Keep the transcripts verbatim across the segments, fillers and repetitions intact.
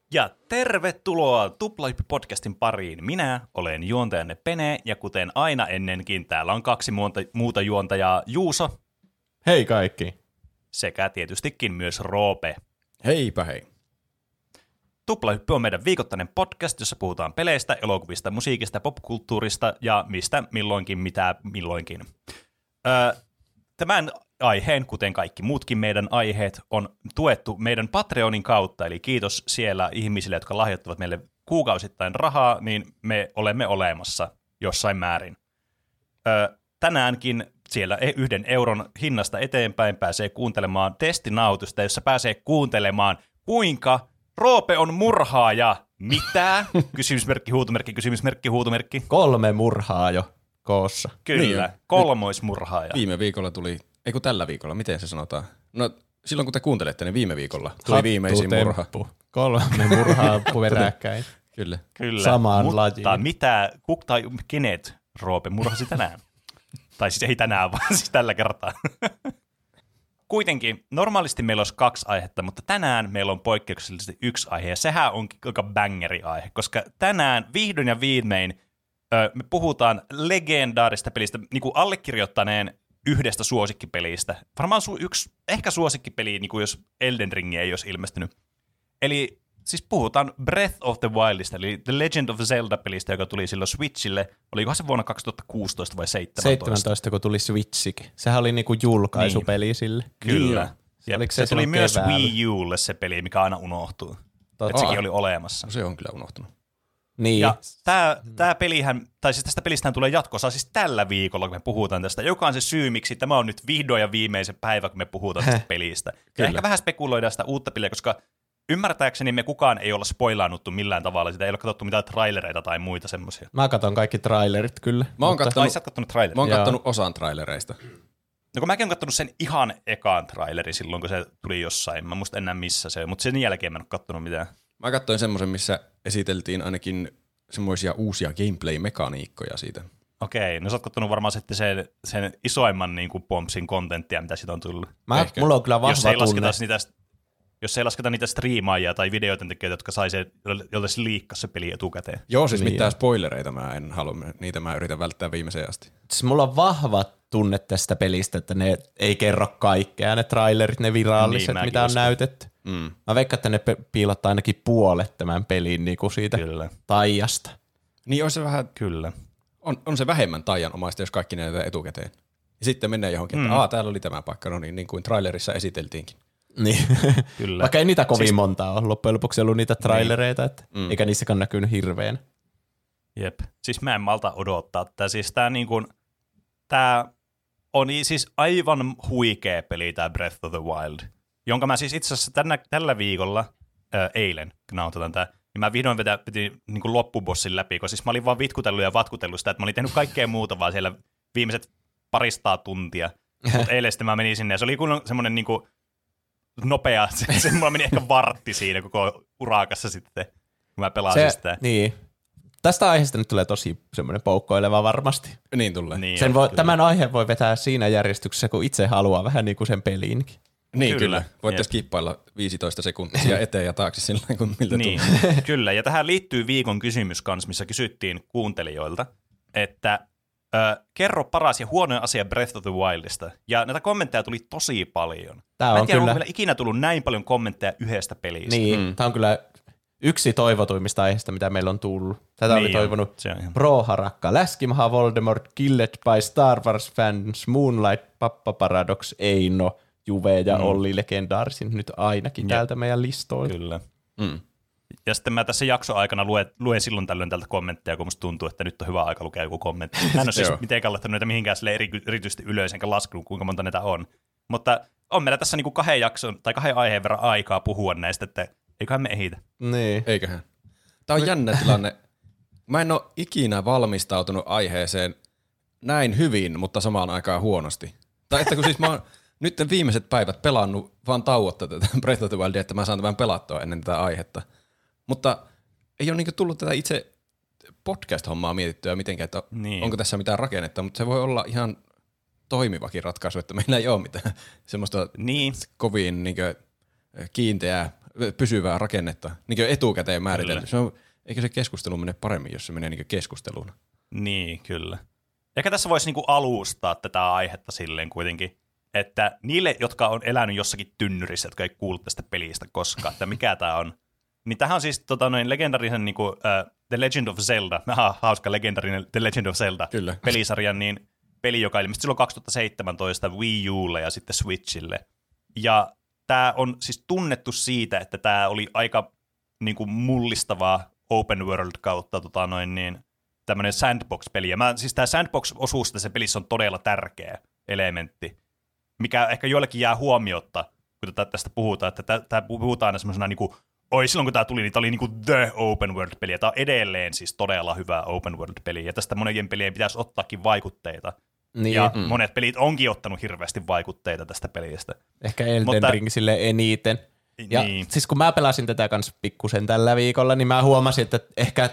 Ja tervetuloa Tuplahyppy-podcastin pariin. Minä olen juontajanne Pene, ja kuten aina ennenkin, täällä on kaksi muuta, muuta juontajaa, Juuso. Hei kaikki. Sekä tietystikin myös Roope. Heipä hei. Tuplahyppy on meidän viikoittainen podcast, jossa puhutaan peleistä, elokuvista, musiikista, popkulttuurista ja mistä milloinkin mitä milloinkin. Öö, tämän aiheen, kuten kaikki muutkin meidän aiheet, on tuettu meidän Patreonin kautta, eli kiitos siellä ihmisille, jotka lahjoittavat meille kuukausittain rahaa, niin me olemme olemassa jossain määrin. Öö, tänäänkin siellä yhden euron hinnasta eteenpäin pääsee kuuntelemaan testinautusta, jossa pääsee kuuntelemaan, kuinka Roope on murhaaja. Mitä? Kysymysmerkki, huutomerkki, kysymysmerkki, huutomerkki. Kolme murhaa jo koossa. Kyllä, niin, kolmoismurhaaja. Viime viikolla tuli, ei kun tällä viikolla, miten se sanotaan? No silloin kun te kuuntelette, niin viime viikolla tuli viimeisin murha. Kolme murhaa peräkkäin. Kyllä. Kyllä, samaan mutta lajiin. mitä, kuk, tai kenet Roope murhasi tänään? Tai siis ei tänään, vaan siis tällä kertaa. Kuitenkin, normaalisti meillä olisi kaksi aihetta, mutta tänään meillä on poikkeuksellisesti yksi aihe, ja sehän on aika bangeri aihe, koska tänään vihdoin ja viimein ö, me puhutaan legendaarista pelistä, niin kuin allekirjoittaneen yhdestä suosikkipelistä. Varmaan su- yksi, ehkä suosikkipeli, niin kuin jos Elden Ring ei olisi ilmestynyt. Eli siis puhutaan Breath of the Wildista, eli The Legend of Zelda-pelistä, joka tuli silloin Switchille. Olikohan se vuonna kaksituhattakuusitoista vai seitsemäntoista? seitsemäntoista, kun tuli Switchikin. Sehän oli niinku julkaisupeli niin. Sille. Kyllä. Ja se, se tuli myös keväällä. Wii Ulle se peli, mikä aina unohtuu. Totta. Että sekin oli olemassa. No, se on kyllä unohtunut. Niin. Ja tää, tää pelihän, tai siis tästä pelistähän tulee jatkossa siis tällä viikolla, kun me puhutaan tästä, joka on se syy, miksi tämä on nyt vihdoin ja viimeisen päivä, kun me puhutaan tästä pelistä. Ja Kyllä. ehkä vähän spekuloidaan sitä uutta peliä, koska ymmärtääkseni me kukaan ei olla spoilaannuttu millään tavalla, sitä ei ole katsottu mitään trailereita tai muita semmoisia. Mä katson kaikki trailerit kyllä. Mä oon mutta- kattonut, Ai sä oot kattonut trailerin? mä oon Joo. kattonut osan trailereista. No kun mäkin oon kattonut sen ihan ekaan trailerin silloin, kun se tuli jossain. Mä muista enää missä se on, mutta sen jälkeen mä en ole kattonut mitään. Mä katsoin semmoisen, missä esiteltiin ainakin semmoisia uusia gameplay-mekaniikkoja siitä. Okei, no sä oot kattonut varmaan sitten sen, sen isoimman niin kuin Pompsin kontenttia, mitä siitä on tullut. Mä, Ehkä. mulla on kyllä Jos vahva ei, tunne. lasketa niitä, jos ei lasketa niitä striimaajia tai videoiden tekijöitä, jotka sai se, jolle se liikkasi se peli etukäteen. Joo, siis Niin. mitään spoilereita mä en halua, niitä mä yritän välttää viimeiseen asti. Siis mulla on vahva tunne tästä pelistä, että ne ei kerro kaikkea, ne trailerit, ne viralliset, Niin, mäkin mitä on uskon. näytetty. Mm. Mä veikkaan, että ne pe- piilottaa ainakin puolet tämän pelin niinku siitä Kyllä, taijasta. Niin on se vähän, kyllä. on, on se vähemmän taianomaista, jos kaikki näytetään etukäteen. Ja sitten mennään johonkin, että Mm. aa, täällä oli tämä paikka, no niin, niin kuin trailerissa esiteltiinkin. Niin. Kyllä. Vaikka ei niitä kovin Siis- montaa ole loppujen lopuksi ollut niitä trailereita, että Mm. eikä niissäkään näkynyt hirveän. Jep. Siis mä en malta odottaa tätä. Siis tää niin kuin, tää on i- siis aivan huikea peli tää Breath of the Wild, jonka mä siis itse asiassa tänä, tällä viikolla, ää, eilen, kun nauhoitetaan tää, niin mä vihdoin vetä, piti niin kuin loppubossin läpi, koska siis mä olin vaan vitkutellut ja vatkutellut sitä, että mä olin tehnyt kaikkea muuta vaan siellä viimeiset paristaa tuntia. Mutta eilen sitten mä menin sinne ja se oli kun semmoinen niin kuin nopea, se, se mulla meni ehkä vartti siinä koko urakassa sitten, kun mä pelasin sitä. Niin. Tästä aiheesta nyt tulee tosi semmoinen poukkoileva varmasti. Niin tulee. Niin, Sen voi, kyllä. tämän aiheen voi vetää siinä järjestyksessä, kun itse haluaa, vähän niin kuin sen peliinkin. Niin Kyllä. kyllä. Voitte Jep. skippailla viisitoista sekuntia eteen ja taakse sillä tavalla, kun miltä Niin, tuntuu. kyllä. Ja tähän liittyy viikon kysymys kanssa, missä kysyttiin kuuntelijoilta, että ö, kerro paras ja huonoin asia Breath of the Wildista. Ja näitä kommentteja tuli tosi paljon. Tää Mä en on tiedä, kyllä, onko vielä ikinä tullut näin paljon kommentteja yhdestä pelistä. niin, Mm. tää on kyllä yksi toivotuimmista aiheista, mitä meillä on tullut. Tätä Niin oli on. toivonut Se on ihan- Pro-harakka, Läskimaha Voldemort, Killed by Star Wars fans, Moonlight, Pappa Paradox, Eino, Juve ja Mm. Olli legendaarisin nyt ainakin Jep. täältä meidän listoilta. Kyllä. Mm. Ja sitten mä tässä jaksoaikana luen, luen silloin tällöin tältä kommentteja, kun musta tuntuu, että nyt on hyvä aika lukea joku kommentti. Mä en ole siis Joo. mitenkään laittanut näitä mihinkään sille eri, erityisesti ylös, enkä laskenut, kuinka monta näitä on. Mutta on meillä tässä niinku kahden jakson tai kahden aiheen verran aikaa puhua näistä, että eiköhän me ehitä. Niin. Eiköhän. Tämä on jännä tilanne. Mä en ole ikinä valmistautunut aiheeseen näin hyvin, mutta samaan aikaan huonosti. Tai että kun siis mä oon nyt viimeiset päivät pelannut vaan tauotta tätä Breath of the Wildia, että mä saan tämän pelattua ennen tätä aihetta. Mutta ei ole niinku tullut tätä itse podcast-hommaa mietittyä mitenkään, että Niin. onko tässä mitään rakennetta, mutta se voi olla ihan toimivakin ratkaisu, että meillä ei ole mitään semmoista Niin, kovin niin kiinteää pysyvää rakennetta, niin kuin etukäteen määritelty. Se on, eikö se keskustelu mene paremmin, jos se menee niin kuin keskusteluun? Niin, kyllä. Ehkä tässä voisi niinku alustaa tätä aihetta silleen kuitenkin, että niille, jotka on elänyt jossakin tynnyrissä, jotka ei kuullut tästä pelistä koskaan, että mikä tämä on, niin tämähän on siis tota, noin legendarisen niinku, uh, The Legend of Zelda, aha, hauska legendarinen The Legend of Zelda Kyllä. pelisarjan, niin peli, joka ilmestyi silloin kaksituhattaseitsemäntoista Wii Ulle ja sitten Switchille. Ja tämä on siis tunnettu siitä, että tämä oli aika niinku mullistavaa open world kautta tota, noin niin, tämmöinen sandbox-peli. Ja mä, siis tämä sandbox-osuus tässä pelissä on todella tärkeä elementti, mikä ehkä joillekin jää huomiotta, kun tästä puhutaan, että tämä puhutaan aina semmoisena niinku, oi silloin kun tämä tuli, niin tämä oli niinku the open world-peli, ja tämä on edelleen siis todella hyvä open world-peli, ja tästä monien pelien pitäisi ottaakin vaikutteita. Niin. Ja Mm. monet pelit onkin ottanut hirveästi vaikutteita tästä pelistä. Ehkä Elden Mutta, Ring sille eniten. Ja niin. siis kun mä pelasin tätä kanssa pikkusen tällä viikolla, niin mä huomasin, että ehkä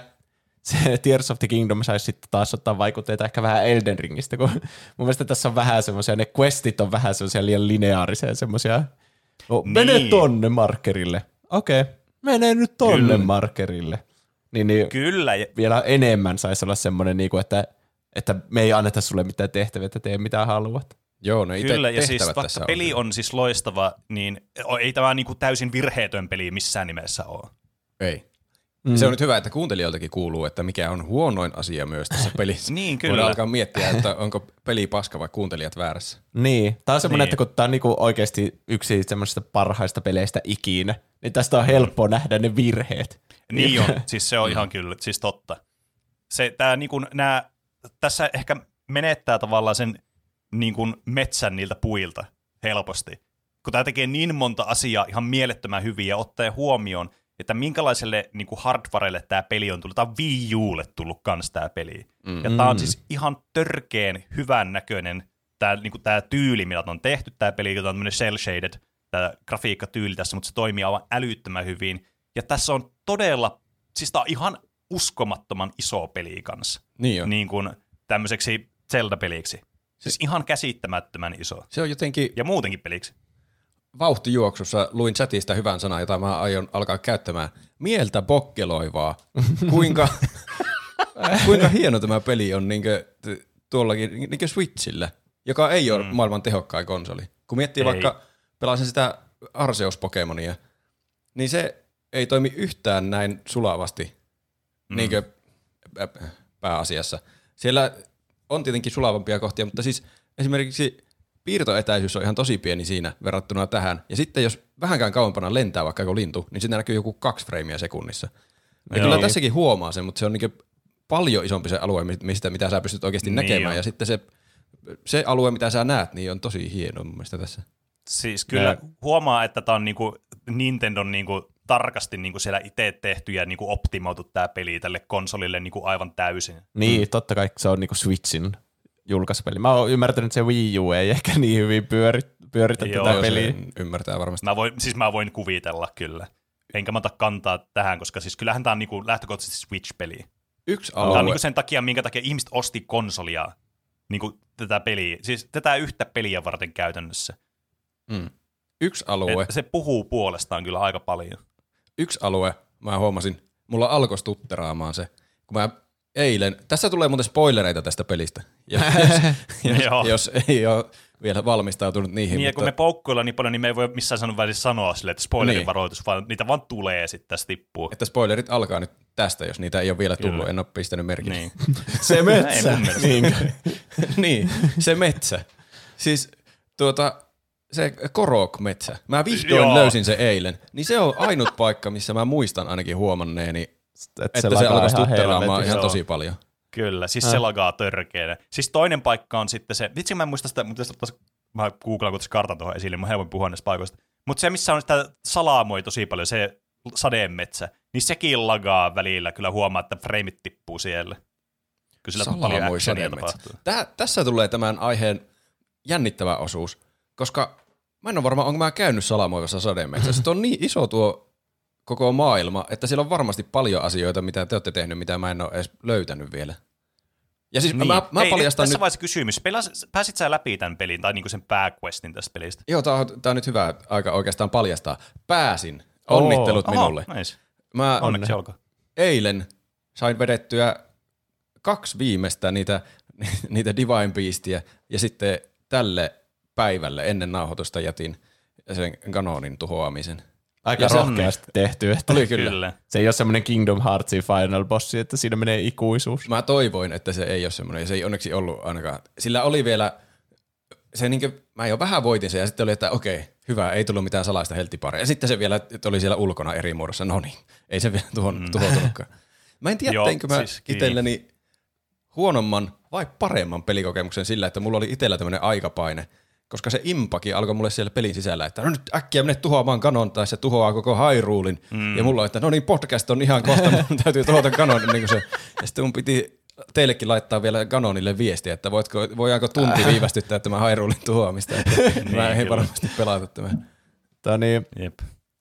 se Tears of the Kingdom saisi sitten taas ottaa vaikutteita ehkä vähän Elden Ringistä, kun mun mielestä tässä on vähän semmoisia, ne questit on vähän semmoisia liian lineaarisia, semmoisia, no, Niin. mene tonne markerille. Okei, okay, mene nyt tonne Kyllä. markerille. Niin, niin Kyllä. Ja, vielä enemmän saisi olla semmoinen, niin kuin, että, että me ei anneta sulle mitään tehtäviä, että tee mitä haluat. Joo, no itse Kyllä, ja siis tehtävät vaikka tässä peli on. on siis loistava, niin ei tämä niinku täysin virheetön peli missään nimessä ole. Ei. Mm. Se on nyt hyvä, että kuuntelijoiltakin kuuluu, että mikä on huonoin asia myös tässä pelissä. Niin, kyllä. Voidaan alkaa miettiä, että onko peli paska vai kuuntelijat väärässä. Niin, tämä on semmoinen, Niin. että kun tämä on niinku oikeasti yksi semmoisista parhaista peleistä ikinä, niin tästä on helppo nähdä ne virheet. Niin on, siis se on ihan kyllä, siis totta. Se, tää, niin kun, nää, tässä ehkä menettää tavallaan sen niin kun metsän niiltä puilta helposti, kun tämä tekee niin monta asiaa ihan mielettömän hyvin ja ottaa huomioon, että minkälaiselle niin kuin hardwarelle tämä peli on tullut. Tämä on Wii Ulle tullut kans tämä peli. Mm. Ja tämä on siis ihan törkeen hyvän näköinen tämä, niin kuin tämä tyyli, mitä on tehty tämä peli, joka on tämmöinen cel-shaded, tämä grafiikkatyyli tässä, mutta se toimii aivan älyttömän hyvin. Ja tässä on todella, siis tämä on ihan uskomattoman iso peli kanssa. Niin on. Niin kuin tämmöiseksi Zelda-peliksi. Siis ihan käsittämättömän iso. Se on jotenkin Ja muutenkin peliksi. vauhtijuoksussa luin chatista hyvän sanan, jota mä aion alkaa käyttämään. Mieltä bokkeloivaa. Kuinka, kuinka hieno tämä peli on niinkö, t- tuollakin niinkö Switchillä, joka ei ole mm. maailman tehokkain konsoli. Kun miettii Ei. vaikka, pelasin sitä Arceus-Pokemonia, niin se ei toimi yhtään näin sulavasti mm. niinkö äh, pääasiassa. Siellä on tietenkin sulavampia kohtia, mutta siis esimerkiksi piirtoetäisyys on ihan tosi pieni siinä verrattuna tähän. Ja sitten jos vähänkään kauempana lentää vaikka joku lintu, niin siinä näkyy joku kaksi freimiä sekunnissa. Ja Joo. kyllä tässäkin huomaa sen, mutta se on niin paljon isompi se alue, mistä, mitä sä pystyt oikeasti Niin näkemään. on. Ja sitten se, se alue, mitä sä näet, niin on tosi hieno mun mielestä tässä. Siis kyllä Ja- huomaa, että tämä on niinku Nintendon niinku tarkasti niinku siellä itse tehty ja niinku optimoitu tämä peli tälle konsolille niinku aivan täysin. Niin, mm. totta kai se on niinku Switchin julkaisupeli. Mä oon ymmärtänyt, että se Wii U ei ehkä niin hyvin pyöri, pyöritä Joo, tätä se- peliä. Sen ymmärtää varmasti. Mä voin, siis mä voin kuvitella kyllä. Enkä mä ota kantaa tähän, koska siis kyllähän tämä on niinku lähtökohtaisesti Switch-peli. Yksi Tämä on alue, niinku sen takia, minkä takia ihmiset osti konsolia, niinku tätä peliä, siis tätä yhtä peliä varten käytännössä. mm. yksi alue, Et se puhuu puolestaan kyllä aika paljon. yksi alue, mä huomasin, mulla alkoi stutteraamaan se, kun mä eilen, tässä tulee muuten spoilereita tästä pelistä, ja, jos, Joo. jos, jos ei ole vielä valmistautunut niihin. Niin, ja mutta, kun me poukkoillaan niin paljon, niin me ei voi missään sanon välissä sanoa sille, että spoilerin Niin. varoitus, vaan niitä vaan tulee sitten tässä tippuu. että spoilerit alkaa nyt tästä, jos niitä ei ole vielä tullut, Kyllä. en ole pistänyt merkille. Niin. Se Ei metsä. mun mielestä. Niin. niin, se metsä. Siis tuota, se Korok-metsä. Mä vihdoin Joo. löysin se eilen. Niin se on ainut paikka, missä mä muistan ainakin huomanneeni, Että että se lagaa alkoi ihan stutteraamaan helvetissä. ihan Joo. tosi paljon. Kyllä, siis se lagaa törkeänä. Siis toinen paikka on sitten se, vitsi mä en muista sitä, mutta jos ottaisi, mä googlaan kun tässä kartan tuohon esille, mä helpommin puhua näistä paikoista. Mutta se, missä on sitä salaamoi tosi paljon, se sademetsä, niin sekin lagaa välillä. Kyllä huomaa, että freimit tippuu siellä. Kyllä sillä paljon Salamoi actionia sademetsä. tapahtuu. Tää, tässä tulee tämän aiheen jännittävä osuus, koska mä en ole varma, onko mä käynyt salamoivassa sademetsässä. Se on niin iso tuo koko maailma, että siellä on varmasti paljon asioita, mitä te olette tehnyt, mitä mä en ole edes löytänyt vielä. Ja siis niin. mä, mä Ei, paljastan tässä nyt... vaiheessa kysymys. Pelas, pääsit sä läpi tämän pelin tai niinku sen pääquestin tästä pelistä? Joo, tää on, tää on nyt hyvä aika oikeastaan paljastaa. Pääsin. Onnittelut Oho, minulle. Nice. Mä Onneksi olkoon. eilen sain vedettyä kaksi viimeistä niitä, niitä Divine Beastia ja sitten tälle päivälle ennen nauhoitusta jätin sen kanonin tuhoamisen. Aika rohkeasti tehty. Että Oli kyllä. Kyllä. se ei ole semmoinen Kingdom Heartsin final bossi, että siinä menee ikuisuus. Mä toivoin, että se ei ole semmoinen, ja se ei onneksi ollut ainakaan. Sillä oli vielä, se niinkö, mä jo vähän voitin sen, ja sitten oli, että okei, hyvä, ei tullut mitään salaista helttiparia. Ja sitten se vielä että oli siellä ulkona eri muodossa, no niin, ei se vielä tuhon, mm. tuhoutunutkaan. Mä en tiedä, Joo, teinkö mä siis itselleni huonomman vai paremman pelikokemuksen sillä, että mulla oli itsellä tämmöinen aikapaine, koska se impakin alkoi mulle siellä pelin sisällä, että no nyt äkkiä mene tuhoamaan kanon, tai se tuhoaa koko Hyrulein. Mm. Ja mulla on, että no niin, podcast on ihan kohta, mun täytyy tuhota kanon. Niin se. Ja sitten mun piti teillekin laittaa vielä kanonille viestiä, että voitko, voidaanko tunti viivästyttää tämä Hyrulein tuhoamista, että niin, mä en varmasti pelata tämän. Niin, Jep.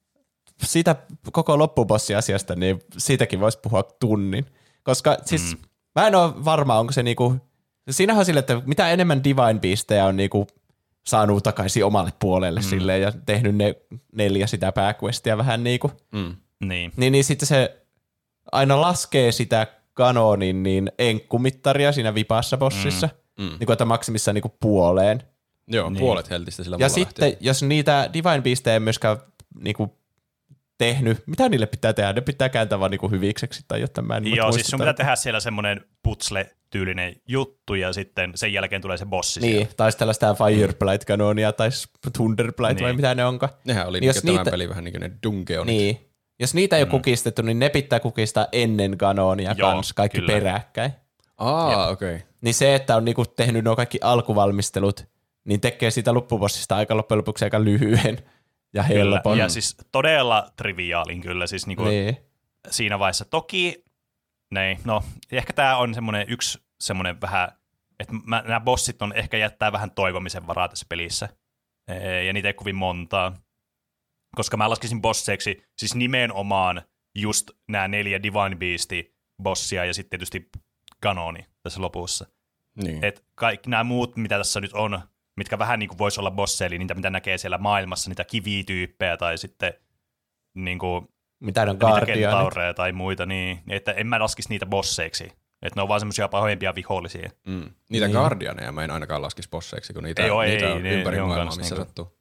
siitä koko loppubossiasiasta, niin siitäkin voisi puhua tunnin. Koska siis mm. mä en ole varma, onko se niinku, siinähän on sille, että mitä enemmän Divine Beastejä on niinku saanut takaisin omalle puolelle mm. silleen ja tehnyt ne neljä sitä pääquestia vähän niinku. Mm. Niin. Niin, niin sitten se aina laskee sitä kanonin niin enkkumittaria siinä vipassa bossissa, mm. Mm. niin kuin, että maksimissaan niin puoleen. Joo, niin. Puolet heltistä sillä ja mulla sitten, lähtee. jos niitä Divine Beastejä ei myöskään niin kuin, tehnyt, mitä niille pitää tehdä? Ne pitää kääntää vaan niin hyvikseksi tai jotta mä en Joo, siis sun pitää tehdä siellä semmoinen putsle-tyylinen juttu ja sitten sen jälkeen tulee se bossi Niin, siellä. taistella sitä Fireblight-kanonia tai Thunderblight niin. vai mitä ne onkaan. Nehän oli niin tämän niitä... pelin vähän niin kuin ne dungeonit. Niin. Jos niitä ei mm. ole kukistettu, niin ne pitää kukistaa ennen kanonia Joo, kans, kaikki kyllä. peräkkäin. Aa, okei. Okay. Niin se, että on niinku tehnyt nuo kaikki alkuvalmistelut, niin tekee siitä loppubossista aika loppujen lopuksi aika lyhyen ja helpon. Ja siis todella triviaalin kyllä. Siis niinku niin. Siinä vaiheessa toki, nei, no ehkä tämä on semmoinen yksi semmoinen vähän, että nämä bossit on ehkä jättää vähän toivomisen varaa tässä pelissä. Ja niitä ei kovin montaa. Koska mä laskisin bosseiksi siis nimenomaan just nämä neljä Divine Beasti bossia ja sitten tietysti kanoni tässä lopussa. Niin. Et kaikki nämä muut, mitä tässä nyt on, mitkä vähän niin kuin voisi olla bosseja, eli niitä, mitä näkee siellä maailmassa, niitä kivityyppejä tai sitten niin kuin, mitä ne on niitä kentaureja tai muita, niin että en mä laskisi niitä bosseiksi. Että ne on vaan semmoisia pahoimpia vihollisia. Mm. Niitä niin. Guardianeja mä en ainakaan laskisi bosseiksi, kun niitä, ei, oo, niitä ei, on ne, ympäri ne maailmaa, missä niinku. sattuu.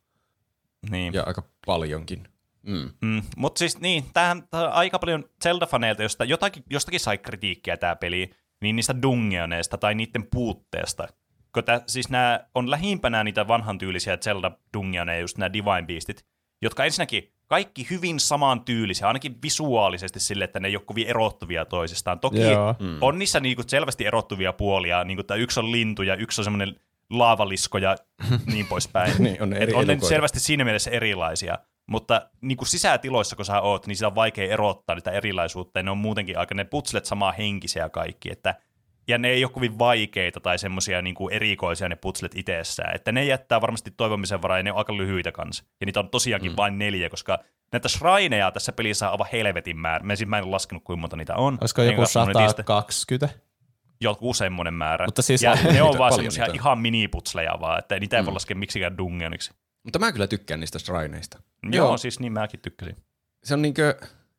Niin. Ja aika paljonkin. Mm. Mm, mutta siis niin, tämähän aika paljon Zelda-faneilta, josta jotakin, jostakin sai kritiikkiä tämä peli, niin niistä dungeoneista tai niiden puutteesta. Tää, siis nämä on lähimpänä niitä vanhan tyylisiä Zelda-dungeoneja, just nämä Divine Beastit, jotka ensinnäkin kaikki hyvin samantyylisiä, ainakin visuaalisesti sille, että ne ei ole kovin erottuvia toisistaan. Toki mm. on niissä niinku selvästi erottuvia puolia, niin kuin yksi on lintu ja yksi on semmoinen laavalisko ja niin poispäin. niin, on ne eri on ne selvästi siinä mielessä erilaisia. Mutta niin kuin sisätiloissa, kun sä oot, niin sitä on vaikea erottaa niitä erilaisuutta, ja ne on muutenkin aika, ne putslet samaa henkisiä kaikki, että, ja ne ei ole kovin vaikeita tai semmoisia niin kuin erikoisia ne putslet itsessään, että ne jättää varmasti toivomisen varaa, ja ne on aika lyhyitä kanssa, ja niitä on tosiaankin mm. vain neljä, koska näitä shrineja tässä pelissä on aivan helvetin määrä, mä en, mä en ole laskenut, kuinka monta niitä on. Olisiko joku sata kaksikymmentä? Joku semmoinen määrä, mutta siis ja on, ne on vaan semmoisia ihan miniputsleja vaan, että niitä ei mm. voi laskea miksikään dungeoniksi. Mutta mä kyllä tykkään niistä shrineista. Joo, Joo, siis niin mäkin tykkäsin. Se on niinkö,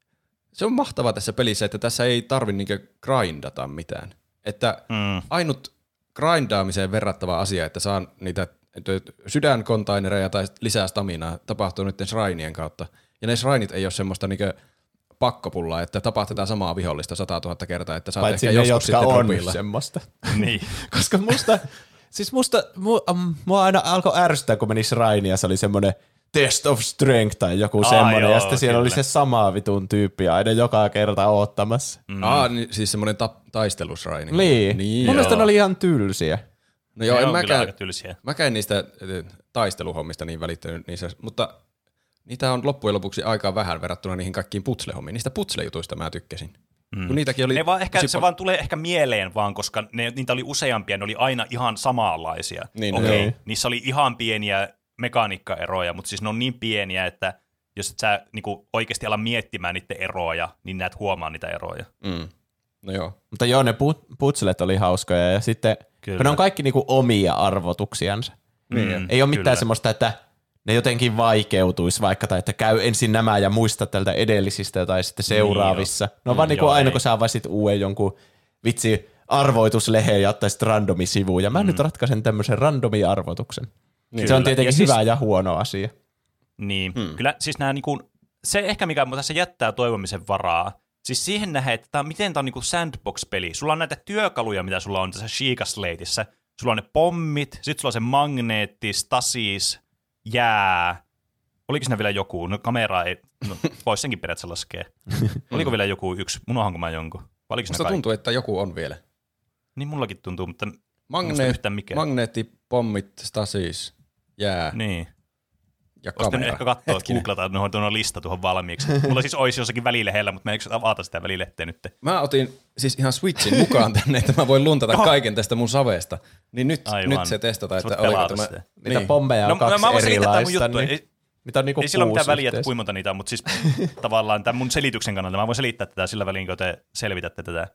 se on mahtavaa tässä pelissä, että tässä ei tarvi niinkö grindata mitään. Että mm. ainut grindaamiseen verrattava asia, että saan niitä sydänkontainereja tai lisää staminaa, tapahtuu niiden shrinien kautta. Ja ne shrineit ei ole semmoista niinkö pakkopullaa, että tapahtuu samaa vihollista satatuhatta kertaa, että saat paitsi ehkä ne, joskus jotka sitten on dropilla. semmoista. niin. Koska musta, siis musta, mu, um, mua aina alkoi ärsyttää, kun meni shrine ja se oli semmoinen test of strength tai joku Aa, semmoinen, joo, ja sitten siellä kyllä. oli se sama vitun tyyppi aina joka kerta oottamassa. Mm. Aa, niin, siis semmoinen ta- taistelusraini. Niin. niin Mun mielestä ne oli ihan tylsiä. No joo, ne en on kyllä mäkään, aika tylsiä. mäkään en niistä taisteluhommista niin välittänyt niissä, mutta niitä on loppujen lopuksi aika vähän verrattuna niihin kaikkiin putsle-hommiin. Niistä putsle-jutuista mä tykkäsin. Mm. Kun niitäkin oli ne vaan ehkä, tosi se pal- vaan tulee ehkä mieleen vaan, koska ne, niitä oli useampia, ne oli aina ihan samanlaisia. Niin, Okei, joo. niissä oli ihan pieniä mekaniikkaeroja, mutta siis ne on niin pieniä, että jos et sä niinku oikeasti ala miettimään niiden eroja, niin näet huomaa niitä eroja. Mm. No joo. Mutta joo, ne put- putslet oli hauskoja ja sitten, Kyllä. kun ne on kaikki niinku omia arvotuksiansa. Mm, Ei ole mitään kyllä. semmoista, että ne jotenkin vaikeutuisi vaikka, tai että käy ensin nämä ja muista tältä edellisistä tai sitten seuraavissa. Niin, no vaan niin kuin aina, kun sä avaisit uuden jonkun vitsi arvoitusleheen ja ottaisit randomisivuun, ja mä mm. nyt ratkaisen tämmöisen randomi-arvoituksen. Niin, se on tietenkin ja hyvä siis, ja huono asia. Niin, hmm. kyllä siis nämä niinku, se ehkä mikä tässä jättää toivomisen varaa, siis siihen nähdään, että tää, miten tämä on niinku sandbox-peli. Sulla on näitä työkaluja, mitä sulla on tässä Sheikah Slateissa. Sulla on ne pommit, sitten sulla on se magneetti, stasis, jää. Oliko siinä vielä joku? No kameraa ei, no vois senkin periaatteessa laskea. Oliko vielä joku yksi? Unohanko mä jonkun? Musta tuntuu, että joku on vielä. Niin mullakin tuntuu, mutta Magne- yhtään mikään. Magneetti, pommit, stasis, jää. Niin. Ja kamera. ehkä katsoa, että googlata, että tuohon on lista tuohon valmiiksi. Mulla siis olisi jossakin välilehdellä, mutta mä eikö avata sitä välilehteä nyt. Mä otin siis ihan Switchin mukaan tänne, että mä voin luntata oh. kaiken tästä mun savesta. Niin nyt, nyt se testata, että oliko tämä... Sitä. Niitä niin. pommeja on no, kaksi mä erilaista. Niin, ei, mitä on niinku ei sillä ole mitään väliä, että kuinka monta niitä on, mutta siis tavallaan tämän mun selityksen kannalta mä voin selittää tätä sillä välin, kun te selvitätte tätä.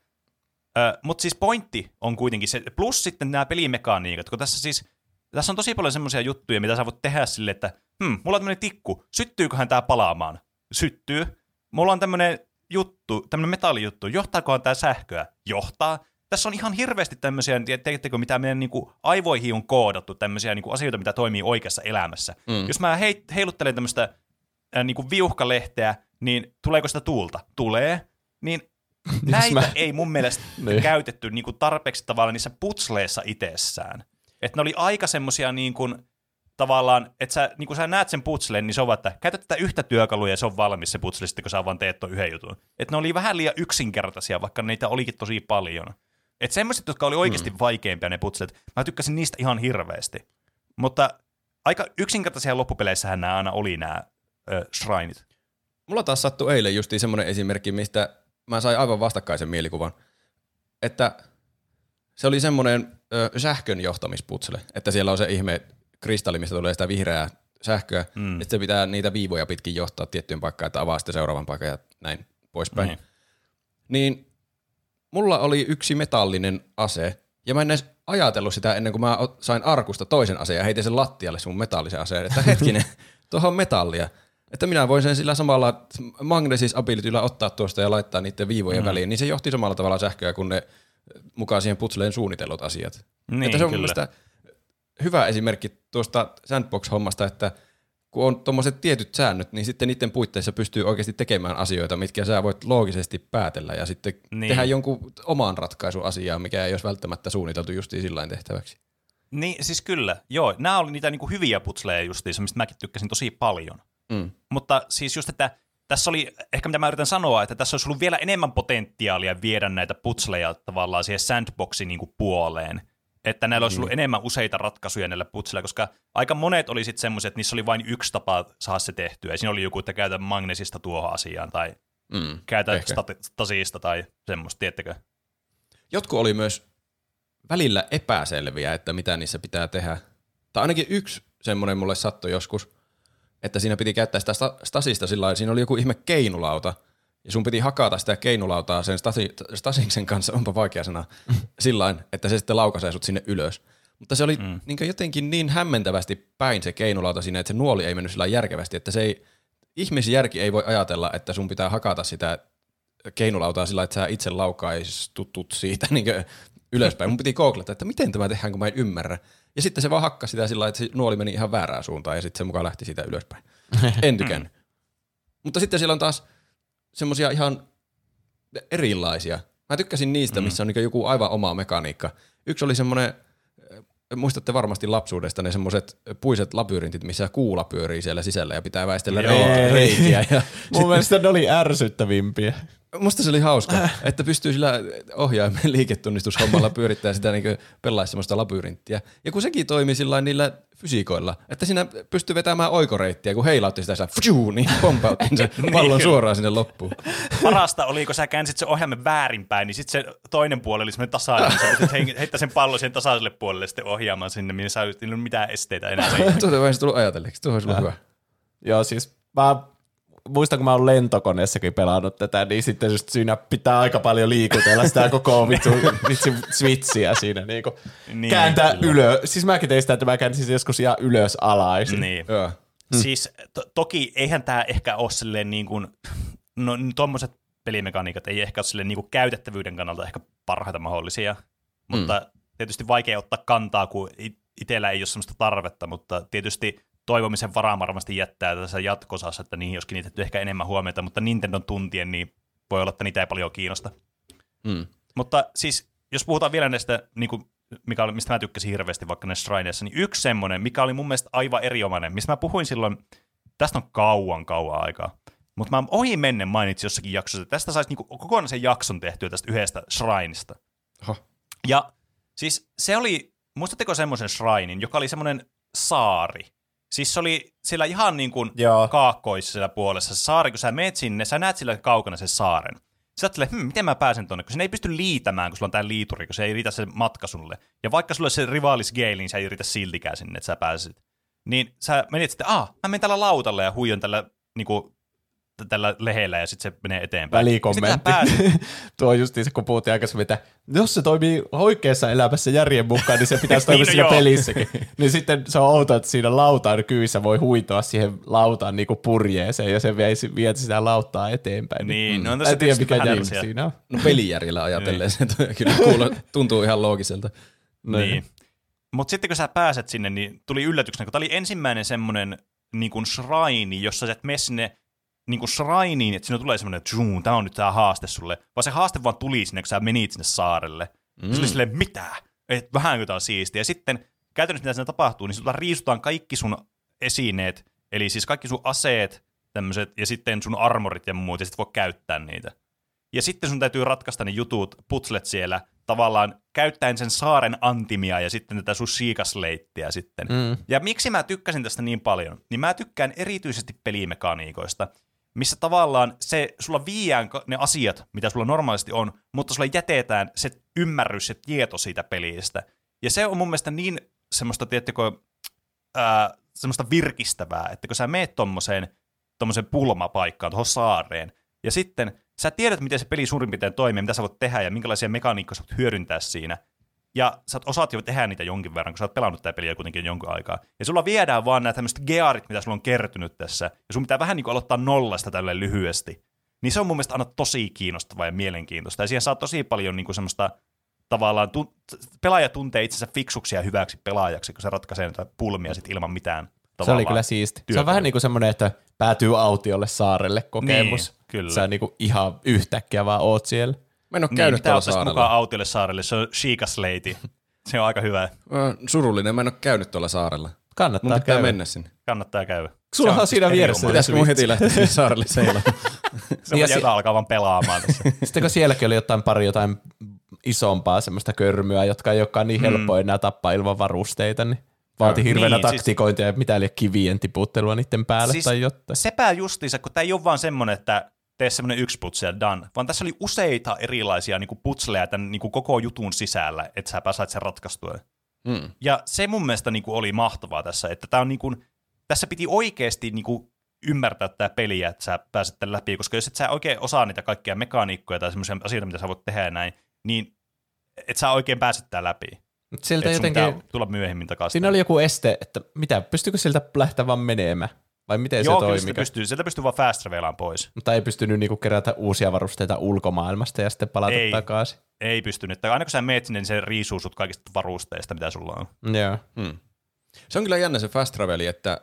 Ö, mutta siis pointti on kuitenkin se, plus sitten nämä pelimekaniikat, kun tässä siis tässä on tosi paljon semmoisia juttuja, mitä sä voit tehdä sille, että hm, mulla on tämmöinen tikku, syttyyköhän tää palaamaan? Syttyy. Mulla on tämmöinen juttu, tämmöinen metallijuttu, johtaakohan tää sähköä? Johtaa. Tässä on ihan hirveästi tämmöisiä, tiedättekö, mitä meidän niinku aivoihin on koodattu, tämmöisiä niinku asioita, mitä toimii oikeassa elämässä. Mm. Jos mä hei, heiluttelen tämmöistä äh, niinku viuhkalehteä, niin tuleeko sitä tuulta? Tulee. Niin näitä mä... ei mun mielestä käytetty niinku tarpeeksi tavallaan niissä putsleissa itsessään. Että ne oli aika semmosia niin kuin, tavallaan, että sä, niin kun sä näet sen putslen, niin se on vaan, että käytä tätä yhtä työkalua ja se on valmis se putsle, sitten kun sä vaan teet ton yhden jutun. Että ne oli vähän liian yksinkertaisia, vaikka niitä olikin tosi paljon. Että semmoiset, jotka oli oikeasti mm. vaikeimpia ne putslet, mä tykkäsin niistä ihan hirveästi. Mutta aika yksinkertaisia loppupeleissähän nämä aina oli nämä äh, shrineit. Mulla taas sattui eilen justiin semmoinen esimerkki, mistä mä sain aivan vastakkaisen mielikuvan, että se oli semmoinen ö, sähkön johtamisputsle, että siellä on se ihme kristalli, mistä tulee sitä vihreää sähköä, mm. että se pitää niitä viivoja pitkin johtaa tiettyyn paikkaan, että avaa sitten seuraavan paikan ja näin poispäin. Mm. Niin mulla oli yksi metallinen ase, ja mä en edes ajatellut sitä ennen kuin mä sain arkusta toisen aseen ja heitin sen lattialle sun metallisen aseen, että hetkinen, tuohon metallia. Että minä voin sen sillä samalla magnesis abilityllä ottaa tuosta ja laittaa niiden viivojen mm. väliin, niin se johti samalla tavalla sähköä kuin ne mukaan siihen putsleen suunnitellut asiat. Niin, että se on kyllä. hyvä esimerkki tuosta sandbox-hommasta, että kun on tuommoiset tietyt säännöt, niin sitten niiden puitteissa pystyy oikeasti tekemään asioita, mitkä sä voit loogisesti päätellä ja sitten niin. tehdä jonkun oman ratkaisun asiaan, mikä ei olisi välttämättä suunniteltu justiin sillain tehtäväksi. Niin, siis kyllä. Joo, nämä oli niitä niinku hyviä putsleja justiinsa, mistä mäkin tykkäsin tosi paljon. Mm. Mutta siis just, että tässä oli, ehkä mitä mä yritän sanoa, että tässä olisi ollut vielä enemmän potentiaalia viedä näitä putsleja tavallaan siihen sandboxin niinku puoleen. Että näillä olisi ollut mm. enemmän useita ratkaisuja näillä putsleilla, koska aika monet oli sitten semmoiset, että niissä oli vain yksi tapa saada se tehtyä. Ja siinä oli joku, että käytä magnesista tuohon asiaan tai mm, käytä stat- stasista tai semmoista, tiedättekö? Jotkut oli myös välillä epäselviä, että mitä niissä pitää tehdä. Tai ainakin yksi semmoinen mulle sattui joskus, että siinä piti käyttää sitä stasista sillä lailla, siinä oli joku ihme keinulauta, ja sun piti hakata sitä keinulautaa sen stasi, stasiksen kanssa, onpa vaikea sana, sillä lailla, että se sitten laukaisee sut sinne ylös. Mutta se oli mm. niin jotenkin niin hämmentävästi päin se keinulauta siinä, että se nuoli ei mennyt sillä järkevästi, että se ei, ihmisjärki ei voi ajatella, että sun pitää hakata sitä keinulautaa sillä että sä itse laukaistut siitä niin ylöspäin. Mun piti googlata, että miten tämä tehdään, kun mä en ymmärrä. Ja sitten se vaan hakkasi sitä sillä että se nuoli meni ihan väärään suuntaan ja sitten se mukaan lähti siitä ylöspäin. En tykännyt. Mutta sitten siellä on taas semmosia ihan erilaisia. Mä tykkäsin niistä, missä on niin joku aivan oma mekaniikka. Yksi oli semmoinen, muistatte varmasti lapsuudesta ne semmoiset puiset labyrintit, missä kuula pyörii siellä sisällä ja pitää väistellä reikiä. reikiä ja mun sit mielestä ne oli ärsyttävimpiä. Musta se oli hauska, että pystyy sillä ohjaimen liiketunnistushommalla pyörittämään sitä niin pelaisi semmoista labyrinttiä. Ja kun sekin toimi sillä niillä fysiikoilla, että siinä pystyy vetämään oikoreittiä, kun heilautti sitä sillä, fujuu, niin pompautti se pallon suoraan sinne loppuun. Parasta oli, kun sä käänsit sen ohjaimen väärinpäin, niin sitten se toinen puoli oli semmoinen tasainen, niin sä pystyt heittää sen pallon sen tasaiselle puolelle sitten ohjaamaan sinne, minne sä ei ollut mitään esteitä enää. Tuota vai se tullut ajatelleeksi, tuohon olisi ollut hyvä. Joo, siis mä muistan, kun mä oon lentokoneessakin pelannut tätä, niin sitten just siinä pitää aika paljon liikutella sitä koko vitsi, vitsi switchiä siinä. Niin niin, kääntää kyllä. ylös. Siis mäkin tein sitä, että mä käänsin joskus ihan ylös alaisin. Niin. Joo. Hmm. Siis to- toki eihän tämä ehkä ole silleen niin kuin, no tuommoiset pelimekaniikat ei ehkä ole silleen niin kuin käytettävyyden kannalta ehkä parhaita mahdollisia, mutta hmm. tietysti vaikea ottaa kantaa, kun itsellä ei ole sellaista tarvetta, mutta tietysti toivomisen varaa varmasti jättää tässä jatkosassa, että niihin olisi kiinnitetty ehkä enemmän huomiota, mutta Nintendon tuntien niin voi olla, että niitä ei paljon kiinnosta. Hmm. Mutta siis, jos puhutaan vielä näistä, niin kuin, mikä oli, mistä mä tykkäsin hirveästi vaikka näissä Shrineissa, niin yksi semmoinen, mikä oli mun mielestä aivan erinomainen, mistä mä puhuin silloin, tästä on kauan kauan aikaa, mutta mä ohi mennen mainitsin jossakin jaksossa, että tästä saisi niin kuin kokonaisen jakson tehtyä tästä yhdestä Shrineista. Oho. Ja siis se oli, muistatteko semmoisen Shrinein, joka oli semmoinen saari? Siis se oli siellä ihan niin kuin kaakkoisessa puolessa se saari, kun sä meet sinne, sä näet sillä kaukana sen saaren. Sä ajattelet, hm, miten mä pääsen tonne, kun sinne ei pysty liitämään, kun sulla on tää liituri, kun se ei riitä se matka sulle. Ja vaikka sulla se rivaalis Gale, niin sä ei riitä siltikään sinne, että sä pääsit. Niin sä menit sitten, ah, mä menen tällä lautalla ja huijon tällä niinku, tällä leheellä ja sitten se menee eteenpäin. Välikommentti. Tuo on justiin se, kun puhuttiin aikaisemmin, että jos se toimii oikeassa elämässä järjen mukaan, niin se pitäisi toimia niin, siinä no pelissäkin. Niin sitten se on outoa, että siinä lautaan kyyssä voi huitoa siihen lautaan niinku purjeeseen ja se vie sitä lauttaa eteenpäin. Niin, no en tiedä, mikä järki siinä on. No pelijärjellä ajatellen se kyllä kuulo, tuntuu ihan loogiselta. Niin. Mutta sitten kun sä pääset sinne, niin tuli yllätyksenä, kun tämä oli ensimmäinen semmoinen niin kuin shrine, jossa sä et mene sinne niin kuin shrineen, että siinä tulee semmoinen, että tämä on nyt tämä haaste sulle, vaan se haaste vaan tuli sinne, kun sä menit sinne saarelle. Mm. Se oli silleen, mitä? Et vähänkö tämä on siistiä. Ja sitten käytännössä mitä siinä tapahtuu, niin sulta riisutaan kaikki sun esineet, eli siis kaikki sun aseet, tämmöiset, ja sitten sun armorit ja muut, ja sitten voi käyttää niitä. Ja sitten sun täytyy ratkaista ne jutut, putslet siellä, tavallaan käyttäen sen saaren antimia ja sitten tätä sun siikasleittiä sitten. Mm. Ja miksi mä tykkäsin tästä niin paljon? Niin mä tykkään erityisesti pelimekaniikoista, missä tavallaan se, sulla viiään ne asiat, mitä sulla normaalisti on, mutta sulla jätetään se ymmärrys ja tieto siitä pelistä. Ja se on mun mielestä niin semmoista, tiedättekö, ää, semmoista virkistävää, että kun sä meet tommoseen, tommoseen pulmapaikkaan, tuohon saareen, ja sitten sä tiedät, miten se peli suurin piirtein toimii, mitä sä voit tehdä ja minkälaisia mekaniikkoja sä voit hyödyntää siinä. Ja sä osaat jo tehdä niitä jonkin verran, kun sä oot pelannut tätä peliä kuitenkin jonkun aikaa. Ja sulla viedään vaan nämä tämmöiset gearit, mitä sulla on kertynyt tässä. Ja sun pitää vähän niin kuin aloittaa nollasta tälleen lyhyesti. Niin se on mun mielestä aina tosi kiinnostavaa ja mielenkiintoista. Ja siihen saa tosi paljon niin kuin semmoista tavallaan, tu- pelaaja tuntee itsensä fiksuksi ja hyväksi pelaajaksi, kun se ratkaisee näitä pulmia sit ilman mitään. Se oli kyllä siisti. Työtä. Se on vähän niin kuin semmoinen, että päätyy autiolle saarelle kokemus. Niin, kyllä. Sä niin kuin ihan yhtäkkiä vaan oot siellä. Mä en ole käynyt niin, tuolla saarella. Mukaan autiolle saarelle, se on Sheikasleiti. Se on aika hyvä. Surullinen, mä en ole käynyt tuolla saarella. Kannattaa mun käydä. mennä sinne. Kannattaa käydä. Sulla on siinä vieressä. Pitäisikö mun heti lähteä sinne saarelle seilaan? Se on jota alkaa vaan pelaamaan tässä. Sitten kun sielläkin oli jotain pari jotain isompaa semmoista körmyä, jotka ei olekaan niin helppoa enää tappaa ilman varusteita, niin vaati hirveänä niin, taktikointia siis, ja mitä eli kivien tiputtelua niiden päälle siis tai jotain. Sepä justiinsa, kun tämä ei ole vaan semmoinen, että tee semmoinen yksi putsi ja done, vaan tässä oli useita erilaisia niin kuin putsleja tämän niin kuin koko jutun sisällä, että sä pääsait sen ratkaistua. Mm. Ja se mun mielestä niin kuin oli mahtavaa tässä, että tää on, niin kuin, tässä piti oikeasti niin kuin ymmärtää tämä peliä, että sä pääset tämän läpi, koska jos et sä oikein osaa niitä kaikkia mekaniikkoja tai semmoisia asioita, mitä sä voit tehdä ja näin, niin et sä oikein pääset tämän läpi. Siltä jotenkin tulla myöhemmin takaisin. Siinä oli joku este, että mitä, pystyykö siltä lähteä vaan menemään? Vai miten Joo, se toimii? Joo, pystyy. Sieltä pystyy vaan fast travelaan pois. Mutta ei pystynyt niinku kerätä uusia varusteita ulkomaailmasta ja sitten palata ei, takaisin. Ei pystynyt. Aina kun sä meet sinne, niin se riisuu sut kaikista varusteista, mitä sulla on. Joo. Hmm. Se on kyllä jännä se fast traveli, että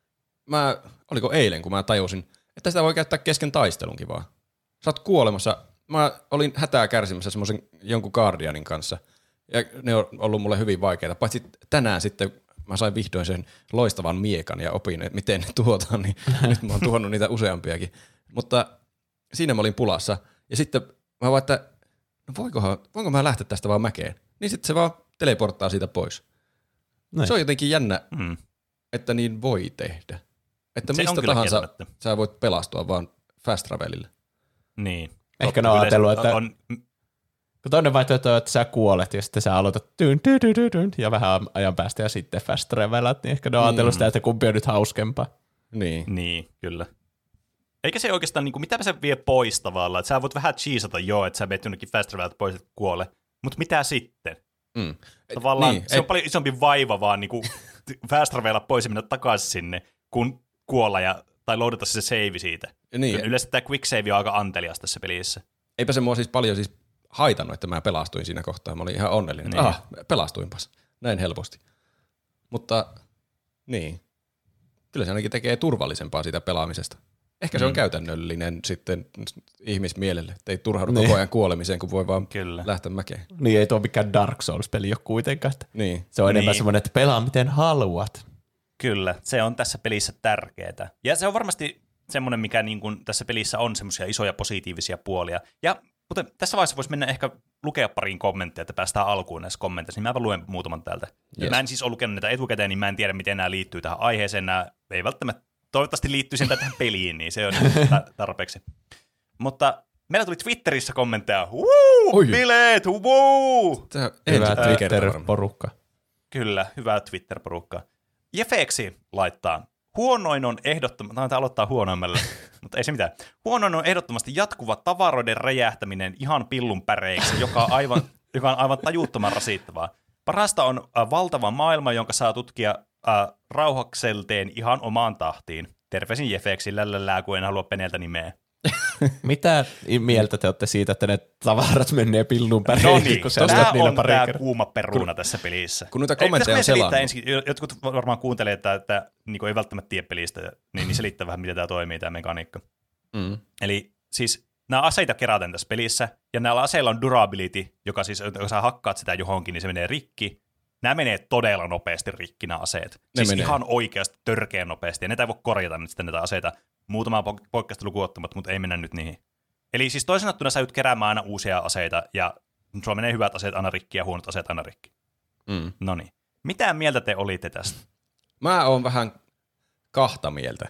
mä, oliko eilen, kun mä tajusin, että sitä voi käyttää kesken taistelunkin vaan. Sä oot kuolemassa. Mä olin hätää kärsimässä semmoisen jonkun Guardianin kanssa. Ja ne on ollut mulle hyvin vaikeita. Paitsi tänään sitten mä sain vihdoin sen loistavan miekan ja opin, että miten ne tuhotaan, niin nyt mä oon tuhonnut niitä useampiakin. Mutta siinä mä olin pulassa. Ja sitten mä vaan, että no voinkohan, voinko mä lähteä tästä vaan mäkeen? Niin sitten se vaan teleporttaa siitä pois. Näin. Se on jotenkin jännä, mm. että niin voi tehdä. Että se mistä tahansa kerrottu. Sä voit pelastua vaan fast travelille. Niin. Ehkä ne on ajatellut, että on kun toinen vaihtoehto on, että sä kuolet ja sitten sä aloitat dyn, dyn, dyn, dyn, dyn, ja vähän ajan päästä ja sitten fast travelat, niin ehkä ne on ajatellut mm. sitä, että kumpi on nyt hauskempaa. Niin. Niin, kyllä. Eikä se oikeastaan, niin kuin, mitä se vie pois tavallaan, että sä voit vähän cheesata jo, että sä menet jonnekin fast travelat pois, että kuole, mutta mitä sitten? Mm. Tavallaan niin, se et on paljon isompi vaiva vaan niin kuin fast travela pois ja mennä takaisin sinne, kun kuolla ja, tai loadata se save siitä. Niin. Yleensä tämä quick save on aika antelias tässä pelissä. Eipä se mua siis paljon siis haitannut, että mä pelastuin siinä kohtaa. Mä olin ihan onnellinen. Niin. Ah, pelastuinpas. Näin helposti. Mutta niin. Kyllä se ainakin tekee turvallisempaa siitä pelaamisesta. Ehkä se on Mm. käytännöllinen sitten ihmismielelle. Että ei turhaudu Niin. koko ajan kuolemiseen, kun voi vaan Kyllä. lähteä mäkeen. Niin ei tuo mikään Dark Souls-peli ole kuitenkaan. Että Niin. se on enemmän Niin. semmoinen, että pelaa miten haluat. Kyllä, se on tässä pelissä tärkeää. Ja se on varmasti semmoinen, mikä niin kuin tässä pelissä on semmoisia isoja positiivisia puolia. Ja mutta tässä vaiheessa voisi mennä ehkä lukea pariin kommenttia, että päästään alkuun näissä kommenteissa, niin mä luen muutaman täältä. Ja Yes. mä en siis ole lukenut näitä etukäteen, niin mä en tiedä, miten nämä liittyy tähän aiheeseen. Nämä ei välttämättä, toivottavasti liittyy sen tähän peliin, niin se on tarpeeksi. Mutta meillä tuli Twitterissä kommentteja, wuu, Oi. bileet, wuu! Tämä Hyvä ensi kertaa varmaan. Twitter-porukka. Kyllä, hyvää Twitter-porukkaa. Jefeksi laittaa, huonoin on ehdottomasti, tämä aloittaa huonoimmalle, mutta ei se mitään. Huonoin on ehdottomasti jatkuva tavaroiden räjähtäminen ihan pillun päreiksi, joka on aivan, joka on aivan tajuttoman rasittavaa. Parasta on äh, valtava maailma, jonka saa tutkia äh, rauhakselteen ihan omaan tahtiin. Terveisin Jefeksi, lällällää, kun en halua peneeltä nimeä. Mitä mieltä te olette siitä, että ne tavarat menee pillun päreiksi, No niin, kun sä tämä näet niillä on pari tämä kertaa? kuuma peruna tässä pelissä. Kun noita Ei, kommentteja on pitäisikö meidän selittää selannut. ensin, jotkut varmaan kuuntelee, että, että niin ei välttämättä tiedä pelistä, niin, niin selittää vähän, miten tämä toimii, tämä mekaniikka. Mm. Eli siis nämä aseita kerätään tässä pelissä, ja näillä aseilla on durability, joka siis, jos sä hakkaat sitä johonkin, niin se menee rikki. Nämä menee todella nopeasti rikki, nämä aseet. Ne Siis menee. ihan oikeasti törkeän nopeasti, ja näitä ei voi korjata nyt sitten näitä aseita. Muutamaa po- poikkeusta lukuottamat, mutta ei mennä nyt niihin. Eli siis toisin sanottuna sä joudut keräämään aina uusia aseita, ja sulla menee hyvät aseet aina rikki ja huonot aseet aina rikki. Mm. No niin. Mitä mieltä te olitte tästä? Mä oon vähän kahta mieltä.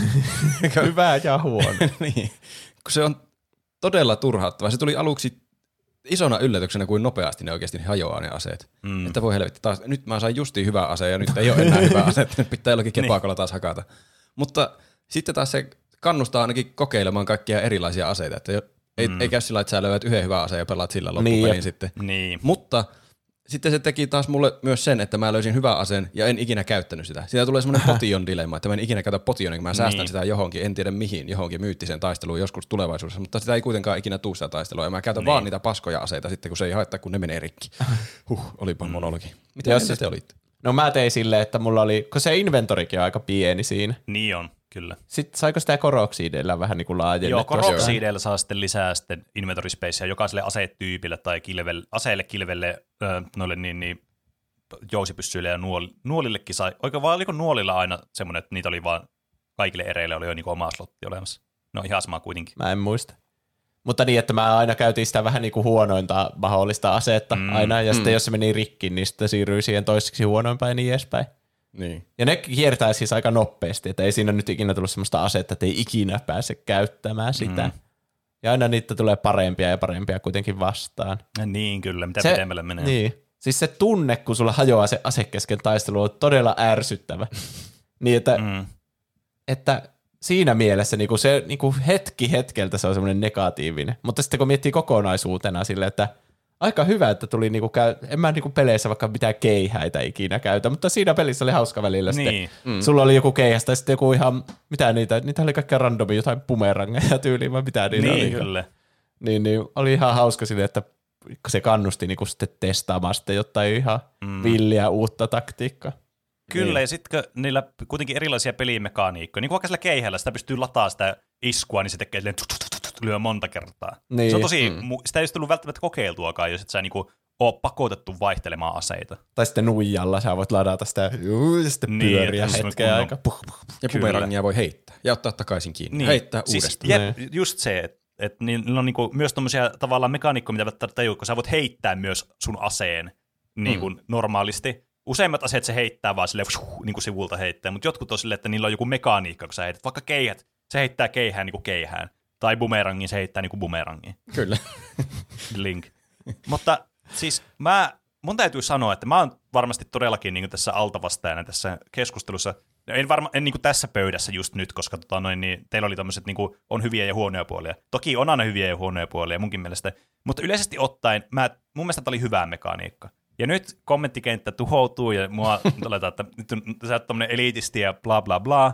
Hyvä ja huono. niin. Kun se on todella turhauttavaa. Se tuli aluksi isona yllätyksenä, kuin nopeasti ne oikeasti hajoaa ne aseet. Mm. Että voi helvetti, taas, nyt mä sain justiin hyvä ase ja nyt ei ole enää hyvä ase, että nyt pitää jollakin kepakolla taas hakata. Mutta sitten taas se kannustaa ainakin kokeilemaan kaikkia erilaisia aseita, että jo, ei, Mm. ei käy sillä, että sä löydät yhden hyvän aseen ja pelaat sillä loppupelin Niin, sitten. Niin. Mutta sitten se teki taas mulle myös sen, että mä löysin hyvän aseen ja en ikinä käyttänyt sitä. Siitä tulee semmoinen potion dilemma, että mä en ikinä käytä potionia, kun mä säästän Niin. sitä johonkin, en tiedä mihin, johonkin myyttiseen taisteluun joskus tulevaisuudessa, mutta sitä ei kuitenkaan ikinä tuu sitä taistelua ja mä käytän Niin. vaan niitä paskoja aseita sitten, kun se ei haittaa, kun ne menee rikki. Huh, olipa monologi. Mitä Jos mieltä se- te olitte? No mä tein silleen, että mulla oli, kun se inventorikin on aika pieni siinä. Niin on, kyllä. Sitten saiko sitä koroksiideillä vähän niin kuin laajennettua? Joo, sitä? koroksiideilla saa sitten lisää sitten inventory spacea jokaiselle asetyypille tai kilvelle, aseelle, kilvelle, öö, noille niin, niin jousipyssyille ja nuol, nuolillekin sai. Oikein vaan oliko nuolilla aina semmoinen, että niitä oli vaan kaikille ereille oli jo niin oma slotti olemassa. No ihan sama kuitenkin. Mä en muista. Mutta niin, että mä aina käytin sitä vähän niin kuin huonointa mahdollista asetta Mm, aina, ja mm. sitten jos se meni rikki, niin sitten siirryi siihen toiseksi huonoimpaan ja niin edespäin. Niin. Ja ne kiertää siis aika nopeasti, että ei siinä nyt ikinä tullut semmoista asetta, että ei ikinä pääse käyttämään sitä. Mm. Ja aina niitä tulee parempia ja parempia kuitenkin vastaan. Ja niin kyllä, mitä Se- pidemmälle menee. Niin. Siis se tunne, kun sulla hajoaa se ase kesken taistelua, on todella ärsyttävä. niin, että, Mm. että siinä mielessä niin kuin se niin kuin hetki hetkeltä se on semmoinen negatiivinen. Mutta sitten kun miettii kokonaisuutena silleen, että aika hyvä, että tuli niinku käy, en mä niinku peleissä vaikka mitään keihäitä ikinä käytä, mutta siinä pelissä oli hauska välillä Niin. sitten. Mm. Sulla oli joku keihäs tai sitten joku ihan, mitä niitä, niitä oli kaikkea randomi, jotain bumerangeja tyyliin, vai mitä niitä Niin, oli. kyllä. Niin, niin oli ihan hauska silleen, että se kannusti niinku sitten testaamaan sitten jotain ihan Mm. villiä uutta taktiikkaa. Kyllä, Niin. ja sitten niillä kuitenkin erilaisia pelimekaniikkoja, niin kuin vaikka sillä keihällä, sitä pystyy lataamaan sitä iskua, niin se tekee silleen tut, tut, tut, tut, lyö monta kertaa. Niin. Se on tosi, Mm. mu- sitä ei olisi tullut välttämättä kokeiltuakaan, jos et sä niinku ole pakotettu vaihtelemaan aseita. Tai sitten nuijalla sä voit ladata sitä ja sitten Niin, pyöriä että se on hetken kunnon- aikaa. Puh, puh. Ja Kyllä. bumerangia voi heittää ja ottaa takaisin kiinni. Niin. Heittää siis, uudestaan. Jep, just se, että et niillä on niinku myös tommosia tavallaan mekaniikkoja, mitä välttämättä tajua, kun sä voit heittää myös sun aseen niin kuin mm. normaalisti. Useimmat aseet se heittää vaan silleen, niin kuin sivulta heittää, mutta jotkut on silleen, että niillä on joku mekaniikka, kun sä heität. Vaikka keihät, se heittää keihään niin kuin keihään. Tai bumerangin, se heittää niin kuin bumerangin. Kyllä. Link. Mutta siis mä, mun täytyy sanoa, että mä oon varmasti todellakin niin kuin tässä altavastaajana tässä keskustelussa. En, varma, en niin kuin tässä pöydässä just nyt, koska tota noin, niin teillä oli tämmöiset, niin kuin, on hyviä ja huonoja puolia. Toki on aina hyviä ja huonoja puolia munkin mielestä, mutta yleisesti ottaen mä, mun mielestä tämä oli hyvä mekaniikka. Ja nyt kommenttikenttä tuhoutuu ja mua todetaan, että nyt on, sä oot tommonen elitisti ja bla bla bla.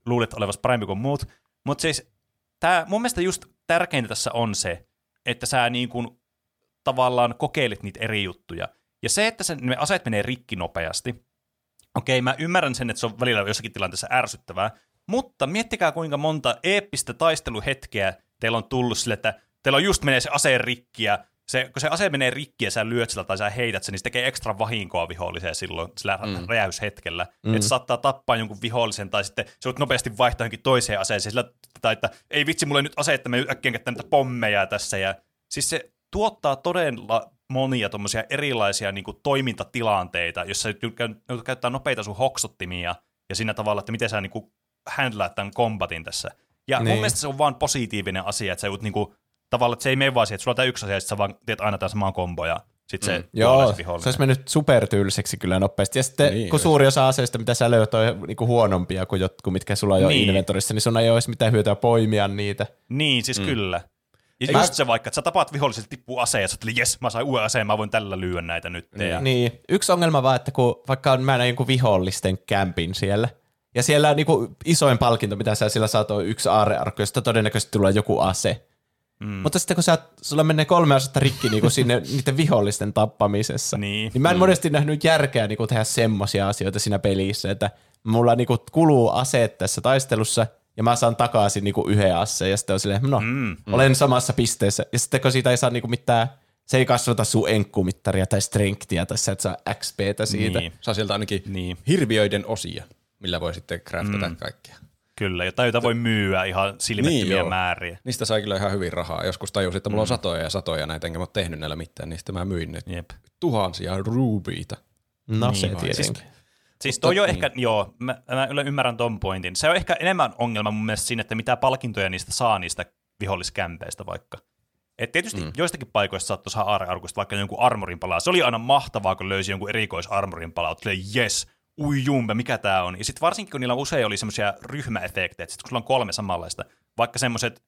luulet olevasi parempi kuin muut. Mutta siis tää, mun mielestä just tärkeintä tässä on se, että sä niin kuin tavallaan kokeilet niitä eri juttuja. Ja se, että se, ne aseet menee rikki nopeasti, okei, mä ymmärrän sen, että se on välillä jossakin tilanteessa ärsyttävää, mutta miettikää kuinka monta eeppistä taisteluhetkeä teillä on tullut sille, että teillä on just menee se aseen rikki ja se, kun se ase menee rikki ja sä lyöt sillä tai sä heität sen, niin se tekee ekstra vahinkoa viholliseen silloin sillä mm. räjäyshetkellä. Mm. Että saattaa tappaa jonkun vihollisen tai sitten se voit nopeasti vaihtaa johonkin toiseen aseeseen sillä, tai että ei vitsi, mulla ei nyt ase, että me äkkiä käyttää näitä pommeja tässä. Ja siis se tuottaa todella monia tommosia erilaisia niin kuin toimintatilanteita, jossa joudut käyttää nopeita sun hoksottimia ja siinä tavalla, että miten sä niin kuin handlaat tämän kombatin tässä. Ja niin. mun mielestä se on vaan positiivinen asia, että sä joudut niin kuin tavallaan, että se ei mene vaan siihen, että sulla on tämä yksi asia, että sä vaan teet aina tämän saman kombo ja sitten se mm. Joo, se olisi mennyt supertyyliseksi kyllä nopeasti. Ja sitten niin, kun olisi. Suuri osa aseista, mitä sä löydät, on niinku huonompia kuin jotkut, mitkä sulla on jo niin. inventorissa, niin sun ei olisi mitään hyötyä poimia niitä. Niin, siis mm. kyllä. Ja mä... just se vaikka, että sä tapaat viholliselta, tippuu aseen ja sä oot, jes, mä sain uuden aseen, mä voin tällä lyödä näitä nyt. Niin, ja... niin. Yksi ongelma vaan, että kun vaikka on, mä näin jonkun vihollisten kämpin siellä, ja siellä on niinku isoin palkinto, mitä sä sillä saat, on yksi aarrearkku, josta todennäköisesti tulee joku ase. Mm. Mutta sitten kun sä, sulla menee kolme asetta rikki niin sinne niiden vihollisten tappamisessa, niin, niin mä en mm. monesti nähnyt järkeä niin tehdä semmoisia asioita siinä pelissä, että mulla niin kuluu aseet tässä taistelussa ja mä saan takaisin niin yhden aseen ja sitten on silleen, no, mm. olen samassa pisteessä. Ja sitten kun siitä ei saa niin mitään, se ei kasvata sun enkkumittaria tai strengthia tai sä et saa X P:tä siitä. Niin. Saa sieltä ainakin niin. hirviöiden osia, millä voi sitten craftata mm. kaikkia. Kyllä, jotain jota voi myyä ihan silmettömiä niin, määriä. Niistä sai kyllä ihan hyvin rahaa. Joskus tajusin, että mulla on satoja ja satoja näitä, enkä mä ole tehnyt näillä mitään, niin sitten mä myin ne Jep. tuhansia ruubiita. No niin, se tietenkin. Siis, siis toi on niin. ehkä, joo, mä, mä ymmärrän ton pointin. Se on ehkä enemmän ongelma mun mielestä siinä, että mitä palkintoja niistä saa niistä viholliskämpeistä vaikka. Et tietysti mm. joistakin paikoista saattoi saada aarrearkusta vaikka jonkun armorin palaa. Se oli aina mahtavaa, kun löysi jonkun erikoisarmorin palaa. Tuli jes, ui jumpe, mikä tää on. Ja sitten varsinkin, kun niillä usein oli semmoisia ryhmäefektejä, että sit kun sulla on kolme samanlaista, vaikka semmoiset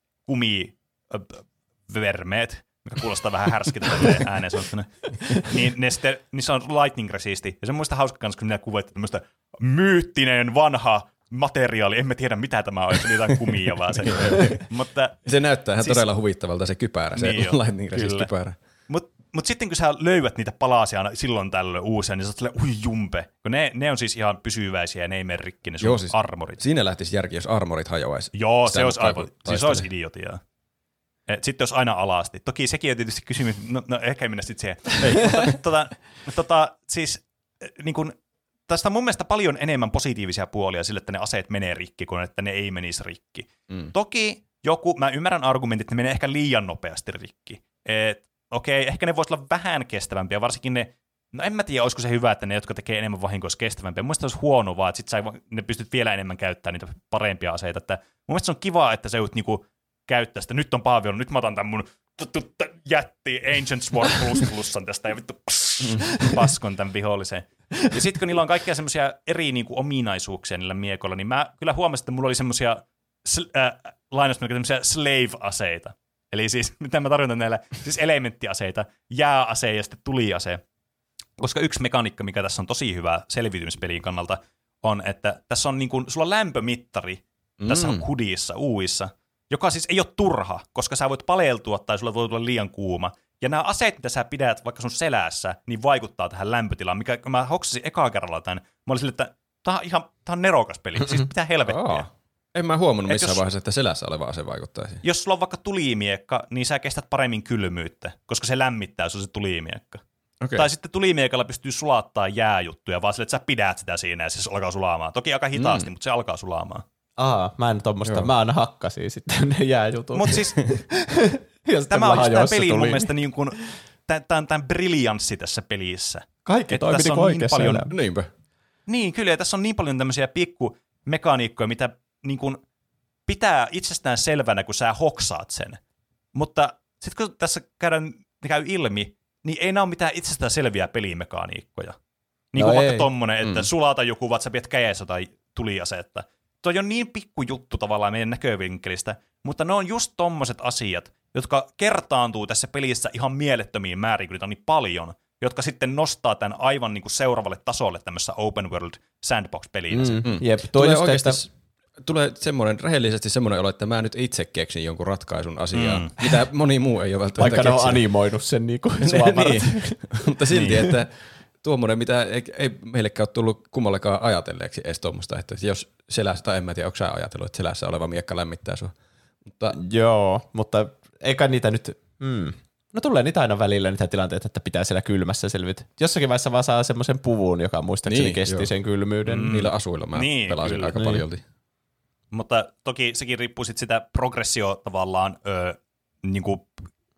kumivermeet, mikä kuulostaa vähän härskiltä ääneen sanottuna, niin ne sitten, niissä on lightning resisti. Ja se on muista hauska kanssa, kun niillä kuvattiin tämmöistä myyttinen vanha materiaali, emme tiedä mitä tämä on, se oli jotain kumia vaan se. Mutta, se näyttää ihan siis, todella huvittavalta se kypärä, se niin lightning resist kypärä. Mutta mut sitten kun sä löydät niitä palasia aina silloin tällöin uusia, niin sä oot silleen, ui jumpe. Kun ne, ne on siis ihan pysyväisiä ja ne ei mene rikki, ne sun siis armorit. Siinä lähtisi järki, jos armorit hajoaisi. Joo, se olisi aivan, siis se olisi idiotiaa. Sitten olisi aina alasti. Toki sekin on tietysti kysymys, no, no ehkä ei mennä sitten siihen. Ei, mutta tota, tota, siis niin kun, tästä on mun mielestä paljon enemmän positiivisia puolia sille, että ne aseet menee rikki, kuin että ne ei menisi rikki. Mm. Toki joku, mä ymmärrän argumentit, että ne menee ehkä liian nopeasti rikki. Et, okei, okay, ehkä ne voisi olla vähän kestävämpiä, varsinkin ne, no en mä tiedä, olisiko se hyvä, että ne, jotka tekee enemmän vahinkoa, olisi kestävämpiä. Mun mielestä olisi huono vaan, että sit sä, ne pystyt vielä enemmän käyttämään niitä parempia aseita. Että mun mielestä se on kiva, että sä joudut niinku käyttää sitä. Nyt on paavion, nyt mä otan tämän mun jätti Ancient Sword plus plussan tästä ja vittu paskon tämän viholliseen. Ja sitten kun niillä on kaikkia semmoisia eri niinku ominaisuuksia niillä miekoilla, niin mä kyllä huomasin, että mulla oli semmoisia äh, lainausmerkkiä slave-aseita. Eli siis, mitä mä tarkoitan näillä, siis elementtiaseita, jääase ja sitten tuliase. Koska yksi mekaniikka, mikä tässä on tosi hyvä selviytymispelin kannalta, on, että tässä on niin kuin, sulla on lämpömittari mm. tässä hoodissa, uissa, joka siis ei ole turha, koska sä voit paleltua tai sulla voi tulla liian kuuma. Ja nämä aseet, mitä sä pidät vaikka sun selässä, niin vaikuttaa tähän lämpötilaan, mikä kun mä hoksasin ekaa kerralla tämän, mä olin sille, että tää on ihan tää on nerokas peli, siis mitä helvettiä. Oh. En mä huomannut missään jos, vaiheessa, että selässä oleva ase vaikuttaa siihen. Jos sulla on vaikka tulimiekka, niin sä kestät paremmin kylmyyttä, koska se lämmittää sun se tulimiekka. Okay. Tai sitten tulimiekalla pystyy sulattaa jääjuttuja, vaan sille, että sä pidät sitä siinä ja se alkaa sulaamaan. Toki aika hitaasti, mm. mutta se alkaa sulaamaan. Aa, mä en tommoista, Joo. mä aina hakkasin sitten ne jääjutut. Mutta siis tämä on tämä peli mun mielestä niin kuin, tämän briljanssi tässä pelissä. Kaikki toimi niin oikeassa paljon, Niinpä. Niin, kyllä, ja tässä on niin paljon tämmöisiä pikkumekaniikkoja, mitä niin kuin pitää itsestään selvänä, kun sä hoksaat sen. Mutta sitten kun tässä käydään, käy ilmi, niin ei nämä ole mitään itsestään selviä pelimekaniikkoja. Niin kuin no vaikka ei. tommonen, että mm. sulata joku, vaan sä pidät kädessä tai tuliasetta. Tuo on niin pikku juttu tavallaan meidän näkövinkkelistä, mutta ne on just tommoset asiat, jotka kertaantuu tässä pelissä ihan mielettömiin määrin, kun niitä on niin paljon, jotka sitten nostaa tämän aivan niin kuin seuraavalle tasolle tämmöisessä open world sandbox-peliin. Mm, mm. Jep, tuo just oikeasti... tulee semmoinen, rehellisesti semmoinen olo, että mä nyt itse keksin jonkun ratkaisun asiaan, mm. mitä moni muu ei ole välttämättä Vaikka keksinyt. ne on animoinut sen niin kuin niin, mutta silti, niin. että tuommoinen, mitä ei, ei meillekään ole tullut kummallekaan ajatelleeksi edes tuommoista, että jos selässä, tai en mä tiedä, onko sä ajatellut, että selässä oleva miekka lämmittää sua. Mutta, joo, mutta eikä niitä nyt, mm. no tulee niitä aina välillä niitä tilanteita, että pitää siellä kylmässä selvitä. Jossakin vaiheessa vaan saa semmoisen puvun, joka muistaakseni niin, kesti joo. sen kylmyyden. Mm. Niillä asuilla mä niin, pelasin kyllä. aika niin. paljolti. Mutta toki sekin riippuu sit sitä progressio tavallaan öö, niinku,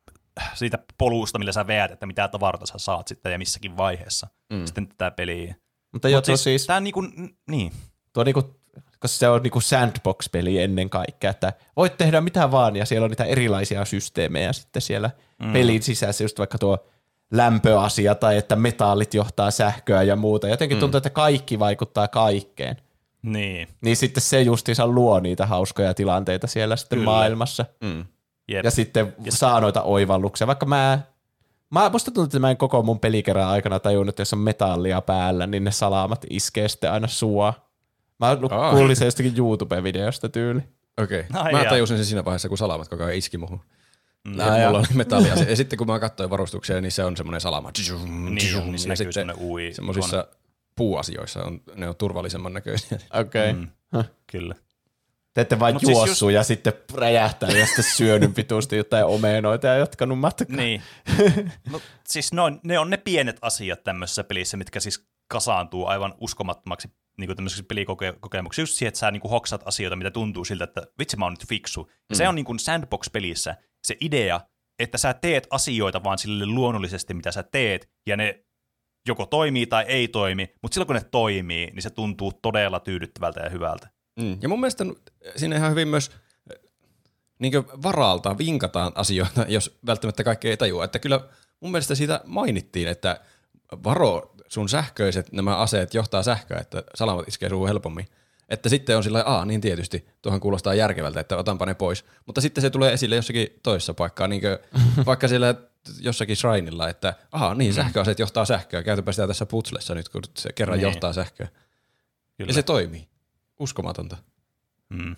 siitä polusta, millä sä veät, että mitä tavaroita sä saat sitten ja missäkin vaiheessa mm. sitten tätä peliä. Mutta joo, Mut siis, siis tää niinku, niin. Tuo niinku, koska se on niinku sandbox-peli ennen kaikkea, että voit tehdä mitä vaan ja siellä on niitä erilaisia systeemejä sitten siellä mm. pelin sisässä, just vaikka tuo lämpöasia tai että metallit johtaa sähköä ja muuta. Jotenkin mm. tuntuu, että kaikki vaikuttaa kaikkeen. Niin. Niin sitten se justiinsa luo niitä hauskoja tilanteita siellä sitten Kyllä. maailmassa. Mm. Yep. Ja sitten yes. saa noita oivalluksia. Vaikka mä, mä musta tuntuu, että mä en koko mun pelikerran aikana tajunnut, että jos on metallia päällä, niin ne salamat iskee sitten aina sua. Mä oh. kuulin se jostakin YouTube-videosta tyyli. Okei. Okay. Mä tajusin sen siinä vaiheessa, kun salamat koko ajan iski muhun. No, mulla on metallia. Ja sitten kun mä katsoin varustuksia, niin se on semmoinen salama. Niin, niin se näkyy semmoinen ui. Semmoisissa puuasioissa on, ne on turvallisemman näköisiä. Okei. Okay. Mm. Kyllä. Te ette vaan juossut siis just... ja sitten räjähtää ja sitten syönyt pituusti jotain omenoita ja jatkanut matkaa. Niin. No, siis ne on, ne on ne pienet asiat tämmöisessä pelissä, mitkä siis kasaantuu aivan uskomattomaksi niin tämmöiseksi pelikokemuksiksi. Just siihen, että sä niin kuin hoksat asioita, mitä tuntuu siltä, että vitsi mä oon nyt fiksu. Ja mm. se on niin kuin sandbox-pelissä se idea, että sä teet asioita vaan sille luonnollisesti, mitä sä teet, ja ne joko toimii tai ei toimi, mutta silloin kun ne toimii, niin se tuntuu todella tyydyttävältä ja hyvältä. Mm. Ja mun mielestä siinä ihan hyvin myös niin varalta vinkataan asioita, jos välttämättä kaikki ei tajua. Että kyllä mun mielestä siitä mainittiin, että varo sun sähköiset nämä aseet johtaa sähköä, että salamat iskee sun helpommin. Että sitten on sillä aa niin tietysti, tuohan kuulostaa järkevältä, että otanpa ne pois. Mutta sitten se tulee esille jossakin toisessa paikkaa, niin vaikka siellä jossakin shrinella, että aha niin sähköaseet johtaa sähköä, käytäpä sitä tässä putslessa nyt, kun se kerran niin. johtaa sähköä. Kyllä. Ja se toimii. Uskomatonta. Mm.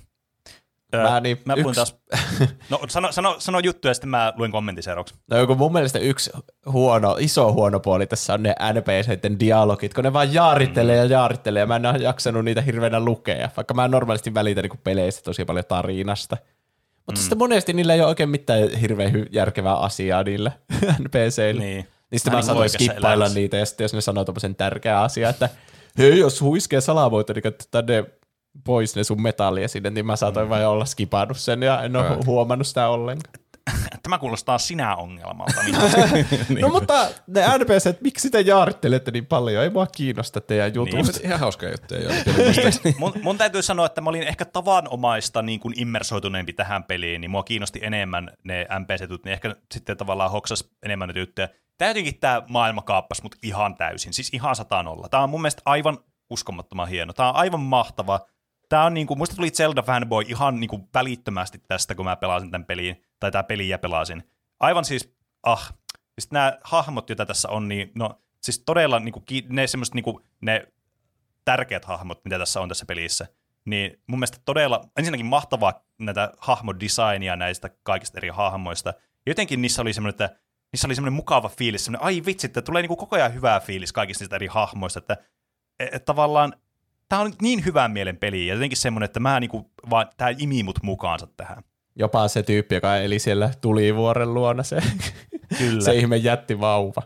Mä, niin, mä yksi... taas... No sano, sano, sano juttu ja sitten mä luin kommentin seuraavaksi. No kun mun mielestä yksi huono, iso huono puoli tässä on ne N P C:iden dialogit, kun ne vaan jaarittelee mm. ja jaarittelee ja mä en ole jaksanut niitä hirveänä lukea, vaikka mä normaalisti välitän niin peleistä tosi paljon tarinasta. Mutta mm. sitten monesti niillä ei ole oikein mitään hirveän hy- järkevää asiaa niillä N P C:illä. Niin. Niin sitten mä, mä saatoin skippailla elämässä. Niitä ja sitten jos ne sanoo tommosen tärkeä asia, että hei jos huiskee salamoita, niin tänne pois ne sun metallia sinne, niin mä saatoin mm. vain olla skipannut sen ja en ole huomannut sitä ollenkaan. Tämä kuulostaa sinä ongelmalta. niin. No mutta ne N P C, että miksi te jaarittelette niin paljon? Ei mua kiinnosta teidän jutusta. Niin, ihan hauskoja juttuja. niin. mun, mun täytyy sanoa, että mä olin ehkä tavanomaista niin kuin immersoituneempi tähän peliin, niin mua kiinnosti enemmän ne N P C-tut, niin ehkä sitten tavallaan hoksas enemmän ne juttuja. Tää jotenkin tää maailma kaappasi mut ihan täysin, siis ihan sataan olla. Tää on mun mielestä aivan uskomattoman hieno. Tää on aivan mahtava. Tää on niinku, musta tuli Zelda fanboy ihan niinku välittömästi tästä, kun mä pelasin tämän peliin, tai tää peliä pelasin. Aivan siis, ah, siis nämä hahmot, joita tässä on, niin no, siis todella niinku, ne semmoiset niinku, ne tärkeät hahmot, mitä tässä on tässä pelissä, niin mun mielestä todella, ensinnäkin mahtavaa näitä hahmodesignia näistä kaikista eri hahmoista. Jotenkin niissä oli semmoinen, että niissä oli semmoinen mukava fiilis, semmoinen, ai vitsi, että tulee niinku koko ajan hyvää fiilis kaikista niistä eri hahmoista, että et, tavallaan tämä on niin hyvän mielen peli ja jotenkin semmoinen, että mä niinku vaan, tää imi mut mukaansa tähän. Jopa se tyyppi, joka eli siellä tulivuoren luona, se, Kyllä. se ihme jätti vauva.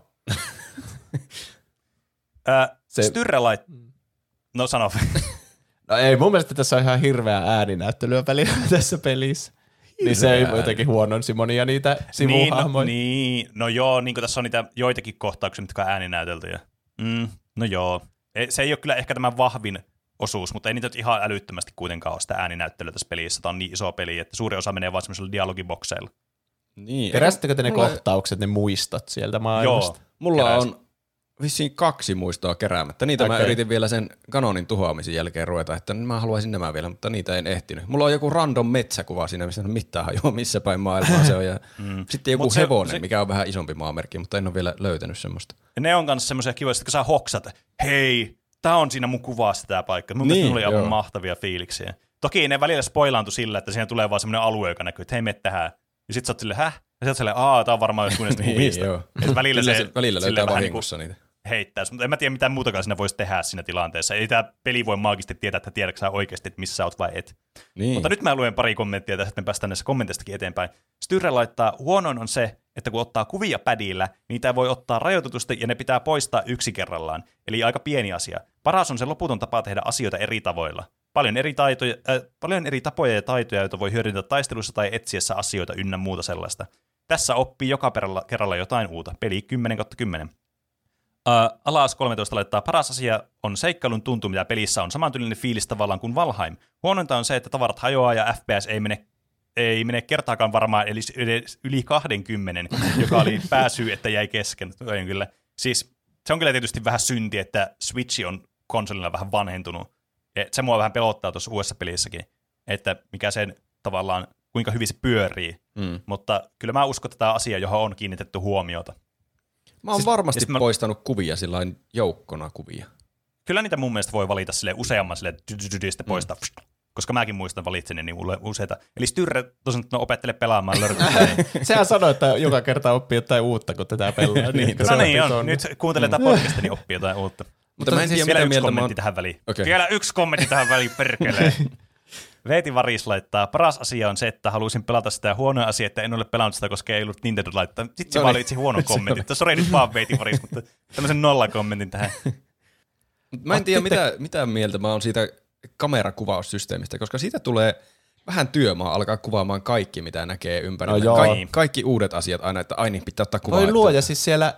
se... Styrrelait... No sano. No ei, mun mielestä tässä on ihan hirveä ääninäyttelyä välillä tässä pelissä. Hirveä niin se ei jotenkin huononsi monia niitä sivuhahmoja. Niin, no, niin, no joo, niin kuin tässä on niitä joitakin kohtauksia, mitkä on ääninäyteltyjä. Mm, no joo. Se ei ole kyllä ehkä tämä vahvin osuus, mutta ei niitä ihan älyttömästi kuitenkaan ole sitä ääninäyttelyä tässä pelissä. Tämä on niin iso peli, että suuri osa menee vaan semmoisella dialogibokseilla. Niin. Keräsittekö te ne mulla... kohtaukset, ne muistot sieltä maailmasta? Joo, mulla keräsin. On vissiin kaksi muistoa keräämättä. Niitä okay. Mä yritin vielä sen kanonin tuhoamisen jälkeen ruveta, että mä haluaisin nämä vielä, mutta niitä en ehtinyt. Mulla on joku random metsäkuva siinä, missä on mitään hajua, missä päin maailmaa se on. Ja mm. Sitten joku se, hevonen, se... mikä on vähän isompi maamerkki, mutta en ole vielä löytänyt semmoista. Ja ne on kanssa semmoisia kivoja, että kun sä hoksat, hei, tää on siinä mun kuvassa tää paikka. Mun niin, mielestä oli aivan mahtavia fiiliksiä. Toki ne välillä spoilaantui sillä, että siinä tulee vaan semmoinen alue, joka näkyy, että hei, mene tähän. Ja sit sä oot silleen, häh? Ja sit oot silleen, aah, tää on varmaan joskus näistä kuvista. Niin, välillä se, se välillä löytää vahingossa niinku niitä. Heittäisi, mutta en mä tiedä mitään muutakaan siinä voisi tehdä siinä tilanteessa. Ei tämä peli voi maagisesti tietää, että tiedätkö sä oikeasti, että missä sä oot vai et. Niin. Mutta nyt mä luen pari kommenttia tästä, että me päästään näissä kommenteistakin eteenpäin. Styrre laittaa, huonoin on se, että kun ottaa kuvia padilla, niitä ei voi ottaa rajoitetusti ja ne pitää poistaa yksi kerrallaan. Eli aika pieni asia. Paras on se loputon tapa tehdä asioita eri tavoilla. Paljon eri, taitoja, äh, paljon eri tapoja ja taitoja, joita voi hyödyntää taistelussa tai etsiessä asioita ynnä muuta sellaista. Tässä oppii joka kerralla jotain uutta. Peli kymmenen kautta kymmenen. Uh, Alas kolmetoista laittaa, paras asia on seikkailun tuntu, mitä pelissä on samantyylinen fiilis tavallaan kuin Valheim. Huonointa on se, että tavarat hajoaa ja F P S ei mene, ei mene kertaakaan varmaan, eli yli kaksikymmentä, joka oli pääsyy, että jäi kesken. Kyllä. Siis se on kyllä tietysti vähän synti, että Switch on konsolilla vähän vanhentunut. Ja se mua vähän pelottaa tuossa uudessa pelissäkin, että mikä sen tavallaan, kuinka hyvin se pyörii. Mm. Mutta kyllä mä uskon, että tämä asia, johon on kiinnitetty huomiota. Mä oon siis, varmasti mä... poistanut kuvia sillain joukkona kuvia. Kyllä niitä mun mielestä voi valita sille useamman sille sitten poistaa, mm. koska mäkin muistan valitseni niin useita. Eli Styrre tosiaan no, opettele pelaamaan lörkytteen. Sehän sanoi, että joka kerta oppii jotain uutta, kun tätä pelaa. niin, no niin on, nyt kuuntele tätä podcasta, niin oppii jotain uutta. Mutta mä en siis tiedä, vielä mitä yksi kommentti on... tähän väliin. Okay. Vielä yksi kommentti tähän väliin, perkelee. Veeti Varis laittaa, paras asia on se, että haluaisin pelata sitä ja huono asia, että en ole pelannut sitä, koska ei ollut Nintendo laittaa. Sitten se no vaan oli itse huono kommentti. Sori nyt vaan Veeti Varis, mutta tämmöisen nollakommentin tähän. Mä en tiedä, mitä, mitä mieltä mä oon siitä kamerakuvaussysteemistä, koska siitä tulee vähän työmaa alkaa kuvaamaan kaikki, mitä näkee ympärillä. No Ka- kaikki uudet asiat aina, että aina pitää ottaa kuvaa. Voi että... luoja, siis siellä...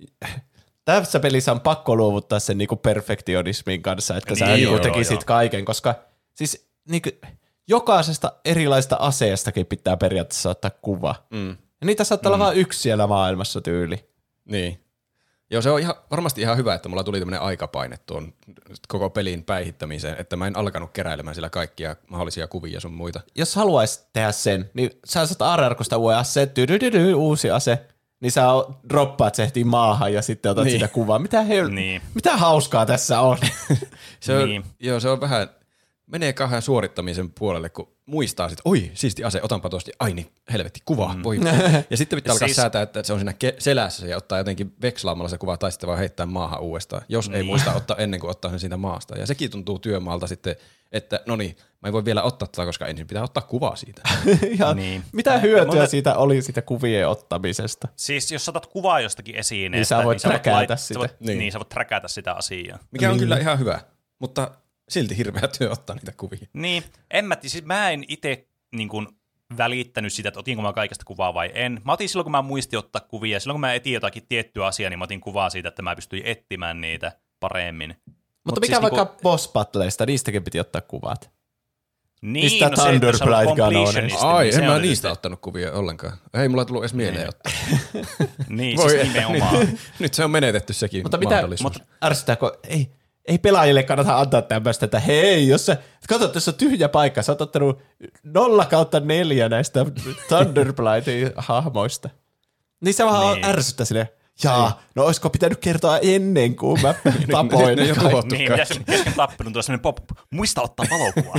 Tässä pelissä on pakko luovuttaa sen niinku perfektionismin kanssa, että niin, sä niinku tekisit joo. kaiken, koska siis niinku, jokaisesta erilaista aseestakin pitää periaatteessa ottaa kuva. Mm. Ja niitä saattaa mm. olla vain yksi siellä maailmassa tyyli. Niin. Joo, se on ihan, varmasti ihan hyvä, että mulla tuli tämmöinen aikapaine tuon koko pelin päihittämiseen, että mä en alkanut keräilemään sillä kaikkia mahdollisia kuvia sun muita. Jos haluaisit tehdä sen, niin sä saat A R R-kosta uuden ase, uusi ase, niin sä droppaat se heti maahan ja sitten otat niin. sitä kuvaa. Mitä, hel- niin. Mitä hauskaa tässä on? se on niin. Joo, se on vähän, menee kauhean suorittamisen puolelle, kun muistaa sitten, oi, siisti ase, otanpa tuosta, ai niin, helvetti, kuva, mm. voi. Ja sitten pitää alkaa siis... säätää, että se on siinä ke- selässä ja ottaa jotenkin vekslaamalla se kuva tai sitten vaan heittää maahan uudestaan, jos niin. ei muista ottaa ennen kuin ottaa sen siitä maasta. Ja sekin tuntuu työmaalta sitten, että no niin, mä en voi vielä ottaa tätä, koska ensin pitää ottaa kuvaa siitä. ja niin. Mitä hyötyä Mutta... siitä oli siitä kuvien ottamisesta? Siis jos otat kuvaa jostakin esineestä, niin sä voit niin träkätä sitä. Voit, niin. niin, sä voit träkätä sitä asiaa. Mikä on niin. kyllä ihan hyvä, mutta silti hirveä työ ottaa niitä kuvia. Niin, en mä, siis mä en itse niin kuin välittänyt sitä, että otinko mä kaikesta kuvaa vai en. Mä otin silloin, kun mä muistin ottaa kuvia. Silloin, kun mä etin jotakin tiettyä asiaa, niin mä otin kuvaa siitä, että mä pystyin etsimään niitä paremmin. Mutta Mut mikä siis vaikka niinku... boss battleista, niistäkin piti ottaa kuvat. Niin, niistä no Thunderblight Ganoneista. Ai, niin en mä niistä ottanut kuvia ollenkaan. Ei mulla tullut edes mieleen ottaa. niin, siis nimenomaan. nyt, nyt se on menetetty sekin mutta mahdollisuus. Mutta ärsytääkö, ei... Ei pelaajille kannata antaa tämmöistä, että hei, jos sä, katsot, jos on tyhjä paikka, sä oot ottanut nolla kautta neljä näistä Thunderblightin hahmoista. Niin se vaan niin. ärsyttää silleen, jaa, no olisiko pitänyt kertoa ennen kuin mä tapoin. ne, ne, ne niin, kesken tappelun tulee semmoinen pop, muista ottaa valokuva.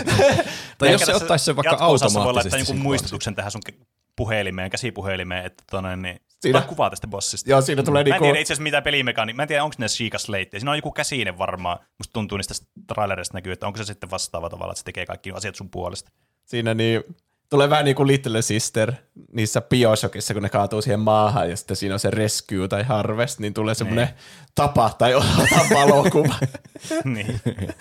tai jos se ottaisi sen vaikka automaattisesti. voi laittaa jonkun muistutuksen tähän sun puhelimeen, käsipuhelimeen, että tonne, niin siinä kuvaa tästä bossista. Joo, siinä tulee mä en niinku... tiedä itse asiassa mitä pelimekaani. Mä en tiedä, onko ne Sheikah Slate. Siinä on joku käsinen varmaan. Musta tuntuu niistä trailerista näkyy, että onko se sitten vastaava tavalla, että se tekee kaikki asiat sun puolesta. Siinä niin, tulee vähän niin kuin Little Sister niissä Bioshockissa, kun ne kaatuu siihen maahan ja sitten siinä on se Rescue tai Harvest, niin tulee semmoinen tapa tai ota valokuva. niin.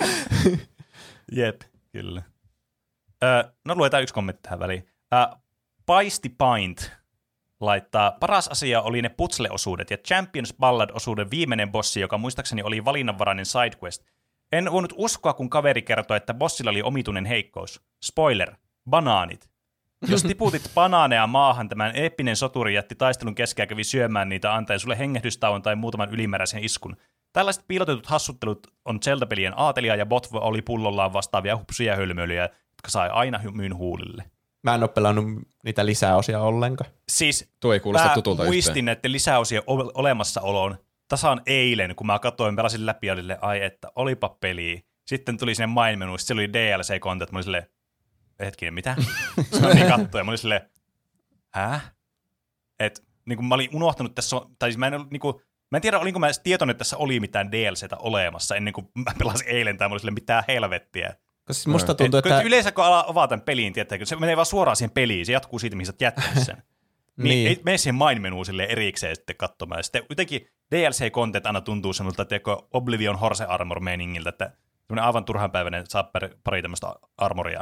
Jep, kyllä. Öö, no luetaan yksi kommentti tähän väliin. Öö, Paisti Paint laittaa, paras asia oli ne putsle-osuudet ja Champions Ballad-osuuden viimeinen bossi, joka muistaakseni oli valinnanvarainen sidequest. En voinut uskoa, kun kaveri kertoi, että bossilla oli omituinen heikkous. Spoiler, banaanit. Jos tiputit banaaneja maahan, tämän eeppinen soturi jätti taistelun keskeä ja kävi syömään niitä antaen sulle hengähdystauon tai muutaman ylimääräisen iskun. Tällaiset piilotetut hassuttelut on Zelda-pelien aatelia ja Botvo oli pullollaan vastaavia hupsuja hölmöilyjä, jotka sai aina myyn huulille. Mä en ole pelannut niitä lisäosia ollenkaan. Siis tuo ei kuulosta tutulta mä muistin yhteen. Näiden lisäosien olemassaoloon tasan eilen, kun mä katsoin, pelasin läpi ja olille, ai että olipa peli. Sitten tuli sinne main-menu, sitten oli D L C-content, mä olin silleen, hetkinen, mitä? Se on niin katsoa, ja mä olin silleen, häh? Et niin kuin mä olin unohtanut tässä, tai siis mä en, niin kuin, mä en tiedä, olinko mä edes tietoinen, että tässä oli mitään D L C:tä olemassa, ennen kuin mä pelasin eilen, tai mä olin silleen, mitään helvettiä. Koska musta tuntuu, et, että... Yleensä kun avaa tämän peliin, tiettäkö, se menee vaan suoraan siihen peliin, se jatkuu siitä, mihin sä oot jättänyt sen. Niin, niin. Ei mene siihen main-menuun silleen erikseen sitten katsomaan. Sitten jotenkin D L C-content aina tuntuu semmoilta, että Oblivion Horse Armor-meiningiltä, että semmoinen aivan turhanpäiväinen saa pari tämmöistä armoria.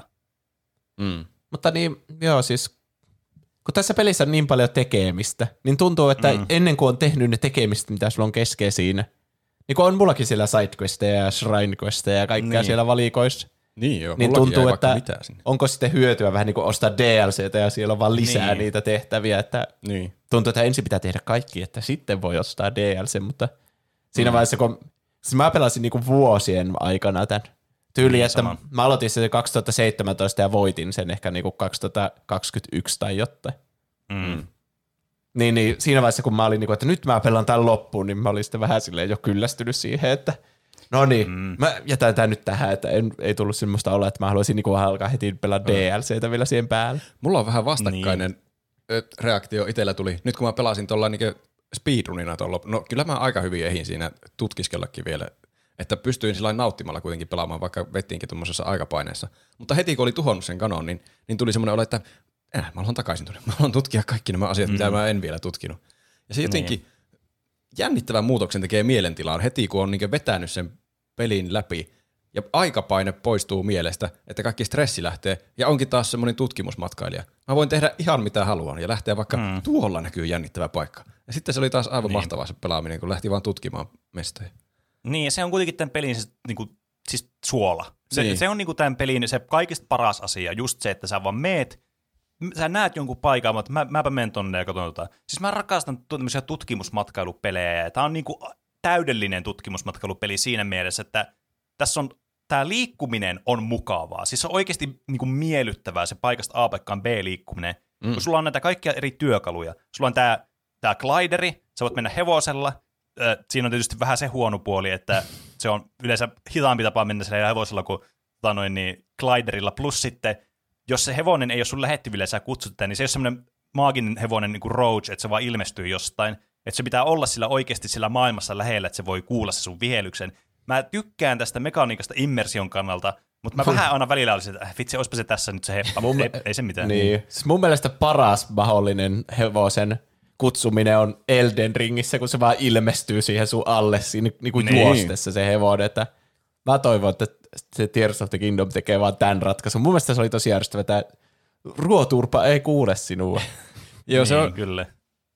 Mm. Mutta niin, joo siis, kun tässä pelissä on niin paljon tekemistä, niin tuntuu, että mm. ennen kuin on tehnyt ne tekemistä, mitä sulla on keskeä siinä, niin kuin on mullakin siellä sidequesteja ja shrinequesteja ja kaikkea niin. siellä valikoissa, niin, joo, niin tuntuu, että onko sitten hyötyä vähän niin kuin ostaa D L C:tä ja siellä on vaan lisää niin. niitä tehtäviä, että niin. tuntuu, että ensin pitää tehdä kaikki, että sitten voi ostaa D L C, mutta siinä mm. vaiheessa, kun siis mä pelasin niin kuin vuosien aikana tämän tyyli, niin, että sama. Mä aloitin sen kaksituhattaseitsemäntoista ja voitin sen ehkä niin kuin kaksituhattakaksikymmentäyksi tai jotain. Mm. Niin, niin siinä vaiheessa, kun mä olin, niin kuin, että nyt mä pelaan tämän loppuun, niin mä olin sitten vähän silleen jo kyllästynyt siihen, että no niin, mm. mä jätän tämän nyt tähän, että en, ei tullut semmoista olla, että mä haluaisin niin kuin alkaa heti pelaa D L C:tä vielä siihen päälle. Mulla on vähän vastakkainen niin. reaktio itsellä tuli. Nyt kun mä pelasin tuolla niin speedrunina tuolla, no kyllä mä aika hyvin ehin siinä tutkiskellakin vielä, että pystyin sillä nauttimalla kuitenkin pelaamaan, vaikka vettiinkin tuommoisessa aikapaineessa. Mutta heti kun oli tuhonnut sen kanon, niin, niin tuli semmoinen olo, että äh, mä haluan takaisin tuonne. Mä haluan tutkia kaikki nämä asiat, mm. mitä mä en vielä tutkinut. Ja se jotenkin niin. jännittävän muutoksen tekee mielentilaan heti, kun on niin vetänyt sen pelin läpi ja aikapaine poistuu mielestä, että kaikki stressi lähtee ja onkin taas semmoinen tutkimusmatkailija. Mä voin tehdä ihan mitä haluan ja lähteä vaikka mm. tuolla näkyy jännittävä paikka. Ja sitten se oli taas aivan niin. mahtavaa se pelaaminen, kun lähti vaan tutkimaan mestoja. Niin, ja se on kuitenkin tämän pelin siis, niin kuin, siis suola. Se, niin. se on niin kuin tämän pelin se kaikista paras asia, just se, että sä vaan meet, sä näet jonkun paikan, mutta mä, mäpä menen tonne ja katson tota. Siis mä rakastan tämmöisiä tutkimusmatkailupelejä, ja tää on niin kuin täydellinen tutkimusmatkailupeli siinä mielessä, että tässä on, tää liikkuminen on mukavaa. Siis se on oikeasti niin kuin miellyttävää se paikasta A paikkaan B liikkuminen, mm. kun sulla on näitä kaikkia eri työkaluja. Sulla on tää, tää glideri, sä voit mennä hevosella. Siinä on tietysti vähän se huono puoli, että se on yleensä hitaampi tapa mennä sillä hevosella kuin noin, niin gliderilla. Plus sitten, jos se hevonen ei ole sun lähettyvillä ja sä kutsut sitä, niin se ei ole semmoinen maaginen hevonen niin kuin Roach, että se vaan ilmestyy jostain. Että se pitää olla sillä oikeasti sillä maailmassa lähellä, että se voi kuulla se sun vihelyksen. Mä tykkään tästä mekaniikasta immersion kannalta, mutta mä vähän aina välillä olisin, että vitsi, olisipa se tässä nyt se heppa. Mun, ei, ei se mitään. Niin. Siis mun mielestä paras mahdollinen hevosen kutsuminen on Elden Ringissä, kun se vaan ilmestyy siihen sun alle siinä niin kuin niin. juostessa se hevonen. Että mä toivon, että se Tears of the Kingdom tekee vaan tämän ratkaisun. Mun mielestä se oli tosi järjestävä, että ruoturpa ei kuule sinua. Joo, se niin, on, kyllä.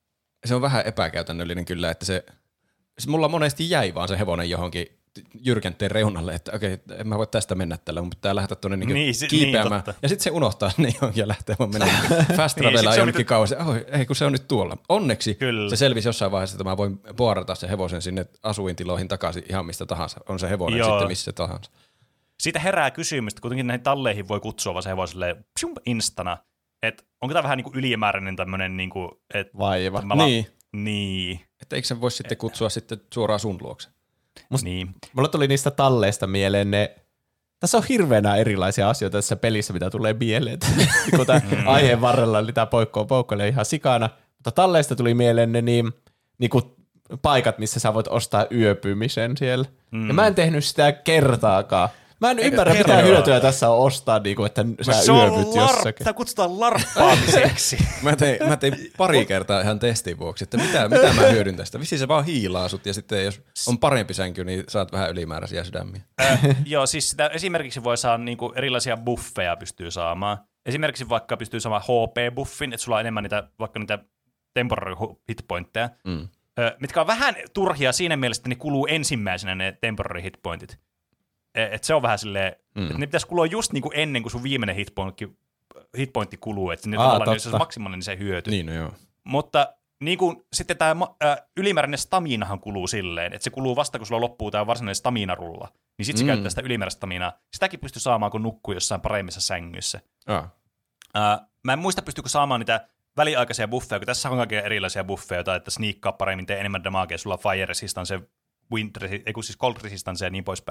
Se on vähän epäkäytännöllinen kyllä, että se, se mulla monesti jäi vaan se hevonen johonkin jyrkänteen reunalle, että okei, en mä voi tästä mennä tällä, mutta pitää lähteä tuonne niin niin, kiipeämään. Niin, ja sitten se unohtaa ne johonkin ja lähtee vaan menemään fast travelaa niin, jonnekin kauas. Oh, ei, kun se on nyt tuolla. Onneksi kyllä. Se selvisi jossain vaiheessa, että mä voin boarata sen hevosen sinne asuintiloihin takaisin ihan mistä tahansa. On se hevonen Joo. sitten missä tahansa. Siitä herää kysymys, että kuitenkin näihin talleihin voi kutsua vaan se hevoselle instana. Että onko tämä vähän niin kuin ylimääräinen tämmöinen niin kuin, että vaiva. La- niin. niin. Että eikö se voi sitten kutsua sitten suoraan sun luokse? Musta, niin. Mulla tuli niistä talleista mieleen ne, tässä on hirveänä erilaisia asioita tässä pelissä, mitä tulee mieleen. Kun tämä mm. aiheen varrella oli tämä poikkoa poukkoilee ihan sikana, mutta talleista tuli mieleen ne niin, niin kuin paikat, missä sä voit ostaa yöpymisen siellä. Mm. Ja mä en tehnyt sitä kertaakaan. Mä en ymmärrä, mitä kerran. hyötyä tässä on ostaa, niin kuin, että sä se yöpyt lar- jossakin. Tämä kutsutaan larppaamiseksi. mä, tein, mä tein pari kertaa ihan testin vuoksi, että mitä, mitä mä hyödyn tästä. Vissiin se vaan hiilaa sut ja sitten jos on parempi sänky, niin saat vähän ylimääräisiä sydämiä. Äh, joo, siis sitä esimerkiksi voi saada niinku erilaisia buffeja pystyy saamaan. Esimerkiksi vaikka pystyy saamaan H P-buffin, että sulla on enemmän niitä, vaikka niitä temporary hitpointteja, mm. mitkä on vähän turhia siinä mielessä, että ne kuluu ensimmäisenä ne temporary hitpointit. Että se on vähän silleen, mm. että ne pitäisi kulua just niin kuin ennen kuin sun viimeinen hitpointti, hitpointti kuluu, että ne tavallaan, jos se on maksimaalinen, niin se hyöty. Niin, no joo. Mutta niin kuin, sitten tämä äh, ylimääräinen staminahan kuluu silleen, että se kuluu vasta, kun sulla loppuu tämä varsinainen staminarulla, niin sitten se mm. käyttää sitä ylimääräistä staminaa. Sitäkin pystyy saamaan, kun nukkuu jossain paremmissa sängyssä. Ah. Äh, mä en muista, pystyykö saamaan niitä väliaikaisia buffeja, kun tässä on kaikkia erilaisia buffeja, joita että sniikkaa paremmin, tee enemmän damagea, sulla on fire resistance, wind resistance, ei kun siis cold resistance ja niin poispäin.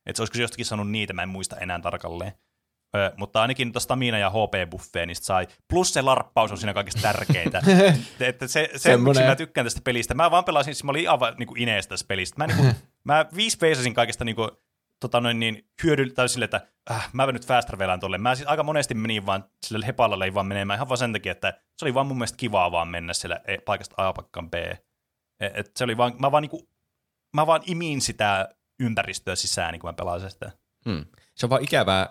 Että se olisiko se jostakin sanonut niitä, mä en muista enää tarkalleen. Ö, mutta ainakin tuosta Stamina ja H P-buffeja niistä sai. Plus se larppaus on siinä kaikista tärkeintä. että se, se miksi mä tykkään tästä pelistä. Mä vaan pelasin, siis mä olin aivan niin kuin ineessä tästä pelistä. Mä, niin kuin, mä viisi veisasin kaikesta niin kuin, tota noin, niin hyödyllä, tai silleen, että äh, mä nyt fast travelaan tolle. Mä siis aika monesti menin vaan sille hepalla ei vaan menemään ihan vaan sen takia, että se oli vaan mun mielestä kivaa vaan mennä siellä paikasta A paikkaan B. Et, et se oli vaan, mä vaan niinku, mä vaan imin sitä ympäristöä sisään, niin kun mä pelasin sitä. Hmm. Se on vaan ikävää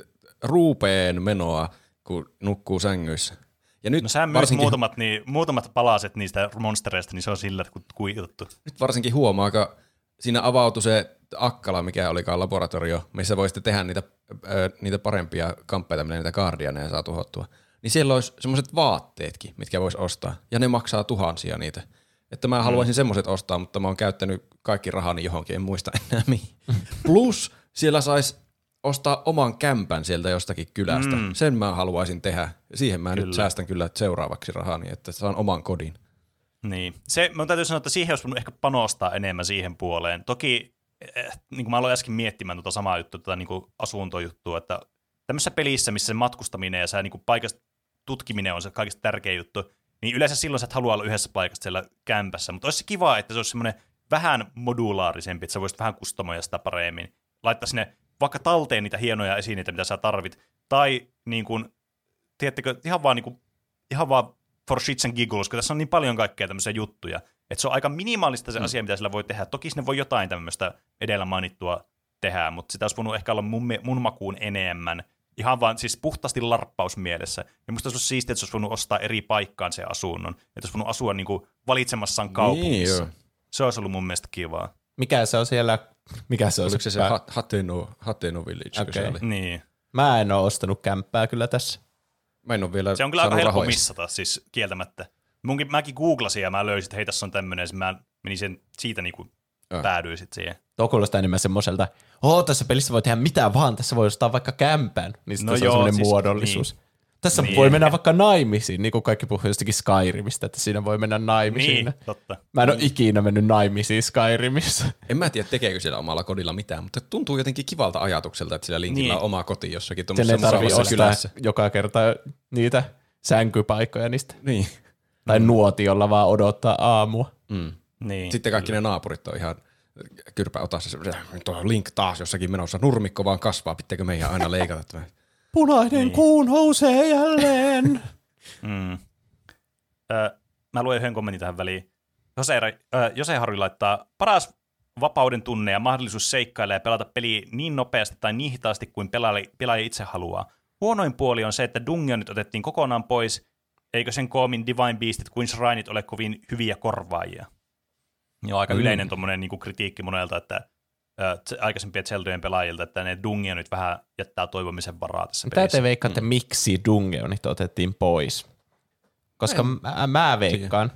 ruupeen menoa, kun nukkuu sängyissä. Ja nyt no sä myös varsinkin... muutamat, niin, muutamat palaset niistä monstereista, niin se on sillä, kun kuitattu. Nyt varsinkin huomaa, kun siinä avautui se akkala, mikä olikaan laboratorio, missä voi sitten tehdä niitä, äh, niitä parempia kamppeita, millä niitä guardianeja saa tuhottua. Niin siellä olisi semmoiset vaatteetkin, mitkä voisi ostaa. Ja ne maksaa tuhansia niitä. Että mä haluaisin mm. semmoiset ostaa, mutta mä oon käyttänyt kaikki rahani johonkin, en muista enää mihin. Plus siellä saisi ostaa oman kämpän sieltä jostakin kylästä. Mm. Sen mä haluaisin tehdä. Siihen mä kyllä. nyt säästän kyllä seuraavaksi rahani, että saan oman kodin. Niin. Se, mä täytyy sanoa, että siihen olisi voinut ehkä panostaa enemmän siihen puoleen. Toki, eh, niin kuin mä aloin äsken miettimään tuota samaa juttua, tätä niin kuin asuntojuttua, että tämmöisessä pelissä, missä se matkustaminen ja se niin kuin paikasta tutkiminen on se kaikista tärkein juttu, niin yleensä silloin sä et halua olla yhdessä paikassa siellä kämpässä, mutta olisi se kiva, että se olisi semmoinen vähän modulaarisempi, että sä voisit vähän kustomoida sitä paremmin. Laittaa sinne vaikka talteen niitä hienoja esineitä, mitä sä tarvit, tai niin kuin, tiedättekö, ihan vaan, niin kuin, ihan vaan for shits and giggles, kun tässä on niin paljon kaikkea tämmöisiä juttuja, että se on aika minimaalista se mm. asia, mitä sillä voi tehdä. Toki sinne voi jotain tämmöistä edellä mainittua tehdä, mutta sitä olisi voinut ehkä olla mun, mun makuun enemmän. Ihan vaan siis puhtaasti larppausmielessä. Ja musta olisi siistiä, että se olisi voinut ostaa eri paikkaan se asunnon. Että olisi voinut asua niinku valitsemassaan kaupungissa. Niin, se olisi ollut mun mielestä kivaa. Mikä se on siellä? Mikä se on? Oliko se se pää... Hateno, Hateno Village? Okay. Se oli? Niin. Mä en ole ostanut kämppää kyllä tässä. Mä en ole vielä se on kyllä aika helppo missata, siis kieltämättä. Munkin, mäkin googlasin ja mä löysin, että hei, tässä on tämmöinen, ja mä menin sen, siitä niinku äh. päädyin sitten siihen. Tuo kuulostaa enemmän semmoiselta, oo, tässä pelissä voi tehdä mitä vaan, tässä voi ostaa vaikka kämpään, niin no se on semmoinen siis, muodollisuus. Niin. Tässä niin, voi mennä vaikka naimisiin, niin kuin kaikki puhuu jostakin Skyrimistä, että siinä voi mennä naimisiin. Niin, totta. Mä en ole ikinä mennyt naimisiin Skyrimissa. En mä tiedä, tekeekö siellä omalla kodilla mitään, mutta tuntuu jotenkin kivalta ajatukselta, että sillä Linkillä niin. on oma koti jossakin tuollaisessa mukavassa kylässä. Joka kerta niitä sänkypaikkoja niistä. Niin. Tai mm. nuotiolla vaan odottaa aamua. Mm. Niin, sitten kaikki kyllä. ne naapurit on ihan kyrpä otassa. Tuo Link taas jossakin menossa. Nurmikko vaan kasvaa. Pitääkö meidän aina leikata? Punainen niin. kuu nousee jälleen. mm. Ö, mä luen yhden kommentin tähän väliin. Jose, ö, Jose Harri laittaa, paras vapauden tunne ja mahdollisuus seikkailla ja pelata peliä niin nopeasti tai niin hitaasti kuin pelaaja, pelaaja itse haluaa. Huonoin puoli on se, että dungeonit otettiin kokonaan pois, eikö sen koomin Divine Beastit kuin Shrineit ole kovin hyviä korvaajia. Ja aika mm. yleinen tommonen niinku kritiikki monelta, että ää, aikaisempien Zeldojen pelaajilta, että ne dungeonit vähän jättää toivomisen varaa tässä Mitä pelissä. Mitä te veikkaatte, mm. miksi dungeonit otettiin pois? Koska mä, mä veikkaan,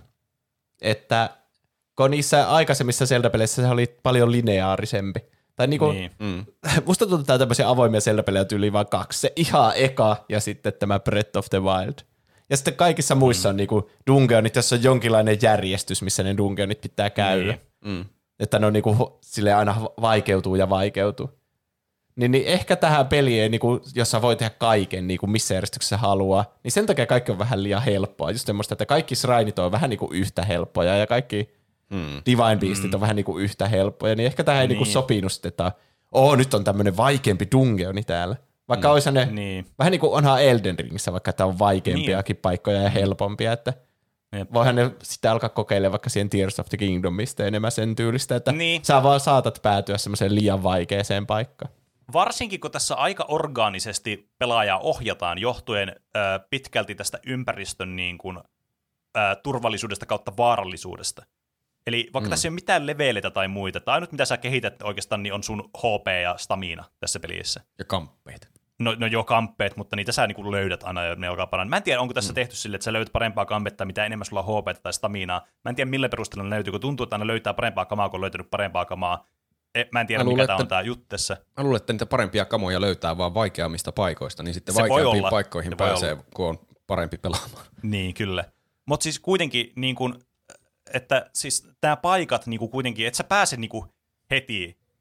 että kun niissä aikaisemmissa Zelda-peleissä se oli paljon lineaarisempi. Tai niinku, niin. mm. musta tuntuu, että tämmöisiä avoimia Zelda-pelejä tyyliin vaan kaksi. Se ihan eka ja sitten tämä Breath of the Wild. Ja sitten kaikissa muissa mm. on niinku dungeonit, jossa on jonkinlainen järjestys, missä ne dungeonit pitää käydä. Mm. Että ne on niinku, silleen aina vaikeutuu ja vaikeutuu. Niin, niin ehkä tähän peliin, niinku, jossa voi tehdä kaiken, niinku, missä järjestyksessä haluaa, niin sen takia kaikki on vähän liian helppoa. Just semmoista, että kaikki shrineit on vähän niinku yhtä helppoja ja kaikki mm. Divine Beastit mm. on vähän niinku yhtä helppoja. Niin ehkä tähän ei niin. niinku sopinut sitten, että oo, nyt on tämmöinen vaikeampi dungeoni täällä. Vaikka mm. olisi ne, niin. vähän niin kuin onhan Elden Ringissä, vaikka tämä on vaikeampiakin niin. paikkoja ja helpompia, että Jep. voihan ne sitten alkaa kokeilemaan vaikka siihen Tears of the Kingdomista enemmän sen tyylistä, että niin. sä vaan saatat päätyä semmoiseen liian vaikeaseen paikkaan. Varsinkin, kun tässä aika orgaanisesti pelaajaa ohjataan johtuen äh, pitkälti tästä ympäristön niin kuin, äh, turvallisuudesta kautta vaarallisuudesta. Eli vaikka mm. tässä ei ole mitään leveleitä tai muita, että ainut mitä sä kehität oikeastaan niin on sun H P ja stamina tässä pelissä. Ja kamppeet. No, no joo, kamppeet, mutta niitä sä niinku löydät aina ja ne alkaa parantaa. Mä en tiedä, onko tässä mm. tehty sille, että sä löydät parempaa kampetta, mitä enemmän sulla on H P tai staminaa. Mä en tiedä, millä perusteella ne löytyy, kun tuntuu, että aina löytää parempaa kamaa, kun on löytänyt parempaa kamaa. E, mä en tiedä, mä luulen, mikä tämä on tämä juttu tässä. Mä luulen, että niitä parempia kamoja löytää vaan vaikeammista paikoista, niin sitten se vaikeampiin paikkoihin pääsee, kun on parempi pelaamaan. Niin, kyllä. Mutta siis kuitenkin, niin kun, että siis nämä paikat niin kuitenkin, että sä pääse niin heti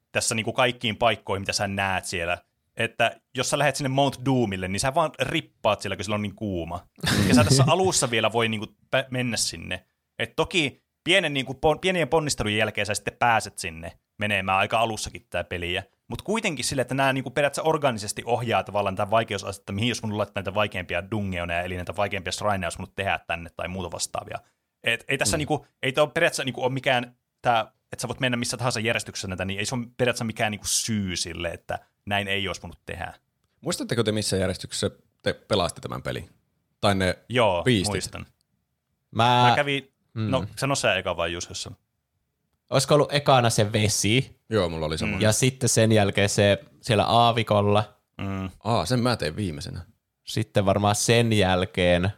tässä niinku kaikkiin paikkoihin, mitä sä näet siellä. Että jos sä lähdet sinne Mount Doomille, niin sä vaan rippaat siellä, kun sillä on niin kuuma. Ja sä tässä alussa vielä voi niinku mennä sinne. Et toki pienen, niinku, pon, pienien ponnistelujen jälkeen sä sitten pääset sinne menemään aika alussakin tää peliä. Mutta kuitenkin sille, että nämä niinku periaatteessa organisesti ohjaa tavallaan tätä vaikeusastetta, mihin jos mun laittaa näitä vaikeampia dungeoneja, eli näitä vaikeampia shrineja, jos mun tehdä tänne tai muuta vastaavia. Et ei tässä mm. niinku, ei tämä periaatteessa niinku ole mikään, tää, että sä voit mennä missä tahansa järjestyksessä näitä, niin ei se ole periaatteessa mikään niinku syy sille, että näin ei olisi voinut tehdä. Muistatteko te missä järjestyksessä te pelasitte tämän pelin? Tai ne Joo, viistit? muistan. Mä, Mä kävin, mm. no sano sä eka vai Jussi? Olisiko ollut ekana se vesi? Joo, mulla oli sama. Mm. Ja sitten sen jälkeen se siellä aavikolla. Mm. Aa, sen mä tein viimeisenä. Sitten varmaan sen jälkeen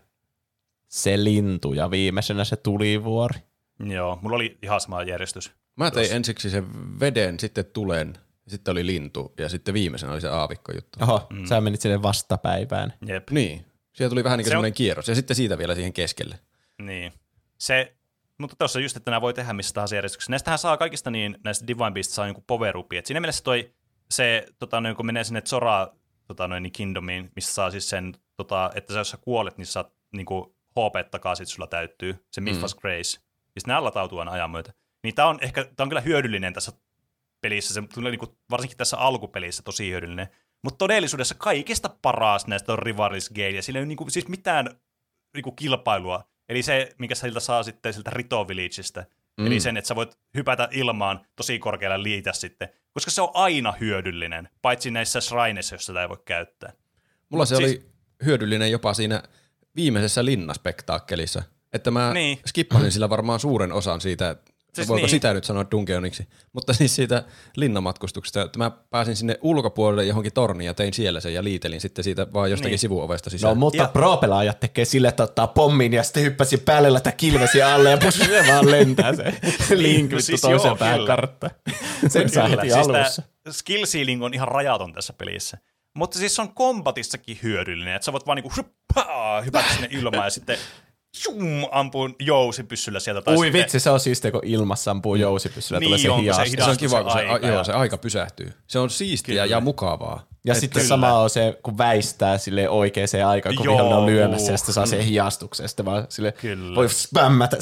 se lintu ja viimeisenä se tulivuori. Joo, mulla oli ihan sama järjestys. Mä tein Jos. ensiksi sen veden, sitten tulen, sitten oli lintu ja sitten viimeisenä oli se aavikko juttu. Oho, mm. sä menit sinne vastapäivään. Jep. Niin, siellä tuli vähän niin kuin se semmoinen on... kierros ja sitten siitä vielä siihen keskelle. Niin. Se, mutta tuossa just, että nämä voi tehdä missä tahansa järjestyksessä. Näistähän saa kaikista niin, näistä Divine Beast saa niinku power-upia. Et siinä mielessä toi, se, tota, noin, kun menee sinne Zora tota, noin, Kingdomiin, missä saa siis sen, tota, että sä, jos sä kuolet, niin saat niinku H P takaisin, sulla täyttyy. Se Mythos mm. Grace. Ja sitten nämä latautuu aina ajan myötä. Niin tää on ehkä, tää on kyllä hyödyllinen tässä pelissä. Se tulee niinku, varsinkin tässä alkupelissä tosi hyödyllinen. Mutta todellisuudessa kaikista paras näistä on Rivalis Gale. Ja sillä ei ole niinku, siis mitään niinku, kilpailua. Eli se, minkä siltä saa sitten siltä Rito Villageista. Mm. Eli sen, että sä voit hypätä ilmaan tosi korkealle liitä sitten. Koska se on aina hyödyllinen, paitsi näissä shrineissa, joissa sitä ei voi käyttää. Mulla Mut se siis... oli hyödyllinen jopa siinä viimeisessä linnaspektaakkelissa. Että mä niin. skippasin sillä varmaan suuren osan siitä, siis voiko niin. sitä nyt sanoa dungeoniksi, mutta siis siitä linnamatkustuksesta, että mä pääsin sinne ulkopuolelle johonkin torniin ja tein siellä sen ja liitelin sitten siitä vaan jostakin niin. sivuovesta sisään. No mutta ja... pro-pelaajat tekee sille, että ottaa pommin ja sitten hyppäsi päälle, laittaa kilvesi alle ja pus, se vaan lentää se link vittu siis toisen päähän kartta. Sen saa heti siis alussa. Skill ceiling on ihan rajaton tässä pelissä. Mutta siis se on kombatissakin hyödyllinen, että sä voit vaan niinku hyppää, hypätä sinne ilmaan ja sitten Shum, ampuun jousipyssyllä sieltä. Tai Ui sitten... vitsi, se on siistiä, kun ilmassa ampuu jousipyssyllä, niin tulee se hiastus. Se, se on kiva, se kun se, aika, joo, ja... se aika pysähtyy. Se on siistiä kyllä. ja mukavaa. Ja Et sitten kyllä. sama on se, kun väistää sille oikeaan aikaan, kun vihollinen on lyömässä ja sitten saa sen hiastuksen. Sitten vaan sille kyllä. voi spämmätä.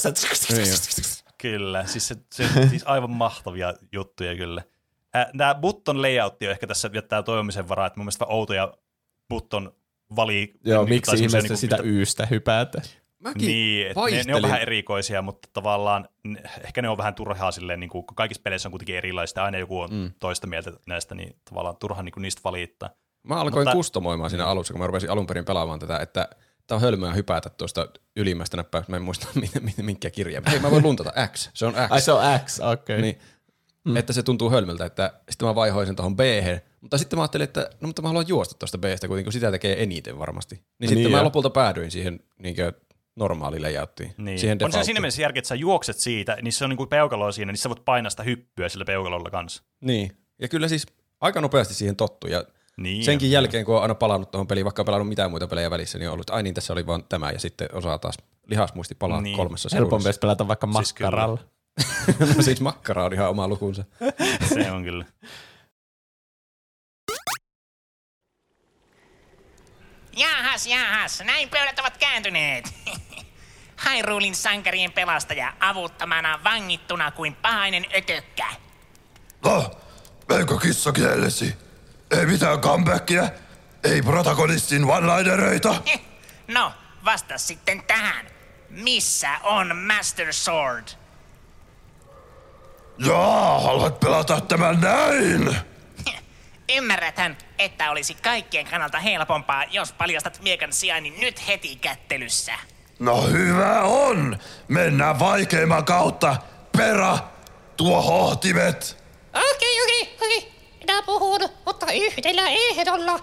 Kyllä, siis se, se siis aivan mahtavia juttuja kyllä. Nämä button layoutti on ehkä tässä jättää toivomisen varaa, että mun mielestä outoja button vali. Joo, niin, miksi ihmeessä niin sitä mitä... yystä hypätä? Mäkin niin, ne, ne on vähän erikoisia, mutta tavallaan ehkä ne on vähän turhaa silleen, niin kuin, kun kaikissa peleissä on kuitenkin erilaista, aina joku on mm. toista mieltä näistä, niin tavallaan turha niin kuin niistä valittaa. Mä alkoin mutta... kustomoimaan siinä alussa, kun mä rupesin alun perin pelaamaan tätä, että tää on hölmöä hypätä tuosta ylimmästä näppäystä. Mä en muista, minkä kirjaa. Hei, mä voin luntata X. Se on X. Ai se on X, okei. Okay. Niin, mm. Että se tuntuu hölmöltä, että sitten mä vaihoin sen tohon B-hen. Mutta sitten mä ajattelin, että no mutta mä haluan juosta tuosta B-stä, kuitenkin sitä tekee eniten varmasti. Niin, niin sitten jo. Mä lopulta päädyin siihen niinkö normaali layouttiin. Niin. Siihen on se siinä mielessä järkeä, että sä juokset siitä, niin se on niinku peukaloa siinä, niin sä voit painaa sitä hyppyä sillä peukalolla kanssa. Niin. Ja kyllä siis aika nopeasti siihen tottui. Ja niin, senkin ja, jälkeen, kun on aina palannut tuohon peliin, vaikka on pelannut mitään muita pelejä välissä, niin on ollut, ai niin, tässä oli vaan tämä, ja sitten osaa taas lihasmuisti palaa niin. kolmessa seuraavassa. Helpompi pelata vaikka makkaralla. Siis no siis makkara on ihan oma lukunsa. Se on kyllä. Jahas, jahas, näin pöydät ovat kääntyneet. Hyrulein sankarien pelastaja avuttamana vangittuna kuin pahainen ötökkä. No, meikö kissakielesi? Ei mitään comebackia? Ei protagonistin one-linereita? No, vasta sitten tähän. Missä on Master Sword? Jaa, haluat pelata tämän näin? Ymmärräthän, että olisi kaikkien kannalta helpompaa, jos paljastat miekan sijainnin nyt heti kättelyssä. No hyvä on. Mennään vaikeimman kautta. Perä, tuo hohtimet. Okei, okei, okei. Minä puhun, mutta yhdellä ehdolla.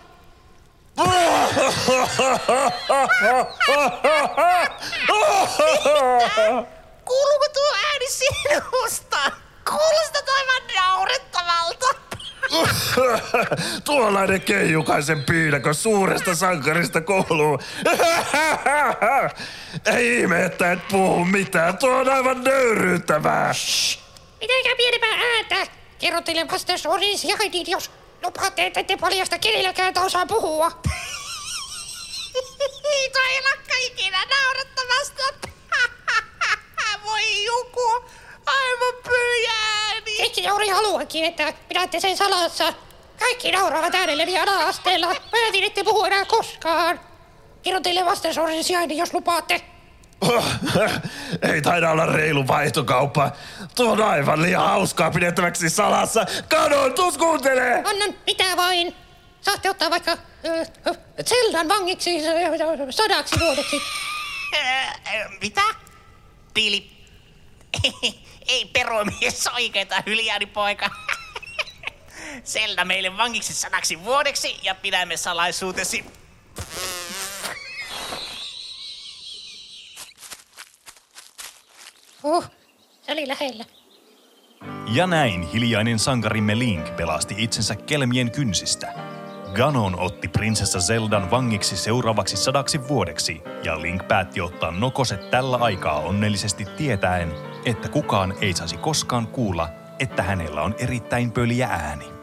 Kuuluuko tuo ääni sinusta? Kuulostaa aivan naurettavalta. Tuollainen keijukaisen piinakko suuresta sankarista kuuluu. Ei ihme, että et puhu mitään. Tuo on aivan nöyryyttävää. Mitenkään pienempää ääntä. kerron teille Master Swordin sijainnin, jos lupaatte, että ette paljasta kenelläkään osaa puhua. Toi ei lakka ikinä naurattamasta. Voi Juku, aivan pyjääni. Siksi juuri haluankin, että pidätte sen salassa. Kaikki nauraavat äänelleni ala-asteella. Päätin, ette puhu enää koskaan. Kerron teille Master Swordin sijainnin, jos lupaatte. Ei taida olla reilu vaihtokauppa. Tuo on aivan liian hauskaa pidettäväksi salassa. Ganon, tuus kuuntelee! Annan, mitä vain. Saatte ottaa vaikka äh, Zeldan vangiksi äh, sadaksi vuodeksi. Mitä? Piili. Ei peromies oikeeta hyljääni poika. Zelda meille vangiksi sadaksi vuodeksi ja pidämme salaisuutesi. Huh, se oli lähellä. Ja näin hiljainen sankarimme Link pelasti itsensä kelmien kynsistä. Ganon otti prinsessa Zeldan vangiksi seuraavaksi sadaksi vuodeksi, ja Link päätti ottaa nokoset tällä aikaa onnellisesti tietäen, että kukaan ei saisi koskaan kuulla, että hänellä on erittäin pöliä ääni.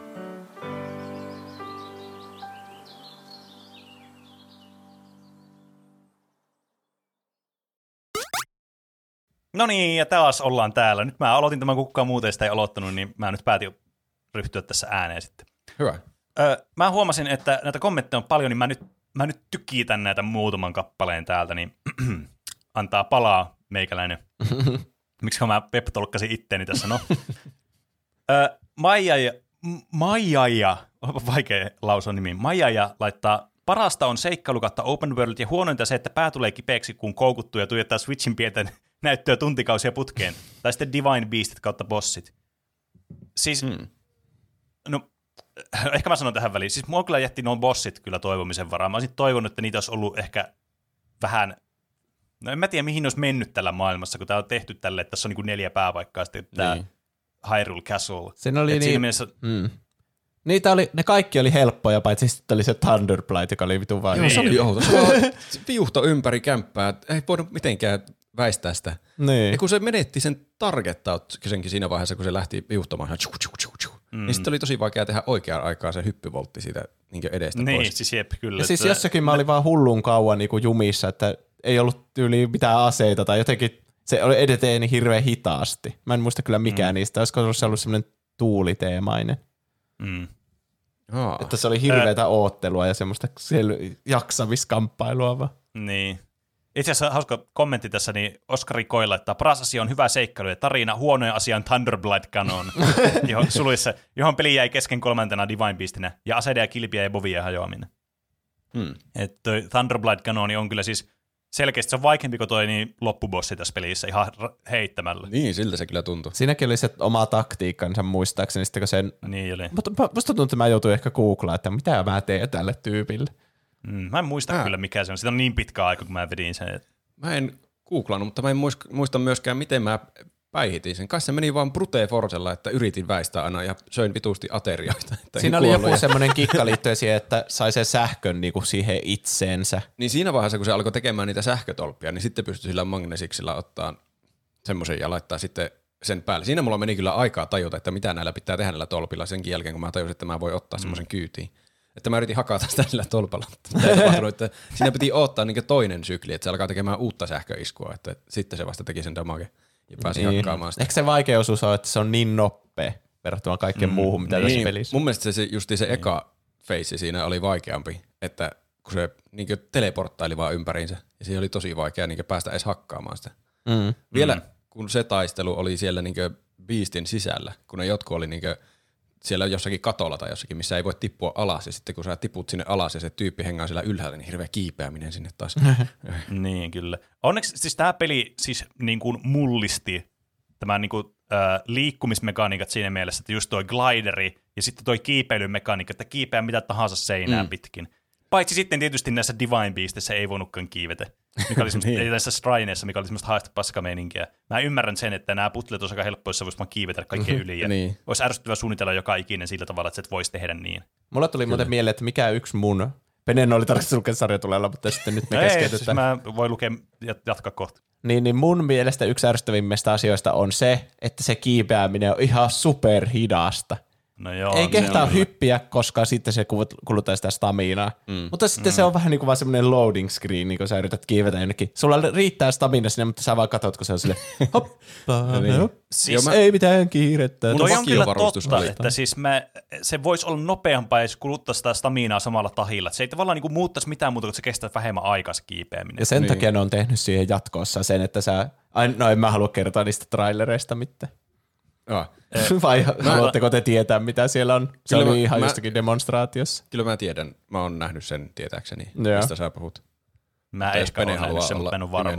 No niin, ja taas ollaan täällä. Nyt mä aloitin tämän, kun kukaan muuten sitä ei aloittanut, niin mä nyt päätin ryhtyä tässä ääneen sitten. Hyvä. Öö, mä huomasin, että näitä kommentteja on paljon, niin mä nyt, mä nyt tykkiitän näitä muutaman kappaleen täältä, niin antaa palaa meikäläinen. Miksi mä pep-tolkkasin itteeni tässä, no. öö, Maijaja, Maijaja, vaikea lausua nimi, Maijaja laittaa, parasta on seikkailu kautta open world ja huonointa se, että pää tulee kipeäksi, kun koukuttuu ja tuijottaa Switchin pientä näyttöä tuntikausia putkeen. Tai sitten Divine Beastit kautta bossit. Siis, hmm. no, ehkä mä sanon tähän väliin. Siis mua kyllä jätti nuo bossit kyllä toivomisen varaan. Mä olisin toivonut, että niitä olisi ollut ehkä vähän, no en mä tiedä mihin ne olisi mennyt tällä maailmassa, kun tää on tehty tälle, että tässä on niin neljä pääpaikkaa sitten tää niin. Hyrule Castle. Siinä oli niin, siinä mielessä, mm. Niitä oli, ne kaikki oli helppoja, paitsi sitten oli se Thunderblight, joka oli vitun vain. Joo, se oli outo. Se oli viuhto ympäri kämppää, ei voinut mitenkään väistää sitä. Niin. Ja kun se menetti sen targettauksenkin siinä vaiheessa, kun se lähti viuhtamaan, mm. niin sitten oli tosi vaikea tehdä oikeaan aikaan se hyppyvoltti siitä niin edestä niin, pois. siis jep, kyllä. Ja siis jossakin mä olin vaan hullun kauan niin kuin jumissa, että ei ollut tyyliin mitään aseita tai jotenkin se oli edeteen niin hirveän hitaasti. Mä en muista kyllä mikään mm. niistä. Olisiko se ollut semmoinen tuuliteemainen? Mm. Oh. Että se oli hirveätä Ä... oottelua ja semmoista sel- jaksamiskamppailua vaan. Niin. Itse asiassa hauska kommentti tässä, niin Oskari Koi laittaa, paras asia on hyvä seikkailu ja tarina, huonoja asia on Thunderblight Ganon, johon, suluissa, johon peli jäi kesken kolmantena Divine Beastinä, ja aseiden ja kilpiä ja bovien hajoaminen. Hmm. Että Thunderblight Ganon on kyllä siis selkeästi se on vaikeampi kuin toi niin loppubossi tässä pelissä ihan heittämällä. Niin, siltä se kyllä tuntuu. Siinäkin oli se oma taktiikkansa muistaakseni, sitten kun sen... Niin oli. Mutta musta tuntuu, että mä joutuin ehkä googlaa, että mitä mä teen tälle tyypille. Mm, mä en muista äh. kyllä mikä se on. Sitä on niin pitkä aika, kun mä vedin sen. Että... Mä en googlannut, mutta mä en muista myöskään, miten mä päihitin sen. Kai se meni vaan brute forcella, että yritin väistää aina ja söin vitusti aterioita. Siinä oli joku ja... semmoinen kikka liittyen siihen, että sai sen sähkön niinku siihen itseensä. Niin siinä vaiheessa, kun se alkoi tekemään niitä sähkötolppia, niin sitten pystyi sillä magnesiksilla ottaa semmoisen ja laittaa sitten sen päälle. Siinä mulla meni kyllä aikaa tajuta, että mitä näillä pitää tehdä näillä tolpilla senkin jälkeen, kun mä tajusin, että mä voin ottaa mm. semmoisen kyytiin. Että mä yritin hakata sitä sillä tolpalla. Että siinä piti odottaa niin toinen sykli, että se alkaa tekemään uutta sähköiskua, että sitten se vasta teki sen damage ja pääsi niin. hakkaamaan sitä. Ehkä se vaikeusuus on, että se on niin nopea verrattuna kaikkeen mm. muuhun, mitä niin. tässä pelissä. Mun mielestä se justi se niin. eka face siinä oli vaikeampi, että kun se niin teleporttaili vaan ympäriinsä ja se oli tosi vaikea niin päästä edes hakkaamaan sitä. Mm. Vielä mm. kun se taistelu oli siellä niin Beastin sisällä, kun ne jotkut oli niin siellä jossakin katolla tai jossakin, missä ei voi tippua alas, ja sitten kun sä tiput sinne alas ja se tyyppi hengaa siellä ylhäällä, niin hirveä kiipeäminen sinne taas. Niin, kyllä. Onneksi siis tämä peli siis niin kuin mullisti tämän niin kuin, äh, liikkumismekaniikat siinä mielessä, että just toi glideri ja sitten toi kiipeilymekaniikka, että kiipeää mitä tahansa seinään mm. pitkin. Paitsi sitten tietysti näissä Divine Beastissä ei voinutkaan kiivetä, mikä oli semmoista, niin. näissä Strineissa, mikä oli semmoista haastepaskameninkiä. Mä ymmärrän sen, että nämä putlet on aika helppoja, jos voisi vaan kiivetä kaikkien yli. Ja niin. Olisi ärsyttävä suunnitella joka ikinen sillä tavalla, että sä et voisi tehdä niin. Mulla tuli muuten mieleen, että mikä yksi mun Penen oli tarkoitus lukea sarjatulella, mutta sitten nyt me keskeytetään. Ei, siis mä voin lukea jatkaa kohta. niin, niin mun mielestä yksi ärsyttävimmistä asioista on se, että se kiipeäminen on ihan superhidasta. No joo, ei kehtaa on hyppiä, koska sitten se kuluttaa sitä staminaa. Mm. Mutta sitten mm. se on vähän niin kuin vaan semmoinen loading screen, niin kun sä yrität kiivetä jonnekin. Sulla riittää stamina sinne, mutta sä vaan katsot, kun se on silleen hoppa, niin. hoppa. Siis, ei mitään kiirettä. Toi on kyllä totta, oli. Että siis mä, se voisi olla nopeampaa, jos kuluttaa sitä staminaa samalla tahilla. Se ei tavallaan niin muuttaisi mitään muuta, kun se kestää vähemmän aikaa se kiipeäminen. Ja sen niin. takia ne on tehnyt siihen jatkoossa sen, että sä... No en mä halua kertoa niistä trailereista mitään. Oh. Vai mä, haluatteko te tietää, mitä siellä on? Se oli ihan mä, jostakin demonstraatiossa. Kyllä mä tiedän. Mä oon nähnyt sen tietääkseni, Joo. mistä sä puhut. Mä ehkä oon nähnyt sen, mutta mä en ole varma.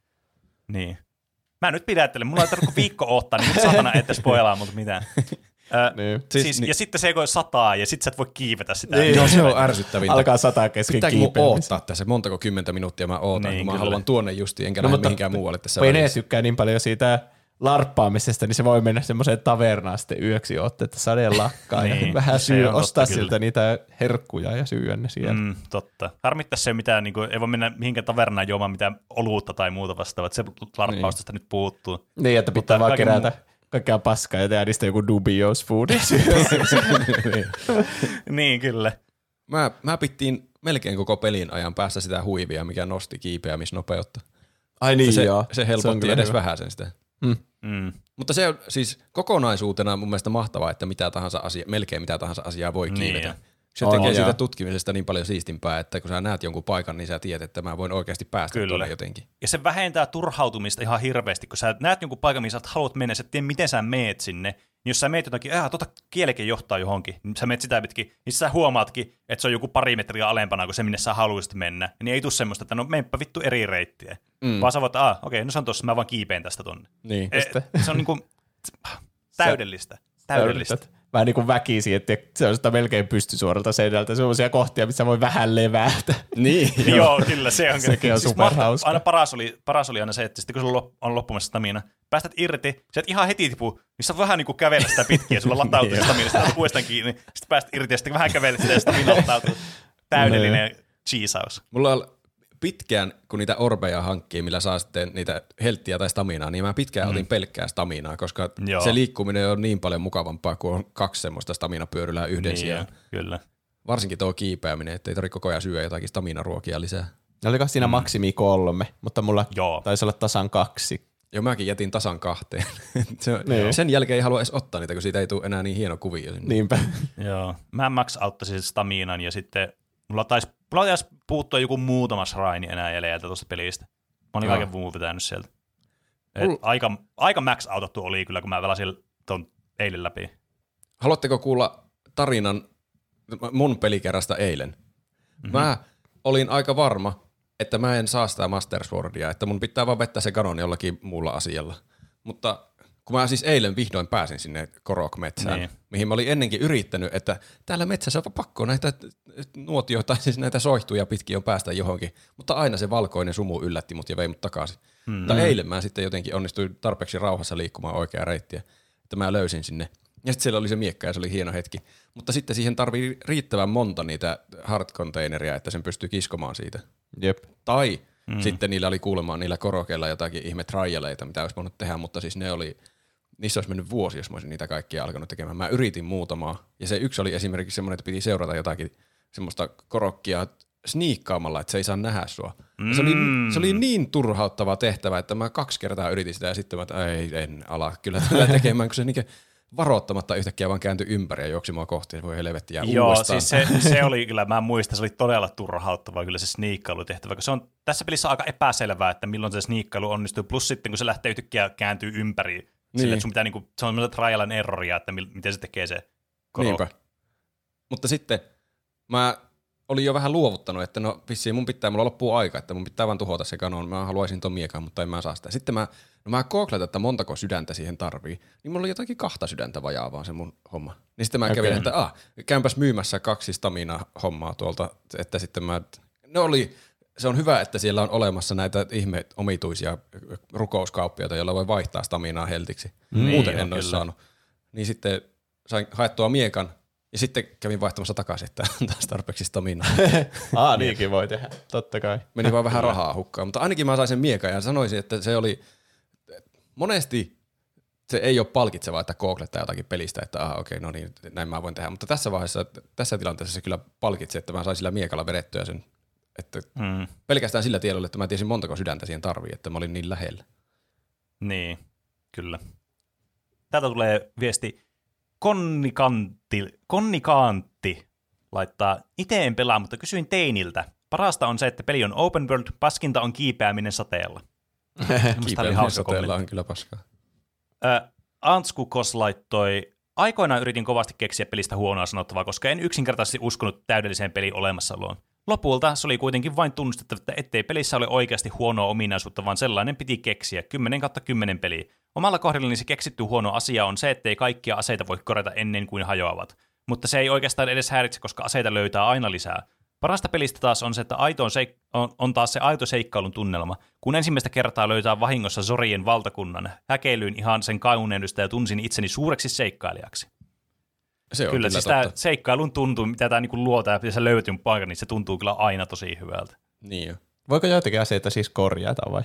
Niin. Mä nyt pidättelen. Mulla ei tarvitse viikko odottaa, niin satana ette spoilaa multa mitään. Ö, niin. siis, siis, niin. Ja sitten se ei koe sataa, ja sitten sä et voi kiivetä sitä. Niin, joo, se on ärsyttävintä. Alkaa sataa kesken kiipeämistä. Pitääkö mun oottaa tässä? Montako kymmentä minuuttia mä ootan, niin, kun mä kyllä. haluan tuonne justiin, enkä no, lähde mihinkään muualle tässä välissä. Pene tykkää niin paljon siitä larppaamisesta, niin se voi mennä semmoiseen tavernaan sitten yöksi ootte, että sadeen lakkaa niin, ja vähän syö, ostaa siltä kyllä. niitä herkkuja ja syödä ne siellä. Mm, totta. Harmittaa se mitään, niin kuin, ei voi mennä mihinkään tavernaan juomaan mitään oluutta tai muuta vastaavaa, että se larppausta niin. nyt puuttuu. Niin, että pitää Mutta vaan kerätä mu- kaikkea paskaa ja tehdä niistä joku dubious food. niin. niin, kyllä. Mä, mä pittiin melkein koko pelin ajan päässä sitä huivia, mikä nosti kiipeämisnopeutta. Ai niin, se, joo. Se helpotti se edes vähän sen sitä. Mm. Mm. Mutta se on siis kokonaisuutena mun mielestä mahtavaa, että mitä tahansa asia, melkein mitä tahansa asiaa voi kiivetä. Niin. Se tekee oh, siitä joo. tutkimisesta niin paljon siistimpää, että kun sä näet jonkun paikan, niin sä tiedät, että mä voin oikeasti päästä tuonne jotenkin. Ja se vähentää turhautumista ihan hirveästi, kun sä näet jonkun paikan, missä sä haluat mennä, sä et tiedä, miten sä meet sinne. Niin jos sä meet jotakin, äh, tota kielikin johtaa johonkin, niin sä meet sitä pitkin, niin sä huomaatkin, että se on joku pari metriä alempana kuin se, minne sä haluaisit mennä. Niin ei tule semmoista, että no menpä vittu eri reittiä. Mm. Vaan sä voit, että ah, okei, okay, no se on tossa, mä vaan kiipeen tästä tonne. Niin. E, se on niinku täydellistä. Täydellistä. Vähän niin kuin väkisi, että se on sitä melkein pystysuoralta seinältä. Sellaisia kohtia, missä voi vähän levätä. Niin. Joo, kyllä se on. Sekin on siis superhauska. Aina paras oli, paras oli aina se, että sitten kun sulla on loppumassa stamina, päästät irti, sä et ihan heti tipu, niin sä vähän niin kuin kävellä sitä pitkin ja sulla latautuu stamina, sitten otat uudestaan kiinni, sitten päästät irti ja sitten vähän kävelet sitä ja stamina latautuu. Täydellinen cheesaus. Mulla on pitkään, kun niitä orbeja hankkii, millä saa sitten niitä helttiä tai staminaa, niin mä pitkään mm. otin pelkkää staminaa, koska Joo. se liikkuminen on niin paljon mukavampaa, kun on kaksi semmoista staminapyörylää yhden niin, sijaan. Kyllä. Varsinkin tuo kiipeäminen, ettei tarvitse koko ajan syödä jotakin staminaruokia lisää. Oliko siinä mm. maksimi kolme, mutta mulla Joo. taisi olla tasan kaksi. Joo, mäkin jätin tasan kahteen. se, niin. Sen jälkeen ei halua edes ottaa niitä, kun siitä ei tule enää niin hieno kuvio. Niinpä. Joo, mä max auttasin staminan ja sitten mulla taisi, mulla taisi puuttua joku muutama shrine enää jäljellä tuosta pelistä. Mä olin kaiken muun vetänyt sieltä. Mulla... Aika, aika max autattu oli kyllä, kun mä velasin ton eilen läpi. Haluatteko kuulla tarinan mun pelikerrasta eilen? Mm-hmm. Mä olin aika varma, että mä en saa sitä Master Swordia, että mun pitää vaan vettää se kanon jollakin muulla asialla. Mutta kun mä siis eilen vihdoin pääsin sinne Korok-metsään, niin. mihin mä olin ennenkin yrittänyt, että täällä metsässä on pakko näitä nuotioita, siis näitä soihtuja pitkin on päästä johonkin, mutta aina se valkoinen sumu yllätti mut ja vei mut takaisin. Hmm. Mutta eilen mä sitten jotenkin onnistuin tarpeeksi rauhassa liikkumaan oikeaa reittiä, että mä löysin sinne. Ja sitten siellä oli se miekka ja se oli hieno hetki. Mutta sitten siihen tarvii riittävän monta niitä hard-containeria, että sen pystyy kiskomaan siitä. Jep. Tai mm. sitten niillä oli kuulemaan niillä korokeilla jotakin ihme trialeita, mitä olisi voinut tehdä, mutta siis ne oli, niissä olisi mennyt vuosi, jos mä olisin niitä kaikkia alkanut tekemään. Mä yritin muutamaa. Ja se yksi oli esimerkiksi semmoinen, että piti seurata jotakin semmoista korokkia sniikkaamalla, että se ei saa nähdä sua. Mm. Se, oli, se oli niin turhauttava tehtävä, että mä kaksi kertaa yritin sitä ja sitten mä, että ei, en ala kyllä tällä tekemään, kun se niinkä varoittamatta yhtäkkiä vaan kääntyi ympäri ja juoksi mua kohti, voi helvettiä Joo, uudestaan. Siis se, se oli kyllä, mä muistan, se oli todella turhauttavaa kyllä se sniikkailu tehtävä, kun se on tässä pelissä aika epäselvää, että milloin se sniikkailu onnistuu, plus sitten kun se lähtee yhtäkkiä kääntyy ympäri, niin. sille, että sun pitää niinku, se on semmoista trial and erroria, että mil, miten se tekee se koro. Niinpä. Mutta sitten mä olin jo vähän luovuttanut, että no vissiin mun pitää, mulla loppuu aika, että mun pitää vaan tuhota se kanon, mä haluaisin ton miekan, mutta en mä saa sitä. Sitten mä, no mä googletan, että montako sydäntä siihen tarvii, niin mulla oli jotakin kahta sydäntä vajaa vaan se mun homma. Niin sitten mä okay. kävin, että ah, käynpäs myymässä kaksi stamina-hommaa tuolta, että sitten mä, ne oli, se on hyvä, että siellä on olemassa näitä ihme omituisia rukouskauppioita, joilla voi vaihtaa staminaa heltiksi. Mm, Muuten en olisi saanut. Niin sitten sain haettua miekan, Ja sitten kävin vaihtamassa takaisin, että taas tarpeeksi staminaa. Aa, niinkin voi tehdä, totta kai. Meni vaan vähän rahaa hukkaan, mutta ainakin mä sain sen miekan ja sanoisin, että se oli monesti se ei ole palkitsevaa, että googlettaa jotakin pelistä, että aha, okei, no niin, näin mä voin tehdä. Mutta tässä vaiheessa, tässä tilanteessa se kyllä palkitsi, että mä sain sillä miekalla vedettyä sen, että mm. pelkästään sillä tiedolla, että mä tiesin montako sydäntä siihen tarvii, että mä olin niin lähellä. Niin, kyllä. Täältä tulee viesti Konnikantti, Konnikantti laittaa, itse en pelaa, mutta kysyin teiniltä. Parasta on se, että peli on open world, paskinta on kiipeäminen sateella. Kiipeäminen sateella on kyllä paskaa. Äh, Antskukos laittoi, aikoinaan yritin kovasti keksiä pelistä huonoa sanottavaa, koska en yksinkertaisesti uskonut täydelliseen pelin olemassaoloon. Lopulta se oli kuitenkin vain tunnistettava, että ettei pelissä ole oikeasti huonoa ominaisuutta, vaan sellainen piti keksiä, kymmenen kautta kymmenen peliä. Omalla kohdallani se keksitty huono asia on se, ettei kaikkia aseita voi korjata ennen kuin hajoavat. Mutta se ei oikeastaan edes häiritse, koska aseita löytää aina lisää. Parasta pelistä taas on se, että aito on, seik- on, on taas se aito seikkailun tunnelma. Kun ensimmäistä kertaa löytää vahingossa Zorien valtakunnan, häkeilyin ihan sen kauneudestä ja tunsin itseni suureksi seikkailijaksi. Se on kyllä, kyllä siis totta. tämä seikkailun tuntuu, mitä tämä niinku luo ja sä löytyn paikan, niin se tuntuu kyllä aina tosi hyvältä. Niin jo. Voiko joitakin aseita siis korjata vai?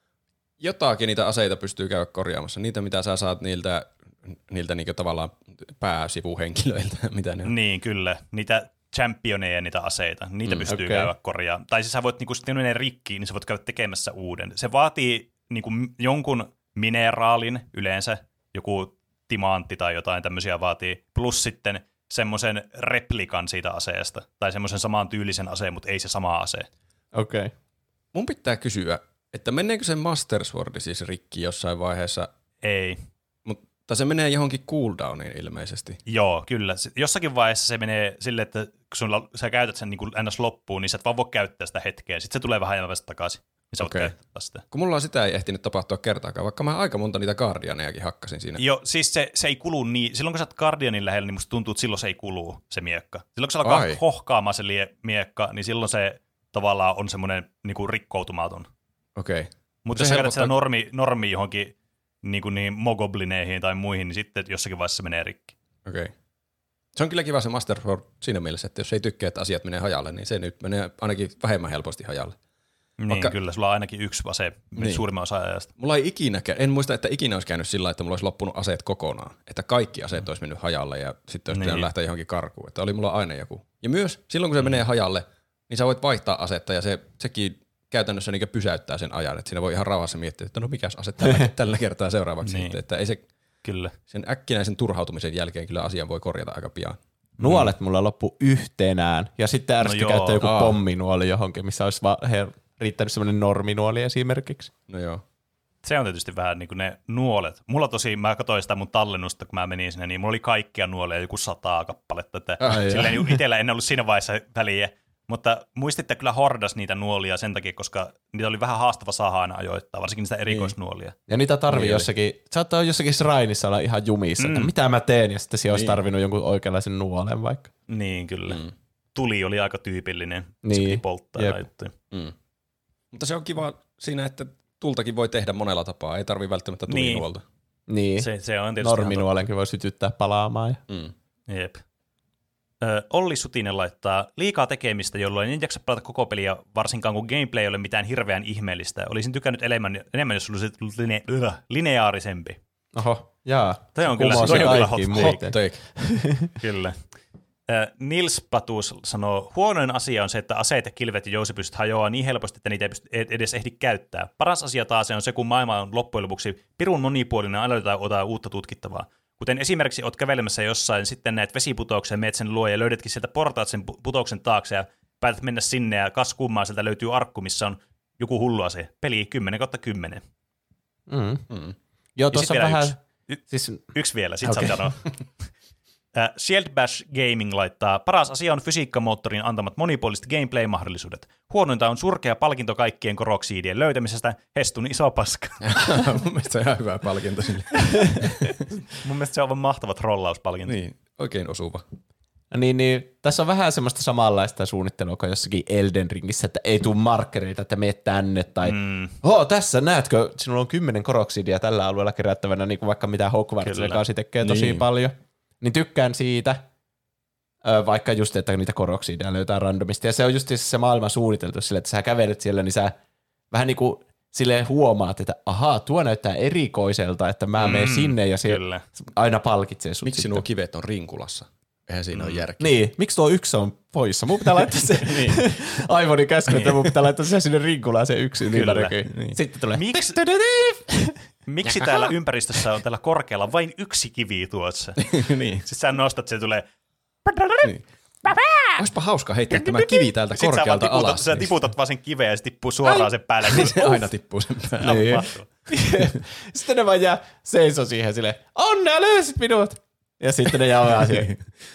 Jotakin niitä aseita pystyy käydä korjaamassa. Niitä, mitä sä saat niiltä, niiltä niinku tavallaan pääsivuhenkilöiltä. Mitä ne on. Niin, kyllä. Niitä championeja, niitä aseita, niitä mm, pystyy okay. käydä korjaamaan. Tai siis sä voit, niinku, sitten ne rikkiin, niin sä voit käydä tekemässä uuden. Se vaatii niinku, jonkun mineraalin yleensä, joku timantti tai jotain tämmöisiä vaatii, plus sitten semmoisen replikan siitä aseesta, tai semmoisen saman tyylisen aseen, mutta ei se sama ase. Okei. Okay. Mun pitää kysyä, että meneekö se Master Sword siis rikki jossain vaiheessa? Ei. Mutta se menee johonkin cooldowniin ilmeisesti. Joo, kyllä. Jossakin vaiheessa se menee silleen, että kun sulla, sä käytät sen niin kuin ns. Loppuun, niin sä et vaan voi käyttää sitä hetkeä. Sitten se tulee vähän ajan takaisin, niin sä voit Okei. käyttää sitä. Kun mulla sitä ei ehtinyt tapahtua kertaakaan, vaikka mä aika monta niitä Guardianejakin hakkasin siinä. Joo, siis se, se ei kulu niin. Silloin kun sä oot Guardianin lähellä, niin musta tuntuu, että silloin se ei kulu se miekka. Silloin kun sä alkaa Ai. hohkaamaan se lie, miekka, niin silloin se tavallaan on semmoinen niin kuin rikkoutumaton. Okei. Mutta jos sä käytät sitä normi, normi johonkin niin kuin niin mogoblineihin tai muihin, niin sitten jossakin vaiheessa se menee rikki. Okei. Se on kyllä kiva se Master Sword siinä mielessä, että jos ei tykkää, että asiat menee hajalle, niin se nyt menee ainakin vähemmän helposti hajalle. Niin, Vaikka, kyllä. Sulla on ainakin yksi ase niin. suurimman osa ajasta. Mulla ei ikinäkään, en muista, että ikinä olisi käynyt sillä, että mulla olisi loppunut aseet kokonaan. Että kaikki aseet olisi mennyt hajalle ja sitten olisi Niin. pitänyt lähteä johonkin karkuun. Että oli mulla aina joku. Ja myös silloin, kun se mm. menee hajalle, niin sä voit vaihtaa asetta ja se, sekin käytännössä niin pysäyttää sen ajan. Että siinä voi ihan rauhassa miettiä, että no mikäs ase tällä, tällä kertaa seuraavaksi. Niin. Sitten, että ei se, Kyllä. sen äkkinäisen turhautumisen jälkeen kyllä asian voi korjata aika pian. Nuolet mulla loppu yhtenään ja sitten ärsytti No no käyttää joku Aa. pomminuoli johonkin, missä olisi va- he, riittänyt semmoinen norminuoli esimerkiksi. No joo. Se on tietysti vähän niin kuin ne nuolet. Mulla tosi, mä katsoin sitä mun tallennusta, kun mä menin sinne, niin mulla oli kaikkia nuoleja, joku sataa kappaletta. Että Ai silleen niin itsellä en ollut siinä vaiheessa väliä. Mutta muistitte kyllä hordas niitä nuolia sen takia, koska niitä oli vähän haastava saada aina ajoittaa, varsinkin niitä erikoisnuolia. Ja niitä tarvii Niin jossakin, saattaa jossakin shrineissa olla ihan jumissa, mm. että mitä mä teen, ja sitten siellä olisi Niin. tarvinnut jonkun oikeanlaisen nuolen vaikka. Niin, kyllä. Mm. Tuli oli aika tyypillinen. Niin. Se piti polttaa Jep. juttuja. Mm. Mutta se on kiva siinä, että tultakin voi tehdä monella tapaa. Ei tarvii välttämättä tulinuolta. Niin, Se, se on tietysti norminuolenkin voi sytyttää palaamaan. Ja... Mm. Jep. Ö, Olli Sutinen laittaa liikaa tekemistä, jolloin en jaksa pelata koko peliä, varsinkaan kun gameplay ei ole mitään hirveän ihmeellistä. Olisin tykännyt enemmän, enemmän jos olisi line, line, lineaarisempi. Oho, jaa. Toi on kyllä, Kumosi toi on kyllä kaikki hot muut. take. Kyllä. Ö, Nils Patus sanoo, huonoin asia on se, että aseet ja kilvet ja jousipyssyt hajoaa niin helposti, että niitä ei pysty edes ehdi käyttää. Paras asia taas on se, kun maailma on loppujen lopuksi pirun monipuolinen ja aina jotain uutta tutkittavaa. Kuten esimerkiksi oot kävelemässä jossain, sitten näet vesiputouksen, meet sen luo ja löydätkin sieltä portaat sen putouksen taakse ja päätät mennä sinne ja kas kummaa, sieltä löytyy arkku, missä on joku hullu ase. Peli kymmenen kautta kymmenen. Mm. Mm. Joo, tuossa on vähän... Yksi, y- Siis, yksi vielä, sit okay. saa sanoa. Uh, Shield Bash Gaming laittaa, paras asia on fysiikkamoottorin antamat monipuoliset gameplay-mahdollisuudet. Huonointa on surkea palkinto kaikkien koroksiidien löytämisestä, Hestun iso paska. Mun mielestä se on ihan hyvä palkinto sille. Mun mielestä se on aivan mahtava trollauspalkinto. Niin, oikein osuva. niin, niin, tässä on vähän semmoista samanlaista suunnittelua kuin jossakin Elden Ringissä, että ei tule markkereita, että meet tänne, tai mm. oh, tässä näetkö, sinulla on kymmenen koroksidia tällä alueella kerättävänä, niin kuin vaikka mitä Hogwarts Legacy tekee tosi Niin. paljon. Niin tykkään siitä, vaikka just, että niitä koroksidia löytää randomisti. Ja se on just se maailma suunniteltu sille, että sä kävelet siellä, niin sä vähän niin kuin silleen huomaat, että ahaa, tuo näyttää erikoiselta, että mä mm, menen sinne ja se kyllä. aina palkitsee sut. Miksi sitten. nuo kivet on rinkulassa? Eihän siinä mm. ole järkeä. Niin, miksi tuo yksi on poissa? Mun pitää laittaa se niin. Aivonin käsky, että mun pitää laittaa se sinne rinkulaan se yksi ylimääräkin. Niin. Sitten tulee. Miksi, miksi täällä ympäristössä on tällä korkealla vain yksi kivi tuossa? niin. Siis sä nostat, se tulee. Niin. Olisipa hauska heittää tämä kivi täältä Sitten korkealta sä tiputat, alas. sä tiputat vaan sen kiveen ja se tippuu suoraan sen päälle. Se aina tippuu sen päälle. Niin. Sitten ne vaan jää seiso siihen silleen, onnea löysit minut! Ja sitten ne jää siihen.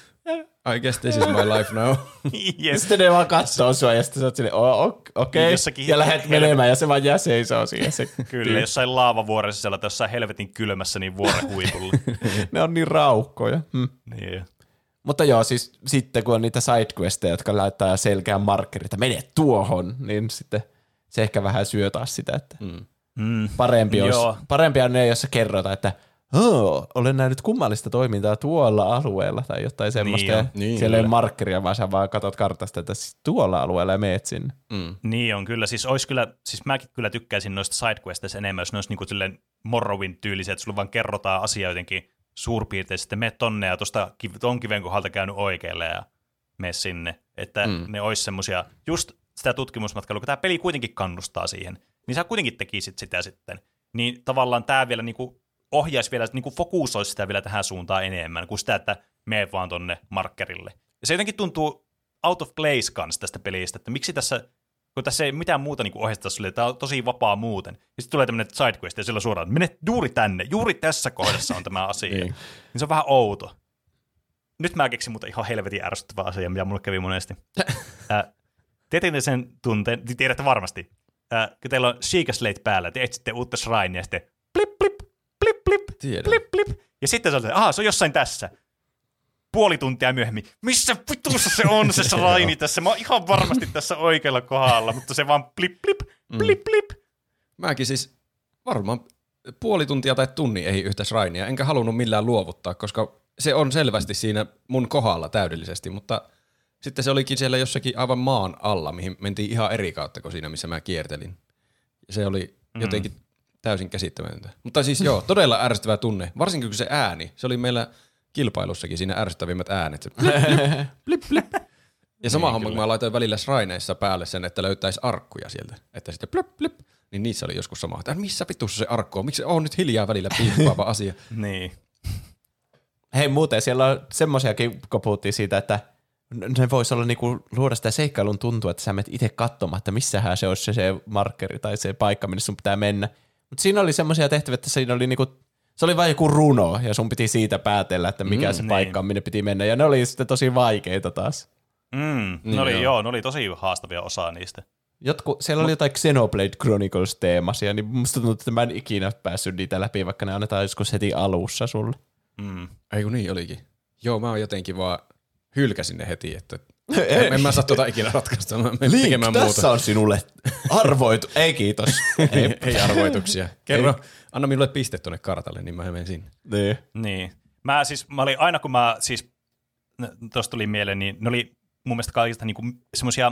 I guess this is my life now. Yes. Sitten ne vaan katsoo sua ja sitten sä oot silleen, oh, okei. Okay. Ja lähdet menemään ja se vaan jää seisoo siihen. Se Kyllä, jossain laavavuoressa siellä tai jossain helvetin kylmässä niin vuoren huipulla. Ne on niin raukkoja. Hm. Niin. Mutta joo, siis sitten kun on niitä sidequesteja, jotka laittaa selkeän markkerin, että mene tuohon, niin sitten se ehkä vähän syö taas sitä, että mm. Mm. Parempi, olisi, parempi on ne, jos sä kerrotaan, että oh, olen nähnyt kummallista toimintaa tuolla alueella tai jotain semmoista. Niin, niin siellä ei ole markkeria, vaan sä vaan katsot kartasta, että siis tuolla alueella ja meet sinne. Mm. Niin on kyllä. Siis, olisi kyllä, siis mäkin kyllä tykkäisin noista sidequesteista enemmän, jos ne olisi niinku Morrowind-tyylisiä, että sulle vaan kerrotaan asia jotenkin suurpiirteisesti, sitten mene tonne ja tuosta ton kiven kohdalta käynyt oikealle ja mene sinne. Että mm. ne olisi semmoisia, just sitä tutkimusmatkailua, kun tämä peli kuitenkin kannustaa siihen, niin sä kuitenkin tekisit sitä sitten. Niin tavallaan tämä vielä niinku ohjaisi vielä, niinku fokusoisi sitä vielä tähän suuntaan enemmän, kuin sitä, että mene vaan tonne markkerille. Ja se jotenkin tuntuu out of place kanssa tästä pelistä, että miksi tässä, kun tässä ei mitään muuta niinku ohjasta sulle, tämä on tosi vapaa muuten. Ja sitten tulee tämmöinen sidequest ja sillä suoraan, että mene juuri tänne, juuri tässä kohdassa on tämä asia. niin. niin se on vähän outo. Nyt mä keksin muuten ihan helvetin ärsyttävä asia, mitä mulle kävi monesti. äh, Tiedätte sen tunteen, tiedätte varmasti, äh, kun teillä on Sheikah Slate päällä, te etsitte uutta shrinea ja sitten plip, plip, plip, plip, plip, plip. Ja sitten se on, aha, se on jossain tässä. Puoli tuntia myöhemmin, missä vitussa se on se shrine tässä? Mä oon ihan varmasti tässä oikealla kohdalla, mutta se vaan plip, plip, plip, plip. Mm. Mäkin siis varmaan puoli tuntia tai tunni ei yhtä shrinea, enkä halunnut millään luovuttaa, koska se on selvästi siinä mun kohdalla täydellisesti, mutta sitten se olikin siellä jossakin aivan maan alla, mihin mentiin ihan eri kautta kuin siinä, missä mä kiertelin. Se oli jotenkin mm. täysin käsittämätöntä. Mutta siis joo, todella ärsyttävä tunne, varsinkin kun se ääni, se oli meillä kilpailussakin siinä ärsyttävimmät äänet. Se blip, blip, blip, blip. Ja sama niin, homma, kun mä laitoin välillä shrineissa päälle sen, että löytäisi arkkuja sieltä, että sitten blip, blip, niin niissä oli joskus sama, että missä pitussa se arkku on, miksi se on nyt hiljaa välillä piippaava asia. Niin. Hei muuten, siellä on semmosiakin, kun puhuttiin siitä, että ne voisi olla niinku luoda sitä seikkailun tuntua, että sä menet itse katsomaan, että missähän se olisi se, se markkeri tai se paikka, minne sun pitää mennä. Mutta siinä oli semmoisia tehtäviä, että siinä oli niinku, se oli vain joku runo ja sun piti siitä päätellä, että mikä mm, se niin. paikka on, minne piti mennä. Ja ne oli sitten tosi vaikeita taas. Mm, niin ne oli, joo. joo, ne oli tosi haastavia osaa niistä. Jotku, siellä oli jotain Xenoblade Chronicles-teemasia, niin musta tuntuu, että mä en ikinä päässyt niitä läpi, vaikka ne annetaan joskus heti alussa sulle. Mm. Ei kun niin olikin. Joo, mä oon jotenkin vaan hylkäsin ne heti, että en, en mä saa tuota ikinä ratkaista. Mä menen tekemään muuta. Tässä on sinulle arvoitu. Ei kiitos. ei, ei arvoituksia. Kerro, ei. Anna minulle piste tuonne kartalle, niin mä menen sinne. Niin. niin. Mä siis, mä olin aina kun mä siis, tosta tuli mieleen, niin ne oli mun mielestä kaikista niinku semmosia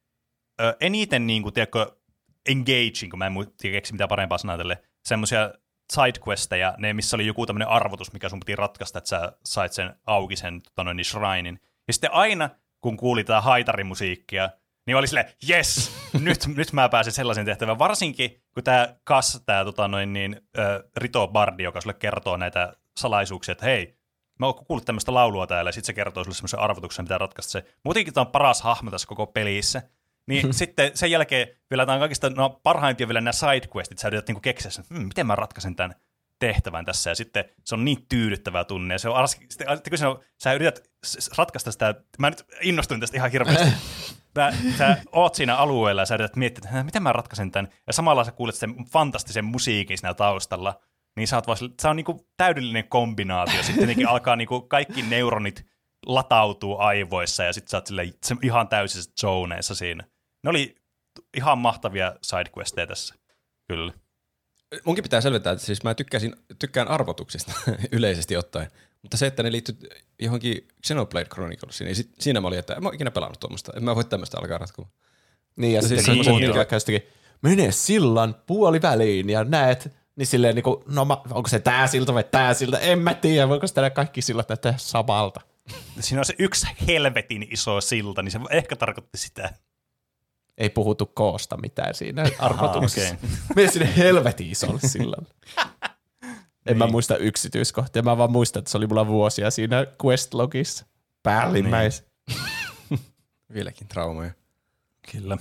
ö, eniten niinku, tiedätkö, engaging, kun mä en keksi mitään parempaa sanaa tälle, semmosia sidequesteja, ne missä oli joku tämmönen arvotus, mikä sun piti ratkaista, että sä sait sen auki sen tota noin, niin shrinin. Ja sitten aina, kun kuuli tää haitarimusiikkia, niin oli silleen, jes, nyt, nyt mä pääsen sellaisen tehtävään. Varsinkin, kun tää Kas, tää tota noin niin, äh, Rito Bardi, joka sulle kertoo näitä salaisuuksia, että hei, mä oon kuullut tämmöistä laulua täällä, ja sit se kertoo sulle semmoisen arvotuksen, mitä ratkaista se. Muutenkin tää on paras hahmo tässä koko pelissä. Niin sitten sen jälkeen vielä tää on kaikista no, parhaimpia vielä nämä sidequestit, sä yrität niinku keksiä sen, hm, miten mä ratkaisen tämän tehtävän tässä, ja sitten se on niin tyydyttävää tunne, ja se on, sitten, kun se on, sä yrität ratkaista sitä, mä nyt innostuin tästä ihan hirveästi, mä, sä oot siinä alueella, ja sä yrität miettiä, että miten mä ratkaisen tämän, ja samalla sä kuulet sen fantastisen musiikin siinä taustalla, niin sä oot vaan, se on niinku täydellinen kombinaatio, sitten alkaa niinku kaikki neuronit latautuu aivoissa, ja sitten sä oot silleen, ihan täysissä zoneissa siinä. Ne oli ihan mahtavia sidequesteja tässä, kyllä. Munkin pitää selventää, että siis mä tykkäsin, tykkään arvotuksista yleisesti ottaen, Mutta se, että ne liittyy johonkin Xenoblade Chroniclesiin, niin sit, siinä mä olin, että en mä ole ikinä pelannut tuommoista. En mä voi tämmöistä alkaa ratkomaan. Niin, ja, ja sitten niin, se puhuttiin vaikka jostakin, mene sillan puoliväliin ja näet, niin silleen niinku, no ma, onko se tää silta vai tää silta, en mä tiedä, voiko sitä kaikki sillat näyttää samalta. Siinä on se yksi helvetin iso silta, niin se ehkä tarkoitti sitä. Ei puhuttu koosta mitään siinä arvotuksessa. Okay. Mene sinne helvetin isolle sillalle. En mä muista yksityiskohtia, mä vaan muistan, että se oli mulla vuosia siinä questlogissa. Päällimmäis. Niin. Vieläkin traumeja. Kyllä.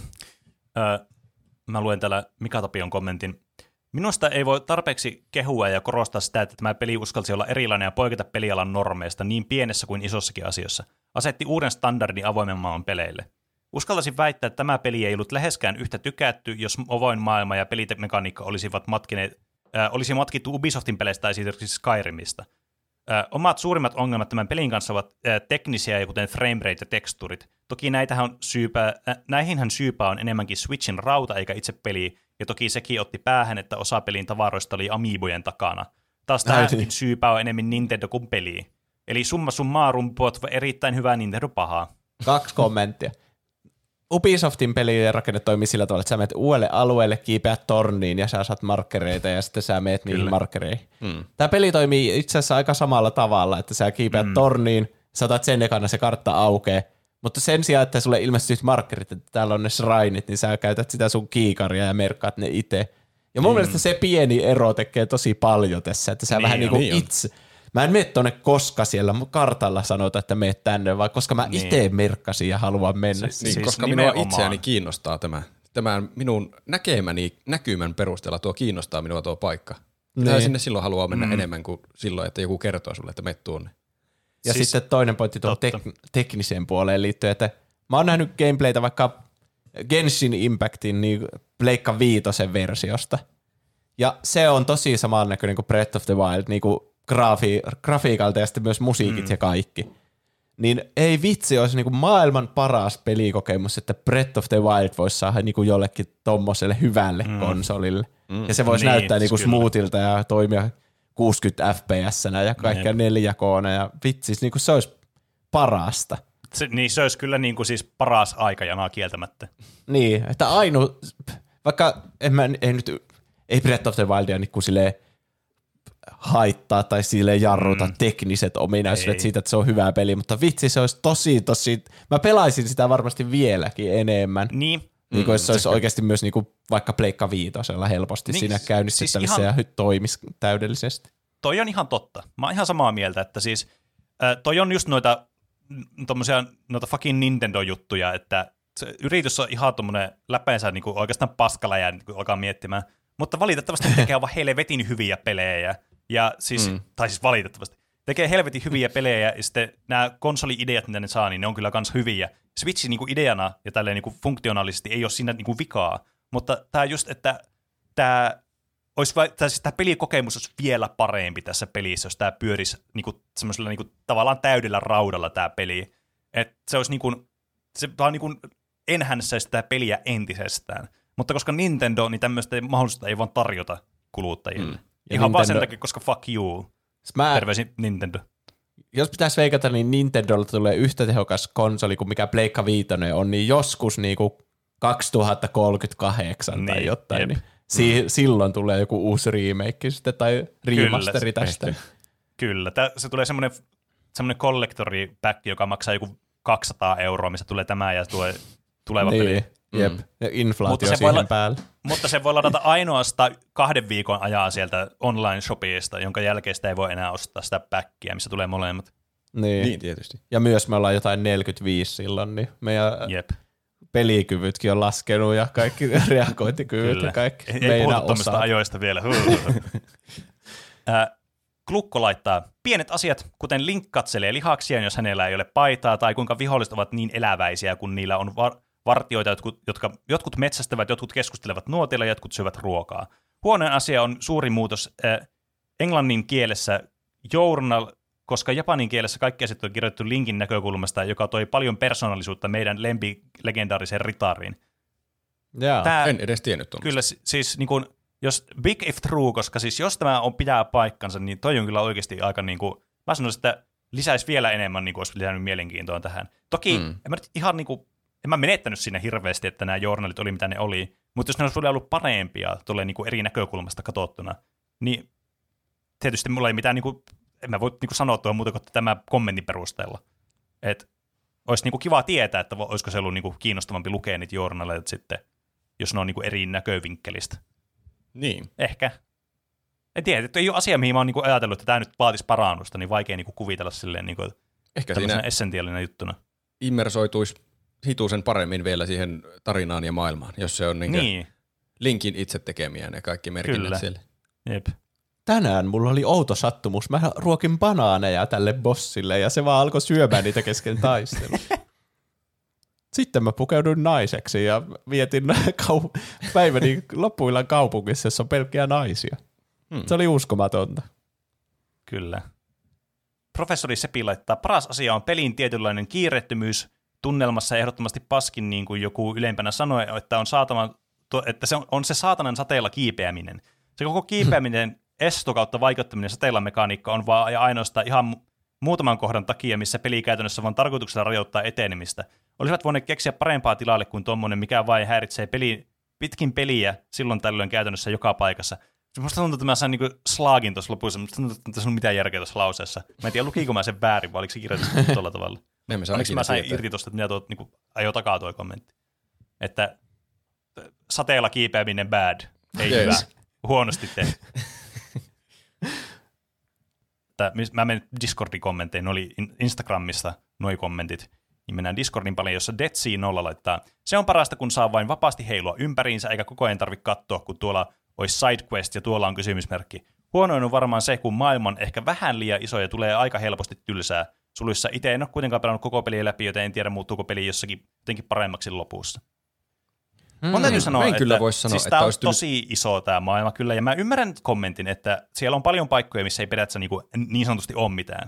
Öö, mä luen täällä Mika Tapion kommentin. Minusta ei voi tarpeeksi kehua ja korostaa sitä, että tämä peli uskalsi olla erilainen ja poiketa pelialan normeista niin pienessä kuin isossakin asiassa. Asetti uuden standardin avoimen maailman peleille. Uskaltaisin väittää, että tämä peli ei ollut läheskään yhtä tykätty, jos avoin maailma ja pelimekaniikka olisivat matkineet, äh, olisi matkittu Ubisoftin peleistä tai esimerkiksi Skyrimista. Äh, omat suurimmat ongelmat tämän pelin kanssa ovat äh, teknisiä, kuten framerate ja teksturit. Toki näitähän on syypää, äh, näihinhän syypää on enemmänkin Switchin rauta eikä itse peli, ja toki sekin otti päähän, että osa pelin tavaroista oli amiibojen takana. Taas tähänkin syypää on enemmän Nintendo kuin peli. Eli summa summarum puot erittäin hyvää Nintendo pahaa. Kaksi kommenttia. Ubisoftin pelirakenne toimii sillä tavalla, että sä menet uudelle alueelle, kiipeät torniin ja sä saat markkereita ja sitten sä meet niihin markkereihin. Mm. Tämä peli toimii itse asiassa aika samalla tavalla, että sä kiipeät mm. torniin, sä otat sen ekana, se kartta aukeaa, mutta sen sijaan, että sulle ilmestyy markkerit, että täällä on ne shrineit, niin sä käytät sitä sun kiikaria ja merkkaat ne itse. Ja mun mm. mielestä se pieni ero tekee tosi paljon tässä, että sä niin vähän niin kuin niin itse... Mä en mene tuonne, koska siellä kartalla sanotaan, että meet tänne, vaan koska mä niin. itse merkkasin ja haluan mennä. Siis, niin, siis koska minua itseäni kiinnostaa tämä. Tämän minun näkemäni näkymän perusteella tuo kiinnostaa minua tuo paikka. Mitä niin. sinne silloin haluaa mennä mm. enemmän kuin silloin, että joku kertoo sulle, että meet tuonne. Ja siis, sitten toinen pointti tuohon tek- tekniseen puoleen liittyen, että mä oon nähnyt gameplaytä vaikka Genshin Impactin niin Pleikka viitosen versiosta. Ja se on tosi samannäköinen kuin Breath of the Wild, niin kuin Grafi- grafiikalta ja sitten myös musiikit mm. ja kaikki. Niin ei vitsi, olisi niinku maailman paras pelikokemus, että Breath of the Wild voisi saada niinku jollekin tommoselle hyvälle mm. konsolille. Mm. Ja se voisi niin, näyttää niinku smoothilta ja toimia kuusikymmentä F P S-nä ja kaikkea neljä K-na ja vitsi, niinku se olisi parasta. Se, niin se olisi kyllä niinku siis paras aikajana kieltämättä. Niin, että ainu, vaikka en mä, ei nyt, ei Breath of the Wildia niinku silleen haittaa tai sille jarruta mm. tekniset ominaisuudet siitä, että se on hyvä peli, mutta vitsi se olisi tosi tosi, mä pelaisin sitä varmasti vieläkin enemmän. Niin. Niin kuin mm, se olisi oikeasti myös niin kuin vaikka Pleikka viitosella helposti niin, siinä käynnistettävissä siis ja toimisi täydellisesti. Toi on ihan totta. Mä oon ihan samaa mieltä, että siis äh, toi on just noita tommosia, noita fucking Nintendo-juttuja, että se yritys on ihan tommonen läpeensä niin kuin oikeastaan paskaläjä, niin kuin alkaa miettimään, mutta valitettavasti tekee aivan helvetin hyviä pelejä. Ja siis, mm. tai siis valitettavasti, tekee helvetin hyviä pelejä, ja sitten nämä konsoli-ideat, mitä ne saa, niin ne on kyllä kans hyviä. Switch niinku ideana ja tälleen niinku funktionaalisesti ei ole siinä niinku vikaa, mutta tämä just, että tämä olisi, tai siis tämä pelikokemus olisi vielä parempi tässä pelissä, jos tämä pyörisi niinku semmoisella niinku tavallaan täydellä raudalla tämä peli. Että se olisi niinku, se vaan niinku enhänsäisi sitä peliä entisestään. Mutta koska Nintendo, niin tämmöistä mahdollisuutta ei vaan tarjota kuluttajille. Mm. Ja ihan Nintendo, vaan sen takia, koska fuck you. Mä, terveisin Nintendo. Jos pitäisi veikata, niin Nintendolla tulee yhtä tehokas konsoli kuin mikä Pleikka viitonen on, niin joskus niinku kaksituhattakolmekymmentäkahdeksan niin, tai jotain. Niin si- mm. Silloin tulee joku uusi remake sitten, tai remasteri Kyllä, tästä. Kyllä. Tää, se tulee semmoinen, semmoinen collectori pack, joka maksaa joku kaksisataa euroa, missä tulee tämä ja tulee tuleva niin. peli. Jep, mm. ja inflaatio se siihen la- päälle. Mutta se voi ladata ainoastaan kahden viikon ajaa sieltä online-shopista, jonka jälkeen sitä ei voi enää ostaa sitä päkkiä, missä tulee molemmat. Niin. niin, tietysti. Ja myös me ollaan jotain neljäkymmentäviisi silloin, niin meidän Jep. pelikyvytkin on laskenut ja kaikki reagointikyvyt Kyllä. ja kaikki. Ei, ei puhuta tuommoista ajoista vielä. Klukko laittaa, pienet asiat, kuten Link katselee lihaksiaan, jos hänellä ei ole paitaa, tai kuinka viholliset ovat niin eläväisiä, kun niillä on var- vartioita, jotkut, jotka jotkut metsästävät, jotkut keskustelevat nuotilla ja jotkut syövät ruokaa. Huonoin asia on suuri muutos äh, englannin kielessä journal, koska japanin kielessä kaikki asiat on kirjoitettu Linkin näkökulmasta, joka toi paljon persoonallisuutta meidän lempilegendaariseen ritariin. Jaa, Tää, en edes tiennyt tuollaista. Kyllä siis niin kuin, jos big if true, koska siis jos tämä on pitää paikkansa, niin toi on kyllä oikeasti aika niin kuin Mä sanoisin, että lisäisi vielä enemmän, niin kuin olisi lisännyt mielenkiintoa tähän. Toki mm. en mä nyt ihan niin kuin, en mä menettänyt siinä hirveästi, että nämä journalit oli mitä ne oli, mutta jos ne olisi ollut parempia tulee niin kuin eri näkökulmasta katsottuna, niin tietysti mulla ei mitään, niin kuin, en mä voi niin kuin sanoa tuohon muuta kuin tämä kommentin perusteella. Että olisi niin kuin kiva tietää, että olisiko se ollut niin kuin kiinnostavampi lukea niitä journaleita sitten, jos ne on niin kuin eri näkövinkkelistä. Niin. Ehkä. En tiedä, että ei ole asia, mihin mä oon niin kuin ajatellut, että tämä nyt vaatisi parannusta, niin vaikea niin kuin kuvitella silleen niin kuin Ehkä tämmöisenä essentiaalina juttuna. Immersoituisi hituisen paremmin vielä siihen tarinaan ja maailmaan, jos se on niin Niin. Linkin itse tekemiä ne kaikki merkinnät Kyllä. siellä. Jep. Tänään mulla oli outo sattumus. Mä ruokin banaaneja tälle bossille ja se vaan alkoi syömään niitä kesken taistelun. Sitten mä pukeuduin naiseksi ja vietin kau- päiväni loppuillan kaupungissa, jossa on pelkkiä naisia. Hmm. Se oli uskomatonta. Kyllä. Professori Sepi laittaa, paras asia on pelin tietynlainen kiireettömyys tunnelmassa ja ehdottomasti paskin, niin kuin joku ylempänä sanoi, että, on saatana, että se on, on se saatanan sateella kiipeäminen. Se koko kiipeäminen, esto kautta vaikuttaminen sateella mekaniikka on vaan ja ainoastaan ihan muutaman kohdan takia, missä peli käytännössä vaan tarkoituksella rajoittaa etenemistä. Olisivat voineet keksiä parempaa tilalle kuin tuommoinen, mikä vain häiritsee peli, pitkin peliä silloin tällöin käytännössä joka paikassa. Minusta tuntuu, että mä sain niinku slaagin tuossa lopussa, mutta tuntuu, että tässä on mitään järkeä tuossa lauseessa. Mä en tiedä, lukiinko mä sen väärin, vai oliko se kirjoitettu tuolla tavalla. Onneksi mä sain tietää. Irti tuosta, että minä tuot niinku, ajoi takaa tuo kommentti. Että sateella kiipeäminen bad, ei yes. hyvä, huonosti tehty. Mä menen Discordin kommentteihin, ne oli Instagramissa nuo kommentit. Niin mennään Discordin paljon, jossa Deadsea nolla laittaa. Se on parasta, kun saa vain vapaasti heilua ympäriinsä, eikä koko ajan tarvitse katsoa, kun tuolla olisi sidequest ja tuolla on kysymysmerkki. Huonoin on varmaan se, kun maailma on ehkä vähän liian iso ja tulee aika helposti tylsää. Suluissa itse en ole kuitenkaan pelannut koko peliä läpi, joten en tiedä muuttuuko peli jossakin jotenkin paremmaksi lopussa. Mm. Mä täytyy sanoa, että kyllä vois sanoa, siis että tämä on tyl... tosi iso tämä maailma kyllä, ja mä ymmärrän kommentin, että siellä on paljon paikkoja, missä ei periaatteessa niin, niin sanotusti ole mitään.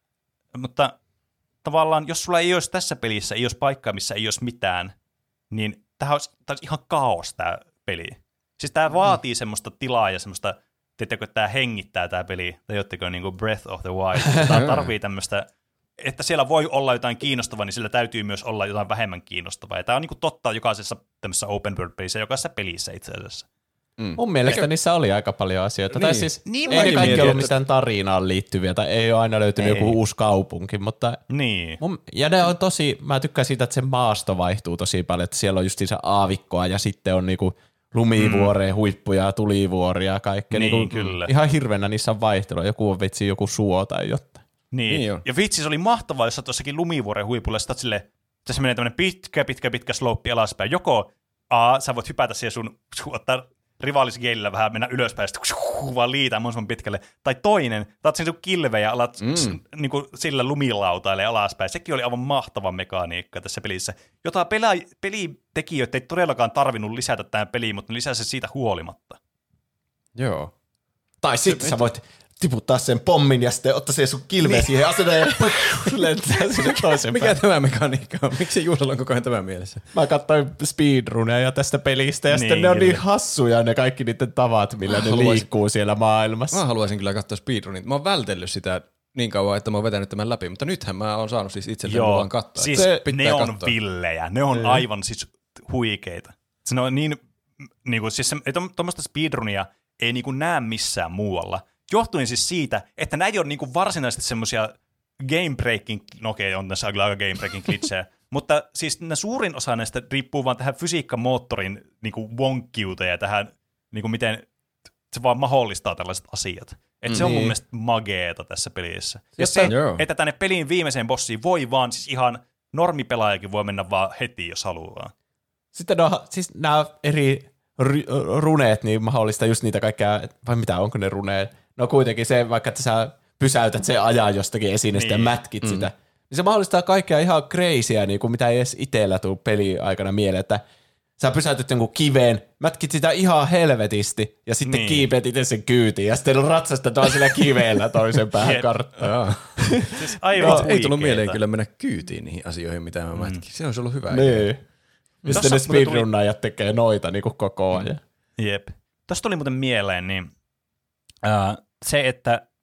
Mutta tavallaan, jos sulla ei olisi tässä pelissä, ei olisi paikkaa, missä ei olisi mitään, niin tämä olisi, tämä olisi ihan kaos tämä peli. Siis tämä vaatii mm. semmoista tilaa ja semmoista, tiedättekö, että tämä hengittää tämä peli, tai jotteko niin kuin Breath of the Wild. Tämä tarvii tämmöistä, että siellä voi olla jotain kiinnostavaa, niin sillä täytyy myös olla jotain vähemmän kiinnostavaa. Ja tämä on niin kuin totta jokaisessa tämmöisessä open world pelissä, jokaisessa pelissä itse asiassa. Mm. Mun mielestä Eikä... niissä oli aika paljon asioita. Niin. Tai siis niin, ei ne kaikki mietin, ollut että... mitään tarinaan liittyviä, tai ei ole aina löytynyt ei. joku uusi kaupunki, mutta niin. mun... ja ne on tosi, mä tykkään siitä, että se maasto vaihtuu tosi paljon, että siellä on justiinsa aavikkoa ja sitten on niinku lumivuoreen, mm. huippuja, tulivuoria ja kaikkea. Niin, niinku, kyllä. Ihan hirveänä niissä on vaihtelua. Joku on vitsi joku suo tai jotain. Niin, niin ja vitsi se oli mahtavaa, jos sä tuossakin lumivuoren huipulla, että silleen, tässä menee tämmöinen pitkä, pitkä, pitkä slope alaspäin. Joko A, sä voit hypätä siihen sun, ottaa rivaalisgeilillä vähän, mennä ylöspäin, ja sitten vaan liitää mahdollisimman pitkälle. Tai toinen, taat sen sun kilven ja alat mm. niin kuin sillä lumilautaille alaspäin. Sekin oli aivan mahtava mekaniikka tässä pelissä, jota pela- pelitekijöitä ei todellakaan tarvinnut lisätä tähän peliin, mutta ne lisäsi siitä huolimatta. Joo. Tai sitten sä voit tiputtaa sen pommin ja sitten ottaa sen sun kilveen niin. siihen aseneen ja lentää sinne toisen Mikä päin. Tämä mekaniikka on? Miksi Juusolla on koko ajan tämä mielessä? Mä katsoin speedruneja tästä pelistä ja niin, sitten ne on kyllä. niin hassuja ne kaikki niiden tavat, millä ne liikkuu siellä maailmassa. Mä haluaisin kyllä katsoa speedrunit. Mä oon vältellyt sitä niin kauan, että mä oon vetänyt tämän läpi, mutta nythän mä oon saanut siis itselleen vaan katsoa. Siis ne on katsoa. Villejä, ne on mm. aivan siis huikeita. Se on niin, niin kuin, siis tuommoista speedrunia ei niin kuin näe missään muualla. Johtuen siis siitä, että nämä ei ole niinku varsinaisesti semmoisia game-breaking, no okei, okay, on tässä aika game-breaking glitchejä, mutta siis suurin osa näistä riippuu vaan tähän fysiikkamoottorin niinku wonkkiuteen ja tähän, niinku miten se vaan mahdollistaa tällaiset asiat. Että mm. se on mun mielestä mageeta tässä pelissä. Ja se, joo. että tänne pelin viimeiseen bossiin voi vaan, siis ihan normipelaajakin voi mennä vaan heti, jos haluaa. Sitten no, siis nämä eri runeet, niin mahdollista just niitä kaikkea, vai mitä, onko ne runeet? No kuitenkin se, vaikka että sä pysäytät sen ajan jostakin esineestä niin. ja mätkit mm. sitä, niin se mahdollistaa kaikkea ihan crazyä, niin kuin mitä ei edes itsellä tule peli aikana mieleen, että sä pysäytät jonkun kiveen, mätkit sitä ihan helvetisti ja sitten niin. kiipeät itse sen kyytiin ja sitten ratsastetaan sillä kiveellä toisen päähän karttaa. Siis aivan no, ei tullut mieleen kyllä mennä kyytiin niihin asioihin, mitä mä mätkin. Mm. Se olisi ollut hyvä. Niin. Ja sitten ne speedrunnaajat tuli... tekee noita niin kuin koko ajan. Jep. Tuossa tuli muuten mieleen, niin uh, se, että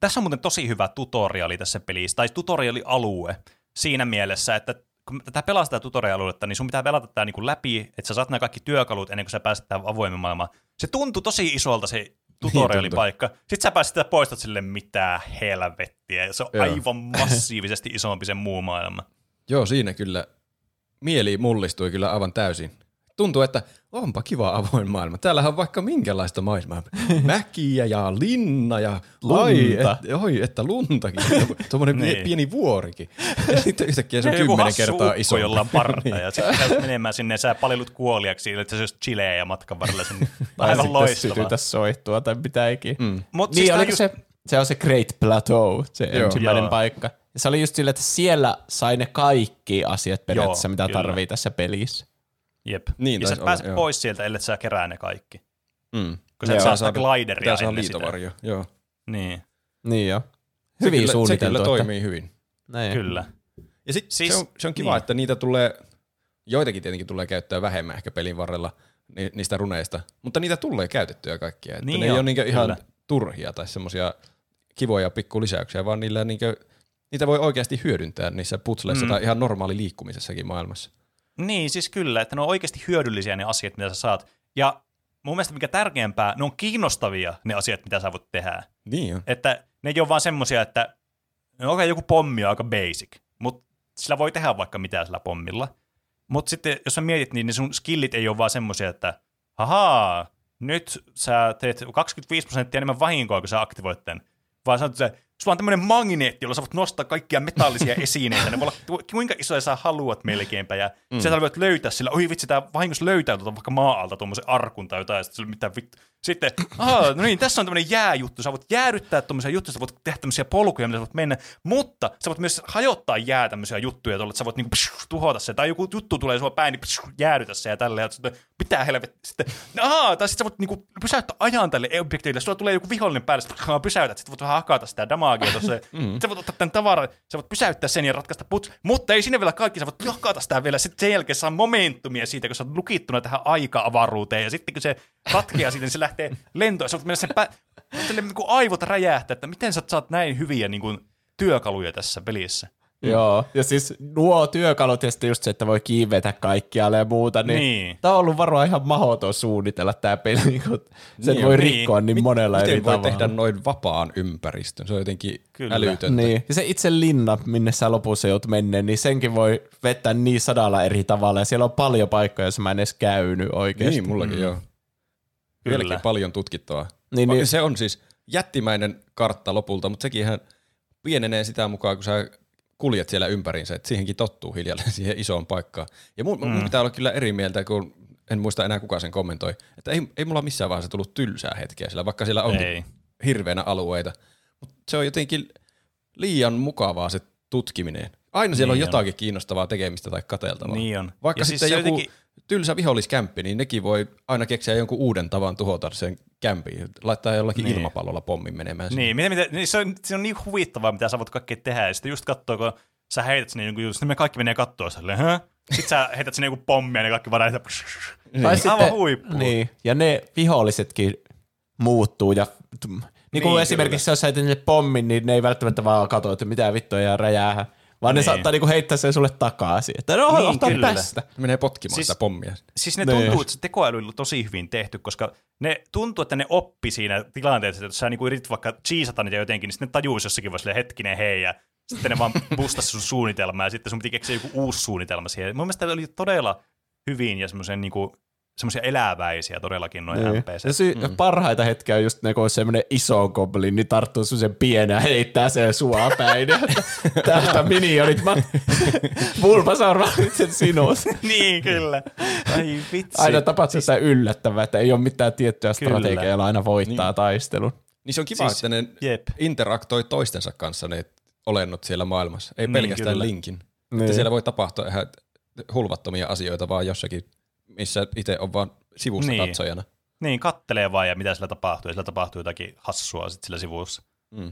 tässä on muuten tosi hyvä tutoriali tässä pelissä, tai tutorialialue siinä mielessä, että kun tätä pelaa sitä tutorialuetta, niin sun pitää pelata tämä niin läpi, että sä saat nämä kaikki työkalut ennen kuin sä pääset tähän avoimen maailmaan. Se tuntuu tosi isolta se tutorialipaikka. Sitten sä pääset sitä poistat sille mitään helvettiä, ja se on Joo. aivan massiivisesti isompi sen muu maailma. Joo, siinä kyllä mieli mullistui kyllä aivan täysin. Tuntuu, että onpa kiva avoin maailma. Täällähän on vaikka minkälaista maailmaa. Mäkiä ja linna ja lunta. Ai, et, oi, että luntakin. Tuommoinen niin. pieni vuorikin. Ja sitten yhtäkkiä se on kymmenen kertaa isompi. Jolla on parta ja sitten käyt menemään sinne ja sä paljelut kuoliaksi, että se olisi chileä ja matkan varrella sinne. Aivan loistavaa. Sytytä soittua tai mitä ikinä. Mm. Mut niin, siis just... se, se on se Great Plateau, se Joo. ensimmäinen Joo. paikka. Ja se oli just sillä, että siellä sai ne kaikki asiat periaatteessa, Joo, mitä kyllä. tarvii tässä pelissä. Jep. Niin, ja sä pääset olla, pois sieltä, ellei sä kerää ne kaikki. Mm. Kun sä saa sitä glideria ennen sitä. Joo. Niin. Niin jo. Hyvin kyllä, suunniteltu. Se kyllä toimii hyvin. Näin. Kyllä. Ja sit siis, se, on, se on kiva, niin. että niitä tulee, joitakin tietenkin tulee käyttää vähemmän ehkä pelin varrella ni, niistä runeista, mutta niitä tulee käytettyä kaikkia. Että niin ne jo, ei ole niinkö ihan turhia tai semmoisia kivoja pikkulisäyksiä, vaan niillä niinkö, niitä voi oikeasti hyödyntää niissä putsleissa mm. tai ihan normaali liikkumisessakin maailmassa. Niin, siis kyllä, että ne on oikeasti hyödyllisiä ne asiat, mitä sä saat. Ja mun mielestä mikä tärkeämpää, ne on kiinnostavia ne asiat, mitä sä voit tehdä. Niin on. Että ne ei ole vaan semmosia, että no okei, joku pommi on aika basic, mutta sillä voi tehdä vaikka mitään sillä pommilla. Mutta sitten, jos sä mietit, niin ne sun skillit ei ole vaan semmosia, että ahaa, nyt sä teet kaksikymmentäviisi prosenttia enemmän vahinkoa, kun sä aktivoit tämän. Vaan sä, että sulla on tämmöinen magneetti, jolla sä voit nostaa kaikkia metallisia esineitä. Ne voi olla kuinka isoja sä haluat melkeinpä. Ja mm. sieltä voit löytää sillä, oi vitsi, tää vahingossa löytää tuota vaikka maa-alta tuommoisen arkun tai jotain. Sitten, mitään vittu. Sitten aha, no niin, tässä on tämmöinen jääjuttu. Sä voit jäädyttää tuommoisia juttuja, sä voit tehdä tämmöisiä polkuja, mitä sä voit mennä. Mutta sä voit myös hajottaa jää tämmöisiä juttuja, että sä voit niinku psh, tuhota se. Tai joku juttu tulee sua päin, niin psh, jäädytä se ja tälleen. Pitää helvetti. Sitten, aha, tai sitten sä voit niinku pysäyttää ajan tälle objektille. Sulla tulee joku vihollinen päälle, sitten pysäytät. Sitten voit vähän hakata sitä damagea tuossa. Mm. Sä voit ottaa tämän tavaran, sä voit pysäyttää sen ja ratkaista putz. Mutta ei sinne vielä kaikki, sä voit hakata sitä vielä. Sitten sen jälkeen saa momentumia siitä, kun sä oot lukittuna tähän aika-avaruuteen. Ja sitten kun se ratkeaa siitä, niin se lähtee lentoon. Sä voit mennä sen pä- niin kuin aivot räjähtää, että miten sä saat näin hyviä niin kuin, työkaluja tässä pelissä. Mm. Joo, ja siis nuo työkalut ja sitten just se, että voi kiivetä kaikkialle ja muuta, niin, niin. Tämä on ollut varmaan ihan mahdoton suunnitella tämä peli, kun sen niin, voi rikkoa niin, niin monella miten eri tavalla. Miten voi tehdä noin vapaan ympäristön? Se on jotenkin Kyllä. älytöntä. Niin, ja se itse linna, minne sä lopussa jout menneen, niin senkin voi vettää niin sadalla eri tavalla, ja siellä on paljon paikkoja, jos mä en edes käynyt oikeasti. Niin, mullakin mm. joo. Vieläkin paljon tutkittavaa. Niin, niin. Se on siis jättimäinen kartta lopulta, mutta sekin ihan pienenee sitä mukaan, kun sä kuljet siellä ympäriinsä, että siihenkin tottuu hiljalleen siihen isoon paikkaan. Ja mun, mm. mun pitää olla kyllä eri mieltä, kun en muista enää kuka sen kommentoi, että ei, ei mulla missään vaiheessa tullut tylsää hetkeä siellä, vaikka siellä onkin ei. hirveänä alueita. Mutta se on jotenkin liian mukavaa se tutkiminen. Aina siellä niin on jotakin on. kiinnostavaa tekemistä tai katseltavaa. Niin on. Vaikka ja sitten siis joku jotenkin tylsä viholliskämppi, niin nekin voi aina keksiä jonkun uuden tavan tuhota sen kämpiin. Laittaa jollakin niin. ilmapallolla pommin menemään. Niin, miten, miten, niin se, on, se on niin huvittavaa, mitä sä voit kaikkea tehdä. Ja sitten just katsoo, kun sä heität sinne jonkun jutun, sitten me kaikki menee kattoo silleen, hä? Sitten sä heität sinne joku pommi ja ne kaikki vaan heität. Niin. Aivan huippua. Niin, ja ne vihollisetkin muuttuu. Ja, niin kuin niin, esimerkiksi, jos sä heität niille pommin, niin ne ei välttämättä vaan katso, että mitä vittua ja räjäähän. Vaan niin. ne saattaa niinku heittää sen sulle takaisin. Että no, niin, ota tästä. Ne menee potkimaan siis, sitä pommia. Siis ne tuntuu, että se tekoäly on tosi hyvin tehty, koska ne tuntuu, että ne oppi siinä tilanteessa, että jos sä niinku yritit vaikka cheesata niitä jotenkin, niin sitten ne tajuisi jossakin vaan silleen hetkinen hei, ja sitten ne vaan boostasi sun suunnitelmaa, ja sitten sun piti keksiä joku uusi suunnitelma siihen. Mun mielestä oli todella hyvin ja semmoisen niinku semmoisia eläväisiä todellakin noin niin. M P C. Ja sy- mm. parhaita hetkiä on just ne, kun on semmoinen iso goblin, niin tarttuu semmoisen pienen ja heittää sen sua päin. Tästä minionit, mä Bulbasaur valitsen sinus. Niin, kyllä. Ai vitsi. Aina tapaat sitä yllättävää, että ei ole mitään tiettyä strategiaa, jolla aina voittaa niin. taistelun. Niin se on kiva, siis, että ne jep. interaktoi toistensa kanssa ne olennot siellä maailmassa. Ei niin, pelkästään kyllä. linkin. Niin. Että siellä voi tapahtua ihan hulvattomia asioita vaan jossakin, missä itse on vaan sivussa niin. katsojana. Niin, kattelee vaan ja mitä sillä tapahtuu, ja sillä tapahtuu jotakin hassua sitten sillä sivussa. Mm.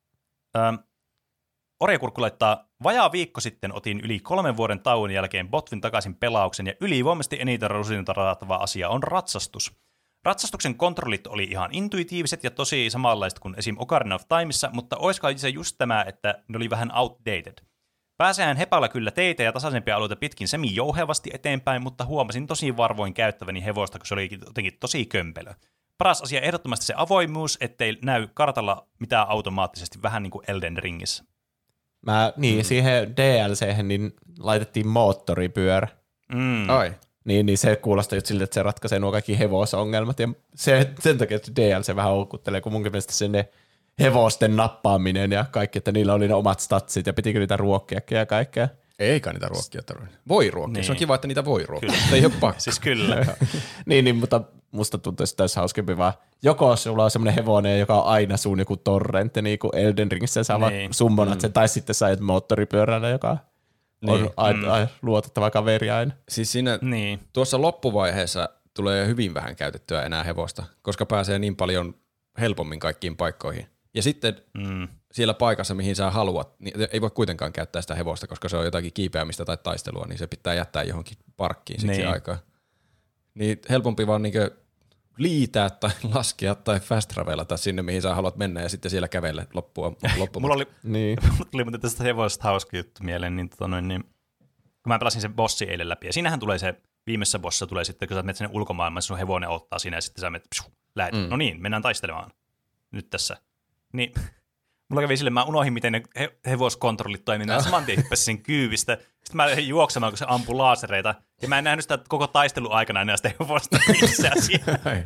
Ähm, Orjakurkku laittaa, vajaa viikko sitten otin yli kolmen vuoden tauon jälkeen Botvin takaisin pelauksen, ja ylivoimaisesti eniten rusinilta radattava asia on ratsastus. Ratsastuksen kontrollit oli ihan intuitiiviset ja tosi samanlaiset kuin esim. Ocarina of Timeissa, mutta olisiko se just tämä, että ne oli vähän outdated. Pääsehän hepalla kyllä teitä ja tasaisempia alueita pitkin semi-jouhevasti eteenpäin, mutta huomasin tosi varvoin käyttäväni hevosta, kun se oli jotenkin tosi kömpelö. Paras asia ehdottomasti se avoimuus, ettei näy kartalla mitään automaattisesti, vähän niin kuin Elden Ringissä. Mä, niin, mm. siihen D L C:hen niin laitettiin moottoripyörä. Mm. Ai. Niin, niin se kuulostaa just siltä, että se ratkaisee nuo kaikki hevosongelmat. Ja se, sen takia, että D L C vähän houkuttelee, kun munkin mielestä se ne hevosten nappaaminen ja kaikki, että niillä oli ne omat statsit ja pitikö niitä ruokkia ja kaikkea. Eikä niitä ruokkia tarvitse. Voi ruokkia. Niin. Se on kiva, että niitä voi ruokkia. Se ei ole pakko. Siis kyllä. niin, niin, mutta musta tuntuu, että tässä hauskempi vaan. Joko sulla on semmoinen hevonen, joka on aina sun joku torrentti, niin kuin Elden Ringissä sä vaan niin. summonat sen, tai sitten sä ajat moottoripyörällä, joka on Niin. a- Mm. a- luotettava kaveri aina. Siis siinä Niin. tuossa loppuvaiheessa tulee hyvin vähän käytettyä enää hevosta, koska pääsee niin paljon helpommin kaikkiin paikkoihin. Ja sitten Mm. siellä paikassa, mihin sä haluat, niin ei voi kuitenkaan käyttää sitä hevosta, koska se on jotakin kiipeämistä tai taistelua, niin se pitää jättää johonkin parkkiin siksi Niin. aikaa. Niin helpompi vaan niinkö liitää tai laskea tai fast travelata sinne, mihin sä haluat mennä ja sitten siellä kävellä loppua. loppua. Mulla oli, Niin. mulla tuli muuten tästä hevosesta hauska juttu mieleen, niin, tota noin, niin kun mä pelasin sen bossi eilen läpi, ja siinähän tulee se, viimeisessä bossissa tulee sitten, kun sä menet sinne ulkomaailmaan, sun hevonen ottaa siinä, ja sitten sä menet, pshu, lähet, mm. no niin, mennään taistelemaan nyt tässä. Niin mulla kävi sille, mä unohdin, miten ne he- hevoskontrollit toimii, mä saman tien hyppäsin sen kyyvistä, sitten mä lähdin juoksemaan, kun se ampui laasereita, ja mä en nähnyt sitä koko taistelun aikana enää sitä hevosta missään siellä. Ai.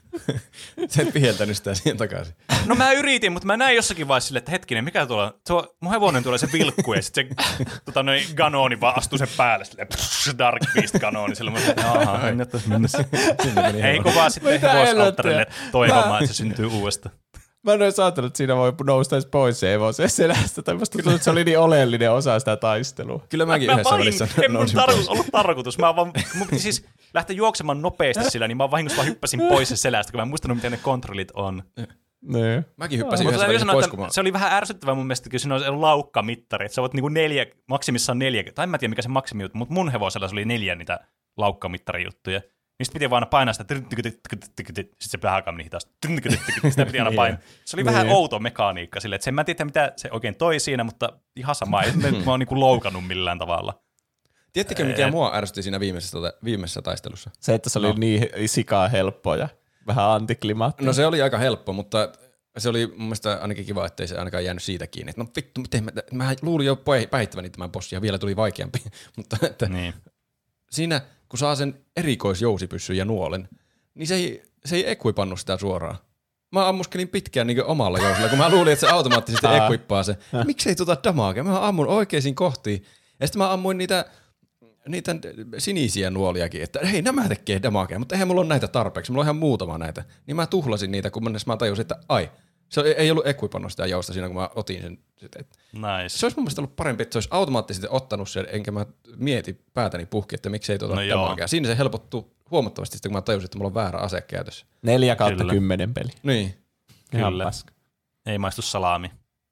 Sä et viheltänyt sitä siihen takaisin. No mä yritin, mutta mä näin jossakin vaiheessa silleen, että hetkinen, mikä tuolla, tuo, mun hevonen tulee se vilkku, ja sitten se tota, noin, Ganoni vaan astuu sen päälle, silleen, pff, Dark Beast Ganoni, silleen, että jaha, en jättäisi mennä. Ei kun vaan sitten Mitä hevosalttarille helvettiä? toivomaan, että se syntyy uudestaan. Mä en olisi ajatellut, että siinä voi nousta edes pois se hevosen selästä, tai musta tuntuu, että se oli niin oleellinen osa sitä taistelua. Kyllä mäkin Mä yhdessä vahin, välissä en mun nousin tarkoitus, pois. ollut tarkoitus. Mä vaan, mun piti siis lähteä juoksemaan nopeasti sillä, niin mä vahingossa vaan hyppäsin pois se selästä, kun mä en muistanut, miten ne kontrollit on. Niin. Mäkin hyppäsin Mutta yhdessä täytyy välissä sanoa, pois, että kun mä... se oli vähän ärsyttävää mun mielestä, kun siinä on laukkamittari, että sä voit niinku neljä, maksimissaan neljä, tai en mä tiedä mikä se maksimi juttu, mutta mun hevosella se oli neljä niitä laukkamittarijuttuja. Niin sitten piti vaan aina painaa sitä, sitten se vähän alkaa niin hitaasti, sitä piti aina painaa. Se oli vähän outo mekaniikka silleen, että sen mä en tiedä, mitä se oikein toi siinä, mutta ihan sama, ei mä oon niinku loukannut millään tavalla. Tiedättekö, mikä mua ärsytti siinä viimeisessä, viimeisessä taistelussa? Se, että se oli no. niin sikaa helppoa ja vähän antiklimaattinen. No se oli aika helppo, mutta se oli mun mielestä ainakin kiva, ettei se ainakaan jäänyt siitä kiinni. Että no vittu, miten mä, mä luulin jo päihittäväni tämän bossin ja vielä tuli vaikeampi. mutta että Niin. siinä, kun saa sen erikoisjousipyssyn ja nuolen, niin se ei, se ei equipannu sitä suoraan. Mä ammuskelin pitkään niin omalla jousilla, kun mä luulin, että se automaattisesti equippaa se. Miksei tota damagea? Mä ammun oikeisiin kohtiin. Ja sitten mä ammuin niitä, niitä sinisiä nuoliakin, että hei, nämä tekee damagea, mutta eihän mulla ole näitä tarpeeksi. Mulla on ihan muutama näitä. Niin mä tuhlasin niitä, kun mä tajusin, että ai, se ei ollut equipannut sitä jousta siinä, kun mä otin sen. Nice. Se olisi mun mielestä ollut parempi, että se olisi automaattisesti ottanut sen, enkä mä mieti päätäni puhki, että miksei tuota No joo. damagea. Siinä se helpottuu huomattavasti sitten, kun mä tajusin, että mulla on väärä ase käytössä. Neljä kautta Kyllä. kymmenen peli. Niin. Ihan Kyllä. paska. Ei maistu salaami.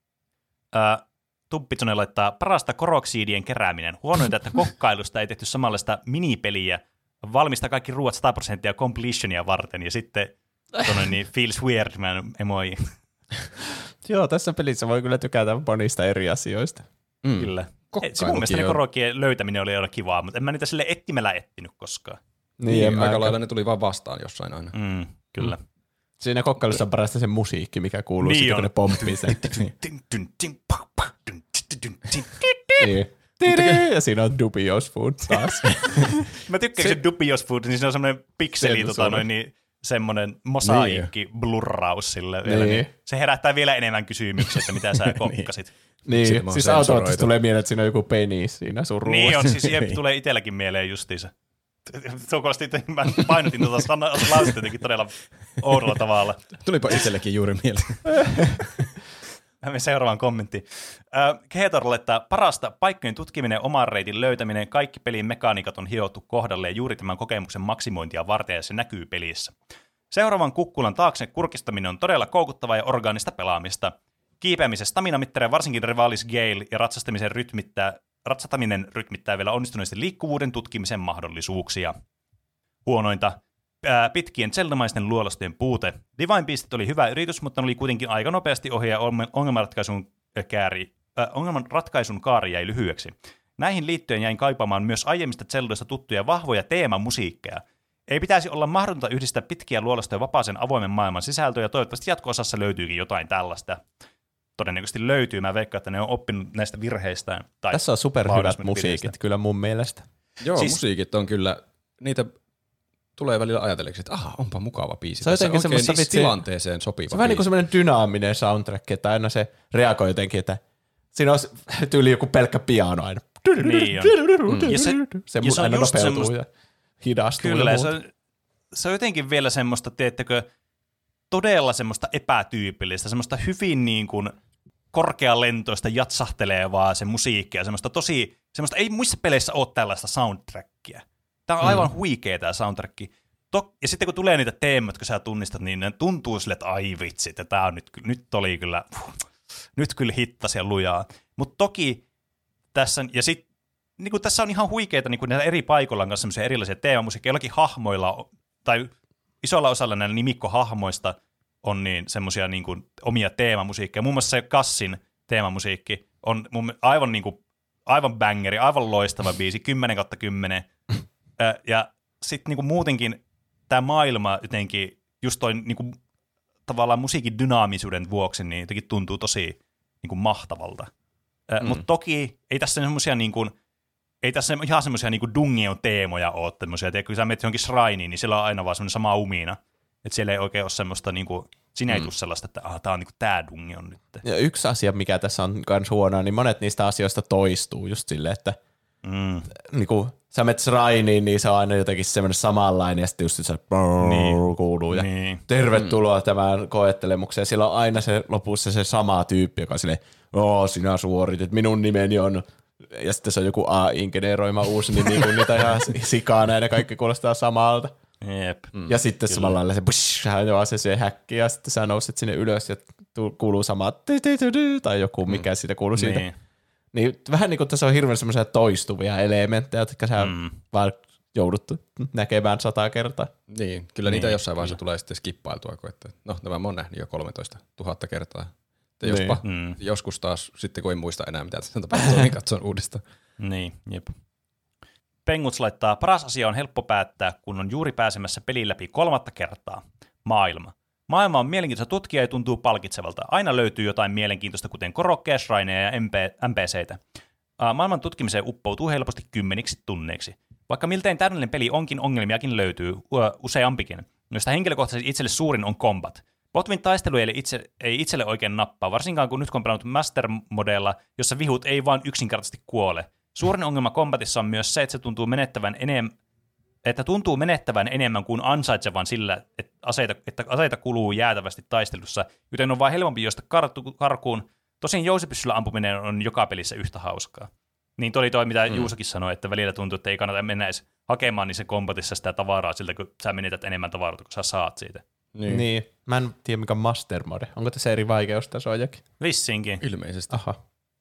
Äh, Tuppitsonen laittaa parasta koroksiidien kerääminen. Huonointa, että kokkailusta ei tehty samanlaista minipeliä. Valmistaa kaikki ruuat sata prosenttia completionia varten ja sitten tonne, niin feels weird, mä en emoi. Joo, tässä pelissä voi kyllä tykätä monista eri asioista. Mm. Kyllä. Kokkailukin Se mun mielestä ne on- korokien löytäminen oli aina kivaa, mutta en mä niitä sille etsimällä etsinyt koskaan. Niin, en mä- aika lailla ne tuli vaan vastaan jossain aina. Mm, kyllä. Mm. Siinä kokkailussa on parasta se musiikki, mikä kuuluu Niin sitten, on. kun ne pomppii sen. niin. Ja siinä on Dubious Food taas. Mä tykkään se Dubious Food, niin se on semmoinen pikseli, Sen tota, suora. noin, niin, semmoinen mosaikki, blurraus sille vielä. Niin. Niin. Se herättää vielä enemmän kysymyksiä, että mitä sä kokkasit. niin, Sitten mä oon siis automaattisesti sensuroitu. tulee mieleen, että siinä on joku peni siinä sun ruuassa. Niin on, siis jep, tulee itselläkin mieleen justiinsa. Tuokolasti, että mä painotin tuota sana- lausetta jotenkin todella oudolla tavalla. Tulipa itsellekin juuri mieleen. Mä menen seuraavaan kommenttiin. Äh, Keetor laittaa parasta paikkojen tutkiminen, oman reitin löytäminen, kaikki pelin mekaniikat on hiottu kohdalleen juuri tämän kokemuksen maksimointia varten ja se näkyy pelissä. Seuraavan kukkulan taakse kurkistaminen on todella koukuttavaa ja orgaanista pelaamista. Kiipeämisen staminamittaja, varsinkin Rivalis Gale ja ratsastamisen rytmittää, ratsastaminen rytmittää vielä onnistuneesti liikkuvuuden tutkimisen mahdollisuuksia. Huonointa. ää, pitkien zelda-maisten luolastojen puute. Divine Beastit oli hyvä yritys, mutta ne oli kuitenkin aika nopeasti ohi ja ongelmanratkaisun, kääri, äh, ongelmanratkaisun kaari jäi lyhyeksi. Näihin liittyen jäin kaipaamaan myös aiemmista Zeldoista tuttuja vahvoja teemamusiikkeja. Ei pitäisi olla mahdotonta yhdistää pitkiä luolastoja vapaaseen avoimen maailman sisältöön, ja toivottavasti jatko-osassa löytyykin jotain tällaista. Todennäköisesti löytyy, mä veikkaan, että ne on oppinut näistä virheistään. Tai tässä on superhyvät musiikit kyllä mun mielestä. Joo, siis, musiikit on kyllä, niitä tulee välillä ajatelleeksi, että aha, onpa mukava biisi. Se on jotenkin semmoista vitsi, tilanteeseen sopiva se on vähän niin kuin semmoinen dynaaminen soundtrack, että aina se reagoi jotenkin, että siinä on tyyli joku pelkkä piano aina. Niin on. Ja se, se, ja se on aina just nopeutuu semmoista, ja hidastuu. kyllä, ja se on, se on jotenkin vielä semmoista, teettekö, todella semmoista epätyypillistä, semmoista hyvin niin kuin korkealentoista jatsahtelevaa se musiikki ja semmoista tosi, semmoista ei muissa peleissä ole tällaista soundtrackia. Tämä on aivan mm. huikea tämä soundtrack. Tok- ja sitten kun tulee niitä teemat, kun sä tunnistat, niin ne tuntuu sille, että ai vitsi, että tämä on nyt, nyt oli kyllä, puh, nyt kyllä hittasi ja lujaa. Mutta toki tässä, ja sit, niin kuin tässä on ihan huikeita, niin kuin näillä eri paikoilla on kanssa semmoisia erilaisia teemamusiikkeja, jollakin hahmoilla, tai isolla osalla näillä nimikkohahmoista on niin semmoisia niin kuin omia teemamusiikkeja. Muun muassa se Kassin teemamusiikki on mun, aivan, niin kuin, aivan bangeri, aivan loistava biisi, kymmenen kautta kymmenen. Ja sitten niin kuin muutenkin tämä maailma jotenkin, just toi niin kuin, tavallaan musiikin dynaamisuuden vuoksi, niin jotenkin tuntuu tosi niin kuin mahtavalta. Mm. Mutta toki ei tässä semmoisia niin kuin, ei tässä ihan semmoisia niin kuin Dungeon-teemoja ole tämmöisiä. Että kun sä menet johonkin shrineen, niin siellä on aina vaan semmoinen sama umina. Että siellä ei oikein ole semmoista, niin kuin, siinä ei mm. tule sellaista, että ah, tää on niin kuin tää Dungeon nyt. Ja yksi asia, mikä tässä on myös huonoa, niin monet niistä asioista toistuu just silleen, että mm. niin kuin, sä menet shrineen, niin se on aina jotenkin semmoinen samanlainen, ja sitten just se niin. kuuluu, ja niin. tervetuloa mm. tämän koettelemukseen. Siellä on aina se lopussa se sama tyyppi, joka on silleen, oo, sinä suoritit, minun nimeni on, ja sitten se on joku A I:n generoima uusi nimi, kun niitä ihan sikaa näin, ja kaikki kuulostaa samalta. Jep. Mm. Ja sitten Kyllä. samalla lailla se bush, hän on se, se häkki, ja sitten sä nouset sinne ylös, ja kuuluu sama, tai joku, mikä mm. siitä kuuluu siitä. Niin. Niin vähän niin kuin tässä on hirveän semmoisia toistuvia elementtejä, jotka sä mm. vaan joudut näkemään sata kertaa. Niin, kyllä niitä niin, jossain vaiheessa tulee sitten skippailtua, kun että no tämä mä oon nähnyt jo kolmetoista tuhatta kertaa. Niin. Jospa, mm. Joskus taas sitten kun en muista enää mitä tässä tapahtuu, niin katson uudestaan. Niin, jep. Penguts laittaa, paras asia on helppo päättää, kun on juuri pääsemässä pelin läpi kolmatta kertaa. Maailma. Maailma on mielenkiintoista tutkia ja tuntuu palkitsevalta. Aina löytyy jotain mielenkiintoista, kuten korokkeja, shrineja ja N P C:tä. Maailman tutkimiseen uppoutuu helposti kymmeniksi tunneiksi. Vaikka miltein täydellinen peli onkin, ongelmiakin löytyy useampikin, joista henkilökohtaisesti itselle suurin on combat. Botvin taistelu ei, itse, ei itselle oikein nappaa, varsinkaan kun nyt kun on pelannut Master-modella, jossa vihut ei vaan yksinkertaisesti kuole. Suurin ongelma kombatissa on myös se, että se tuntuu menettävän enemmän, että tuntuu menettävän enemmän kuin ansaitsevan sillä, että aseita, että aseita kuluu jäätävästi taistelussa, joten on vain helpompi josta karkuun. Tosin jousipyssyllä ampuminen on joka pelissä yhtä hauskaa. Niin toi oli toi, mitä mm. Juusokin sanoi, että välillä tuntuu, että ei kannata mennä edes hakemaan niissä kombatissa sitä tavaraa siltä, kun sä menetät enemmän tavaraa, kun sä saat siitä. Niin. niin. Mä en tiedä, mikä on Master Mode. Onko tässä eri vaikeustasojakin? Vissiinkin. Ilmeisesti. Aha.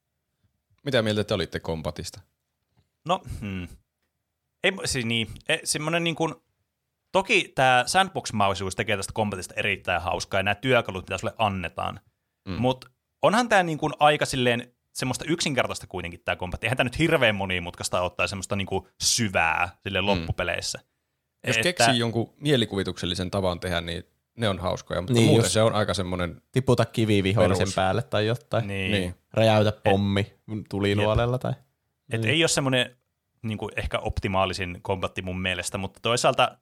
Mitä mieltä te olitte kombatista? No, hmm. ei, siis niin, semmoinen niin kuin, toki tämä sandbox-mahdollisuus tekee tästä kombatista erittäin hauskaa, ja nämä työkalut, mitä sulle annetaan. Mm. Mutta onhan tämä niin kuin aika silleen semmoista yksinkertaista kuitenkin tämä kombatti. Eihän tämä nyt hirveän monimutkaista ottaa semmoista niin kuin syvää silleen loppupeleissä. Mm. Jos että keksii jonkun mielikuvituksellisen tavan tehdä, niin ne on hauskoja, mutta niin, muuten se on aika semmoinen tiputa kivi vihollisen päälle tai jotain. Niin. niin. Räjäytä pommi tulinuolella. Tai. Et niin. Ei ole semmoinen niin kuin ehkä optimaalisin kombatti mun mielestä, mutta toisaalta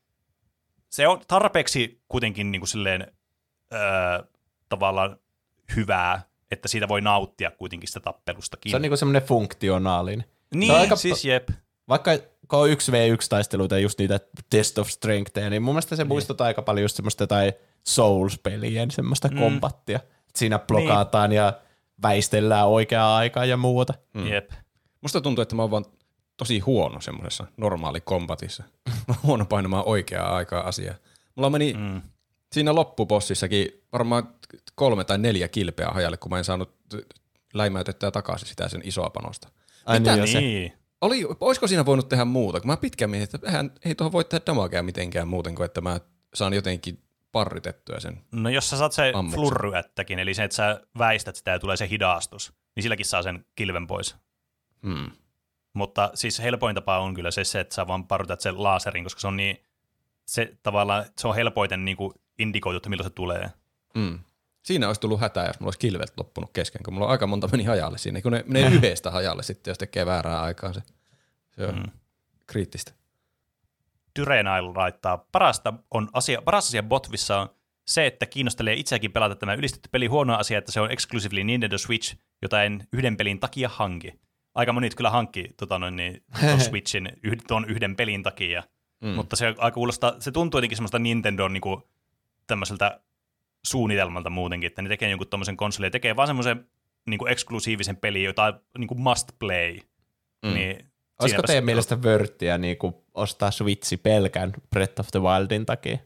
se on tarpeeksi kuitenkin niin kuin silleen, öö, tavallaan hyvää, että siitä voi nauttia kuitenkin sitä tappelustakin. Se on niin kuin semmoinen funktionaalinen. Niin, aika, siis jep. Vaikka kun on yksi vastaan yksi taisteluita ja just niitä Test of Strengthia, niin mun mielestä se niin. muistuttaa aika paljon just semmoista jotain Souls-pelien semmoista mm. kombattia. Siinä blokataan niin. ja väistellään oikeaa aikaa ja muuta. Mm. Jep. Musta tuntuu, että mä oon vaan tosi huono semmoisessa normaali kombatissa. Mä oon huono painamaan oikeaa aikaa asiaa. Mulla meni mm. siinä loppubossissakin varmaan kolme tai neljä kilpeä hajalle, kun mä en saanut läimäytettyä takaisin sitä sen isoa panosta. Ai Mitä, niin, niin. Oli, olisiko siinä voinut tehdä muuta? Kun mä pitkään mietin, että eihän, ei tuohon voi tehdä damagea mitenkään muuten kuin, että mä saan jotenkin parritettua sen. No jos sä saat se ammuksen. flurryettäkin, eli se, että sä väistät sitä ja tulee se hidastus, niin silläkin saa sen kilven pois. Hmm. Mutta siis helpoin tapa on kyllä se, se että sä vaan parrutat sen laserin, koska se on niin, se tavallaan, se on helpoiten niin kuin indikoitu, että milloin se tulee. Hmm. Siinä olisi tullut hätää, jos mulla olisi kilvet loppunut kesken, kun mulla on aika monta meni hajalle siinä, kun ne menee yhdestä hajalle sitten, jos tekee väärää aikaa se. Se on hmm. kriittistä. Dyrenail laittaa, parasta on asia, paras asia Botvissa on se, että kiinnostelee itseäkin pelata tämä ylistetty peli. Huono asia, että se on exclusively Nintendo Switch, jota en yhden pelin takia hanki. Aika monit kyllä hankki tota noin, niin, Switchin yh, tuon yhden pelin takia, mm. mutta se, aika kuulostaa, se tuntuu jotenkin semmoista Nintendon niin kuin, tämmöiseltä suunnitelmalta muutenkin, että ne tekee jonkun tommosen konsolin ja tekee vaan semmoisen niin kuin eksklusiivisen pelin, jota niin kuin must play. Mm. Niin, olisiko teidän mielestä vörttiä niin kuin ostaa Switchi pelkän Breath of the Wildin takia?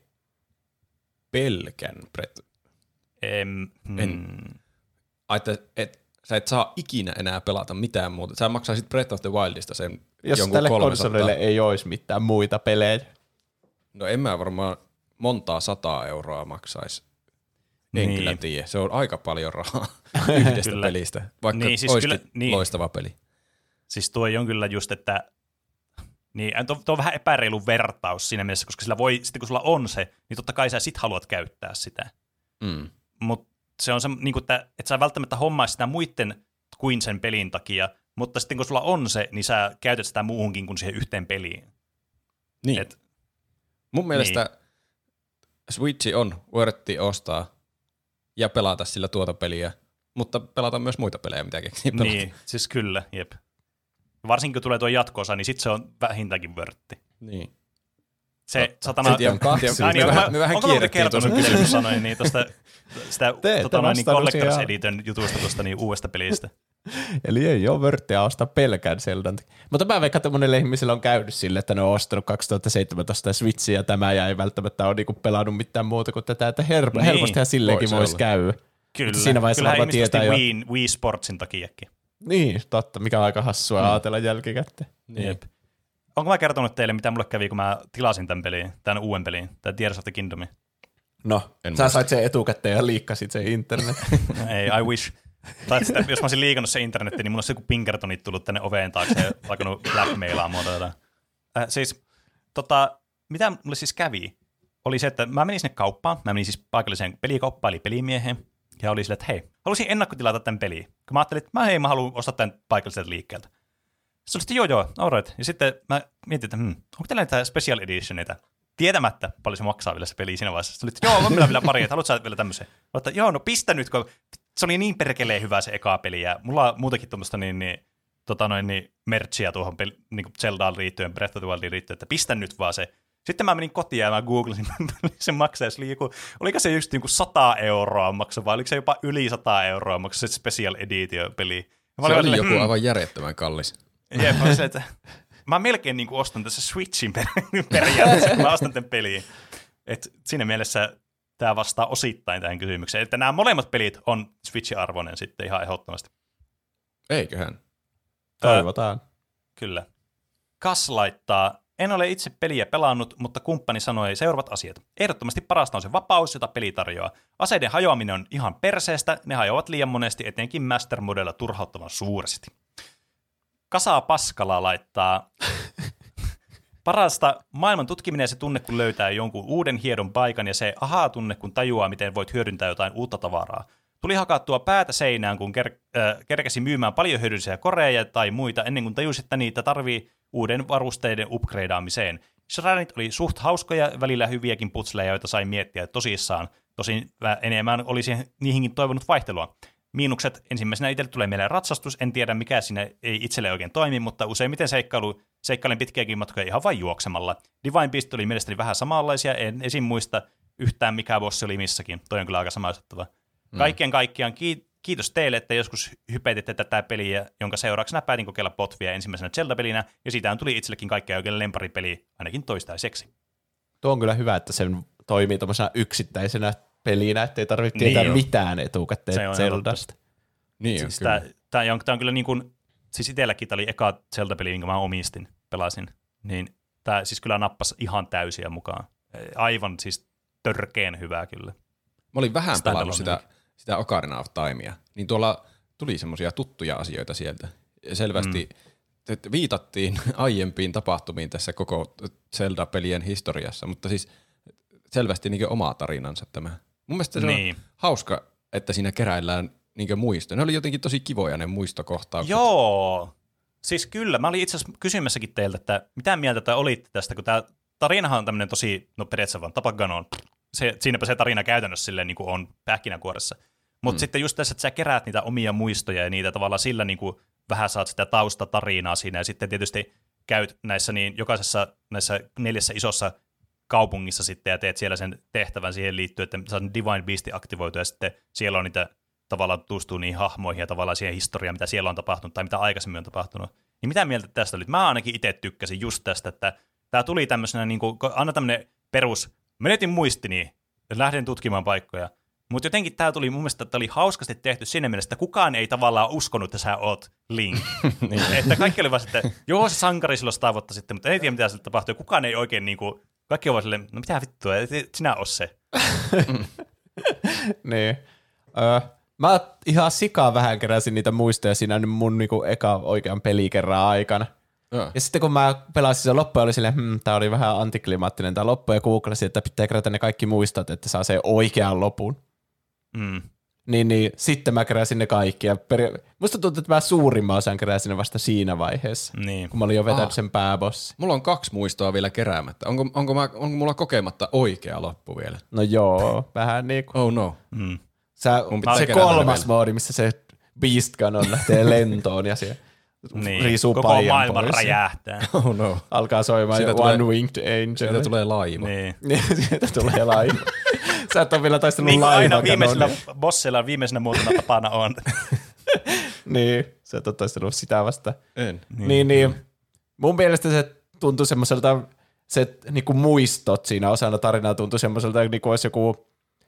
Pelkän Breath? En. en. Ai, että et, sä et saa ikinä enää pelata mitään muuta. Sä maksaisit Breath of the Wildista sen jos jonkun tälle kolmesataa. konsolille ei olisi mitään muita pelejä. No en mä varmaan montaa sataa euroa maksaisi. En niin. kyllä tiedä. Se on aika paljon rahaa yhdestä pelistä, vaikka niin, siis olisikin kyllä, niin. loistava peli. Siis tuo on kyllä just, että niin, tuo, tuo on vähän epäreilu vertaus siinä mielessä, koska sillä voi, sitten kun sulla on se, niin totta kai sä sit haluat käyttää sitä. Mm. Mutta se on se, niin kuin, että et sä välttämättä hommaisi sitä muiden kuin sen pelin takia, mutta sitten kun sulla on se, niin sä käytät sitä muuhunkin kuin siihen yhteen peliin. Niin. Et, Mun mielestä niin. Switchi on worthi ostaa ja pelata sillä tuota peliä, mutta pelata myös muita pelejä, mitä keksii pelata. niin, siis kyllä, jep. Varsinkin kun tulee tuo jatko-osa, niin sitten se on vähintäänkin vörtti. Niin. Se satana... Sitten on kaksi. Ai, niin, me, mä, vähän, me vähän onko kierrettiin tuossa kertonut, kun sanoin niin tuosta sitä Te, tota, noin, niin Collector's ihan. Edition jutusta tuosta niin uudesta pelistä. Eli ei ole vörttiä ostaa pelkään Zeldan. Mutta mä veikkaan, että monelle ihmiselle on käynyt sille, että ne on ostanut kaksituhattaseitsemäntoista Switchiä ja tämä ja ei välttämättä ole niinku pelannut mitään muuta kuin tätä, että her- niin, helpostihan silleenkin voisi voisi käydä. Kyllä. Mutta siinä vaiheessa Kyllähän varmaan ihmiset tietää osti jo. Wii, Wii Sportsin takiakin. Niin, totta, mikä on aika hassua mm. ajatella jälkikäteen. Jep. Onko mä kertonut teille, mitä mulle kävi, kun mä tilasin tämän pelin, tämän uuden pelin, tämän Tears of the Kingdomin? No, En sä muista. sait sen etukäteen ja liikkasit sen internet. Ei, I wish. Tai sitä, jos mä olisin liikannut sen internetin, niin mun olisi joku Pinkertonit tullut tänne oveen taakse ja alkanut blackmailaa muuta jotain. Äh, siis, tota, mitä mulle siis kävi, oli se, että mä menin sinne kauppaan, mä menin siis paikalliseen pelikauppaan, eli pelimieheen, ja oli silleen, että hei, haluaisin ennakkotilata tämän peliin. Kun mä ajattelin, että mä, hei, mä haluan ostaa tämän paikalliselta liikkeeltä. Se oli sitten, joo joo, all right. Ja sitten mä mietin, että hmm, onko teillä näitä special editioneita? Tietämättä paljon se maksaa vielä se peli siinä vaiheessa. Se oli, että joo, on vielä, vielä pari, että haluatko sä vielä tämmöisen? Mutta joo, no pistä nyt, kun se oli niin perkeleen hyvä se eka peli, ja mulla on muutakin tuommoista niin, niin, tota noin, niin merchia tuohon peli, niin kuin Zeldaan liittyen, Breath of the Wildiin liittyen, että pistä nyt vaan se. Sitten mä menin kotiin ja mä googlasin, sen maksaa, se oli joku, oliko se just joku sata euroa maksaa, vai oliko se jopa yli sata euroa maksaa se special edition peli? Se oli oli joku aivan järjettömän kallis. Jep, mä, se, että mä melkein niin kuin ostan tässä Switchin per, periaatteessa, kun mä ostan tämän peliin. Et siinä mielessä tämä vastaa osittain tähän kysymykseen, että nämä molemmat pelit on Switchin arvoinen sitten ihan ehdottomasti. Eiköhän. Toivotaan. Ää, kyllä. Kas laittaa, en ole itse peliä pelannut, mutta kumppani sanoi seuraavat asiat. Ehdottomasti parasta on se vapaus, jota peli tarjoaa. Aseiden hajoaminen on ihan perseestä, ne hajoavat liian monesti, etenkin Master Modella turhauttavan suuresti. Kasaa Paskala laittaa, parasta maailman tutkiminen ja se tunne, kun löytää jonkun uuden hiedon paikan ja se ahaa-tunne, kun tajuaa, miten voit hyödyntää jotain uutta tavaraa. Tuli hakattua päätä seinään, kun ker- äh, kerkäsi myymään paljon hyödyllisiä koreja tai muita ennen kuin tajusi, että niitä tarvii uuden varusteiden upgradeaamiseen. Shrineit oli suht hauskoja, välillä hyviäkin putsleja, joita sai miettiä tosissaan. Tosin enemmän olisi niihinkin toivonut vaihtelua. Miinukset, ensimmäisenä itselle tulee mieleen ratsastus, en tiedä mikä siinä ei itselle oikein toimi, mutta useimmiten seikkailu, seikkailen pitkiäkin matkoja ihan vain juoksemalla. Divine Beast oli mielestäni vähän samanlaisia, en esim. Muista yhtään mikä bossi oli missäkin, toi on kyllä aika samaistuttava. Mm. Kaikkien kaikkiaan kiitos teille, että joskus hypetitte tätä peliä, jonka seurauksena päätin kokeilla Botvia ensimmäisenä Zelda-pelinä, ja siitä tuli itsellekin kaikkea oikein lemparipeli, ainakin toistaiseksi. Tuo on kyllä hyvä, että sen toimii tuommoisena yksittäisenä pelinä, ettei tarvitse Niin tietää on. mitään etukäteen Zeldasta. Niin siis on, tämä, tämä, on, tämä on kyllä niin kuin, siis itselläkin tämä oli eka Zelda-peli, minkä mä omistin, pelasin, niin tämä siis kyllä nappasi ihan täysiä mukaan. Aivan siis törkeen hyvää kyllä. Mä olin vähän Sitä pelannut sitä, tällainen. sitä Ocarina of Timea, niin tuolla tuli semmoisia tuttuja asioita sieltä. Ja selvästi mm. viitattiin aiempiin tapahtumiin tässä koko Zelda-pelien historiassa, mutta siis selvästi niin oma tarinansa tämä. Mun mielestä se Niin. on hauska, että siinä keräillään niin muistoja. Ne oli jotenkin tosi kivoja ne muistokohtaukset. Joo, siis kyllä. Mä olin itse asiassa kysymässäkin teiltä, että mitä mieltä te olitte tästä, kun tämä tarinahan on tämmöinen tosi, no periaatteessa vaan Tapaganon. Se, siinäpä se tarina käytännössä silleen niin kuin on pähkinänkuoressa. Mutta mm. sitten just tässä, että sä keräät niitä omia muistoja ja niitä tavallaan sillä niin kuin vähän saat sitä taustatarinaa siinä ja sitten tietysti käyt näissä niin jokaisessa näissä neljässä isossa kaupungissa sitten ja teet siellä sen tehtävän siihen liittyen, että saat Divine Beastin aktivoitua ja sitten siellä on niitä tavallaan tutustuu niihin hahmoihin ja tavallaan siihen historiaan, mitä siellä on tapahtunut tai mitä aikaisemmin on tapahtunut. Niin mitä mieltä tästä oli? Mä ainakin itse tykkäsin just tästä, että tämä tuli tämmöisenä, niin kuin, anna tämmöinen perus, menetin muistini ja lähdin tutkimaan paikkoja. Mutta jotenkin tämä tuli mun mielestä, että oli hauskasti tehty siinä mielessä, että kukaan ei tavallaan uskonut, että sä oot Link. niin. Että kaikki oli vaan sitten, joo se sankari silloin sitä vuotta sitten, mutta ei tiedä mitä sille tapahtui. Kukaan ei oikein niin kuin, kaikki on vaan silleen, no mitä vittua, et sinä oo se. niin. Öö, mä ihan sikaa vähän keräsin niitä muistoja siinä mun niinku eka oikean pelikerran aikana. Ja. ja sitten kun mä pelasin sen loppuun, oli silleen, hm, tää oli vähän antiklimaattinen tää loppu, ja googlasin, että pitää kerätä ne kaikki muistot, että saa sen oikean lopun. Mm. Niin, niin sitten mä keräsin ne kaikki. Ja peri- Musta tuntuu, että mä suurimman osan keräsin ne vasta siinä vaiheessa, niin. kun mä olin jo vetänyt ah. sen pääbossi. Mulla on kaksi muistoa vielä keräämättä. Onko, onko, mä, onko mulla kokematta oikea loppu vielä? No joo, vähän niin kuin. Oh no. Mm. Sä, se kolmas moodi, missä se Beast Gun lähtee lentoon ja se niin. riisuu koko paijan maailma pois. räjähtää. Oh no. Alkaa soimaan Siitä ja tulee- One Winged Angel. Siitä tulee laiva. niin. Siitä tulee laiva. Sä et ole vielä taistellut Niin kuin aina laivan viimeisellä kanonia. bossilla viimeisenä muotona tapana on. Niin, sä et ole taistellut sitä vasta. En. Niin, niin, niin. Mun mielestä se tuntui semmoiselta, se niinku muistot siinä osana tarinaa tuntui semmoiselta, niin kuin olisi joku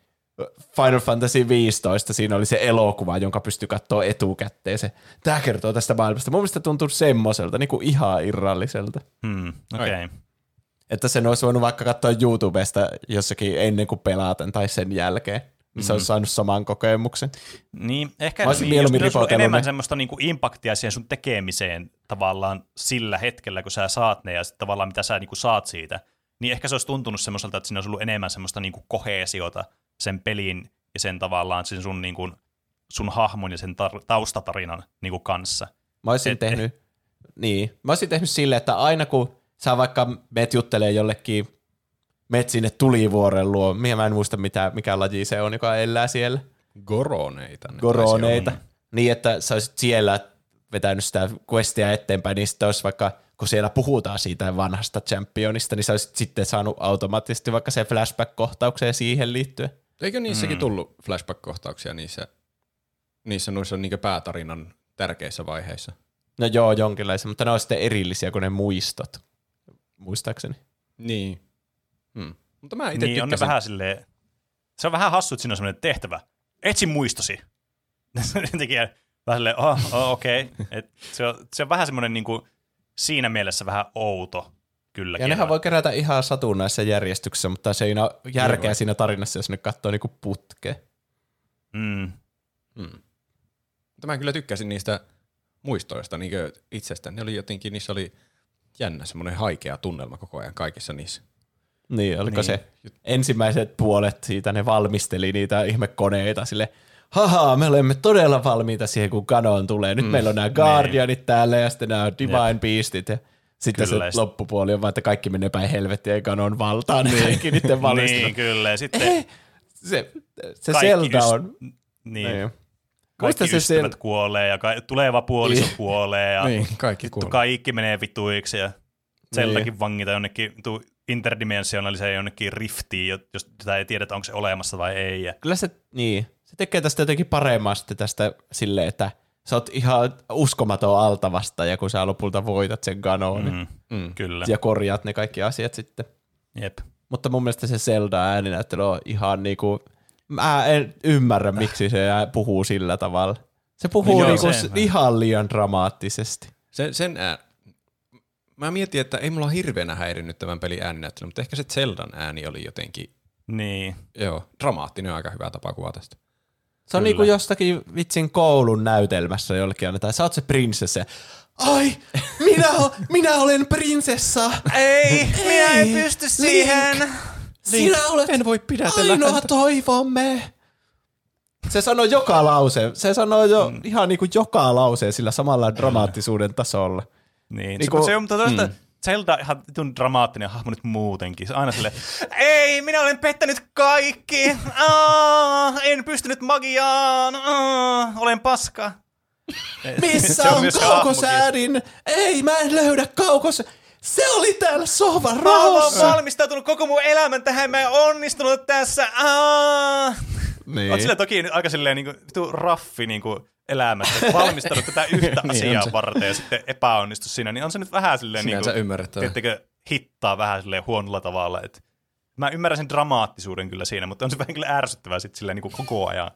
Final Fantasy viisitoista, siinä oli se elokuva, jonka pystyi katsoa etukäteen. Se, tää kertoo tästä maailmasta. Mun mielestä tuntui semmoiselta, niin kuin ihan irralliselta. Hmm, okei. Okay. Että sen olisi voinut vaikka katsoa YouTubesta jossakin ennen kuin pelaten tai sen jälkeen. Niin se olisi saanut saman kokemuksen. Niin, ehkä Mä olisin niin, mieluummin jos olisi ollut ripotellut enemmän ne. semmoista niinku impaktia siihen sun tekemiseen tavallaan sillä hetkellä, kun sä saat ne ja sit tavallaan mitä sä niinku saat siitä, niin ehkä se olisi tuntunut semmoiselta, että siinä olisi ollut enemmän semmoista niinku koheesiota sen pelin ja sen tavallaan sen sun, niinku, sun hahmon ja sen tar- taustatarinan niinku kanssa. Mä olisin Et- tehnyt, niin, mä olisin tehnyt silleen, että aina kun sä vaikka meet juttelee jollekin, meet sinne tulivuoren luo, minä mä en muista mitä, mikä laji se on, joka elää siellä. Goroneita. ne Goroneita. taisi Niin, että sä olisit siellä vetänyt sitä questia eteenpäin, niin sitten olisi vaikka, kun siellä puhutaan siitä vanhasta championista, niin sä olisit sitten saanut automaattisesti vaikka se flashback-kohtaukseen siihen liittyen. olla. Eikö niissäkin mm. tullut flashback-kohtauksia niissä, niissä noissa niinku päätarinan tärkeissä vaiheissa? No joo, jonkinlaisia, mutta ne on sitten erillisiä kuin ne muistot, muistaakseni. Niin. Hmm. Mutta mä itse Niin, on ne tykkäsin. vähän silleen, se on vähän hassu, että siinä on semmoinen tehtävä. Etsi muistosi. Jotenkin vähän silleen, oh, oh okei. Okay. Se, on, se on vähän semmoinen niinku, siinä mielessä vähän outo kylläkin. Ja nehän voi kerätä ihan satunnaisessa järjestyksessä, mutta se ei ole järkeä siinä tarinassa, jos ne katsoo niinku putkeen. Mm. Hmm. Mutta mä kyllä tykkäsin niistä muistoista niin itsestään. Ne oli jotenkin, niissä oli jännä semmoinen haikea tunnelma koko ajan kaikissa niissä. Niin, oliko Niin. se ensimmäiset puolet siitä, ne valmisteli niitä ihmekoneita sille, haha, me olemme todella valmiita siihen, kun Ganon tulee. Nyt mm, meillä on nämä Guardianit niin. täällä ja sitten nämä Divine Beastit ja sitten Kyllä, se loppupuoli on vaan, että kaikki menee päin helvettiä ja Ganon valtaan niin. kaikki niiden valmistelu. Niin, kyllä. Ja sitten Eh, se se kaikki Zelda yst- on. Niin. Niin. Kaikki Muista se ystävät Zel- kuolee ja ka- tuleva puoliso kuolee ja Niin, kaikki vittu kuolee. kaikki menee vituiksi ja Zeldakin Niin. vangita jonnekin tu- interdimensionaliseen jonnekin riftiin, jo- jos sitä ei tiedetä, onko se olemassa vai ei. Ja Kyllä se, niin, se tekee tästä jotenkin paremmin sitten tästä silleen, että sä oot ihan uskomaton altavastaaja, kun sä lopulta voitat sen Ganonin mm, mm. Kyllä. ja korjaat ne kaikki asiat sitten. Jep. Mutta mun mielestä se Zelda-ääninäyttely on ihan niinku, mä en ymmärrä, miksi se puhuu sillä tavalla. Se puhuu Joo, niinku se- ihan liian dramaattisesti. Sen, sen ää... Mä mietin, että ei mulla hirveänä häirinnyt tämän pelin ääninäyttely, mutta ehkä se Zeldan ääni oli jotenkin, Niin. joo, dramaattinen on aika hyvä tapa kuvata sitä. Se on Kyllä. niinku jostakin vitsin koulun näytelmässä jollekin annetaan. Sä oot se prinsessa. ja, Ai, minä, o- minä olen prinsessa. Ei, minä en pysty siihen. Link, sinä olet En voi pidätellä ainoa häntä. toivomme. Se sanoo joka lause. Se sanoo jo mm. ihan niinku joka lause sillä samalla dramaattisuuden tasolla. Niin, Niinku- se, se on mutta toista, mm. Zelda ihan vitun dramaattinen hahmo nyt muutenkin. Se on aina silleen, ei, minä olen pettänyt kaikki. Aa, en pystynyt magiaan. Aa, olen paska. Missä Se on on, myös kaukosäädin? Ei, mä en löydä kaukos. Se oli täällä sohvan Mä oon raossa. valmistautunut koko mun elämän tähän, mä en onnistunut tässä. Aa. Niin. Oot sillä toki aika silleen niinku, vitu raffi niinku elämästä, valmistanut tätä yhtä Niin asiaa on se. varten ja sitten epäonnistu siinä, niin on se nyt vähän silleen Sinänsä niinku, ymmärrettävää. tiedättekö, hittaa vähän silleen huonolla tavalla. Et mä ymmärrän sen dramaattisuuden kyllä siinä, mutta on se vähän kyllä ärsyttävää sitten silleen niinku koko ajan.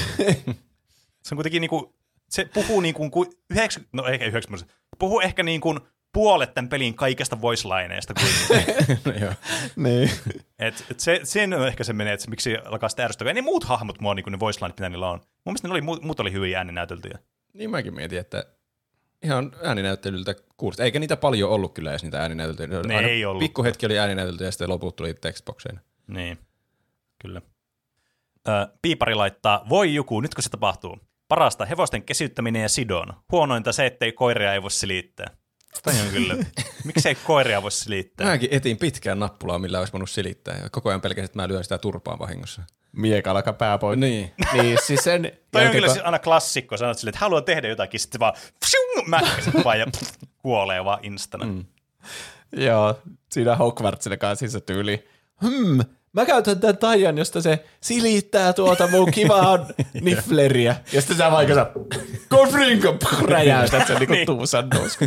Se on kuitenkin niinku, se puhuu niinku kuin yhdeksänkymmentä, no ehkä yhdeksänkymmentä, puhuu ehkä niinku puolet tämän pelin kaikesta voice-lineista kuitenkin. Joo. Niin. Et, et se, sen on ehkä se menee, että se, miksi alkaa sitä ärsyttävää. Ja ne muut hahmot mua, niin kuin ne voice-lineit, mitä niillä on. Mun mielestä ne oli, muut, muut oli hyviä ääninäyteltyjä. Niin mäkin mietin, että ihan ääninäyttelyltä kuulosti. Eikä niitä paljon ollut kyllä edes niitä ääninäyteltyjä. Ne Aina ei ollut. Pikkuhetki oli ääninäyteltyjä ja sitten loput tuli textboxeen. Niin, kyllä. Ö, piipari laittaa, voi joku, nyt kun se tapahtuu. Parasta hevosten kesyttäminen ja sidon. Huonointa se, ettei koiria ei voi silittää. Toi on kyllä. Miksei koiria voi silittää? Mäkin etin pitkään nappulaa, millä olisi voinut silittää. Ja koko ajan pelkäsin, että mä lyön sitä turpaan vahingossa. Miekalla pääpoikki. Niin. Niin, siis sen Toi on jälkeen, kyllä kun- siis aina klassikko, sanot silleen, että haluaa tehdä jotakin, sitten vaan mäkkäiset vaan ja kuolee vaan instana. Mm. Joo, siinä Hogwartsille kanssa se tyyli. Hmm, mä käytän tämän taian, josta se silittää tuota mun kivaa niffleriä. Ja sitten sä vaikka sä Godfrinko räjäytät sen niinku tuusan nousku.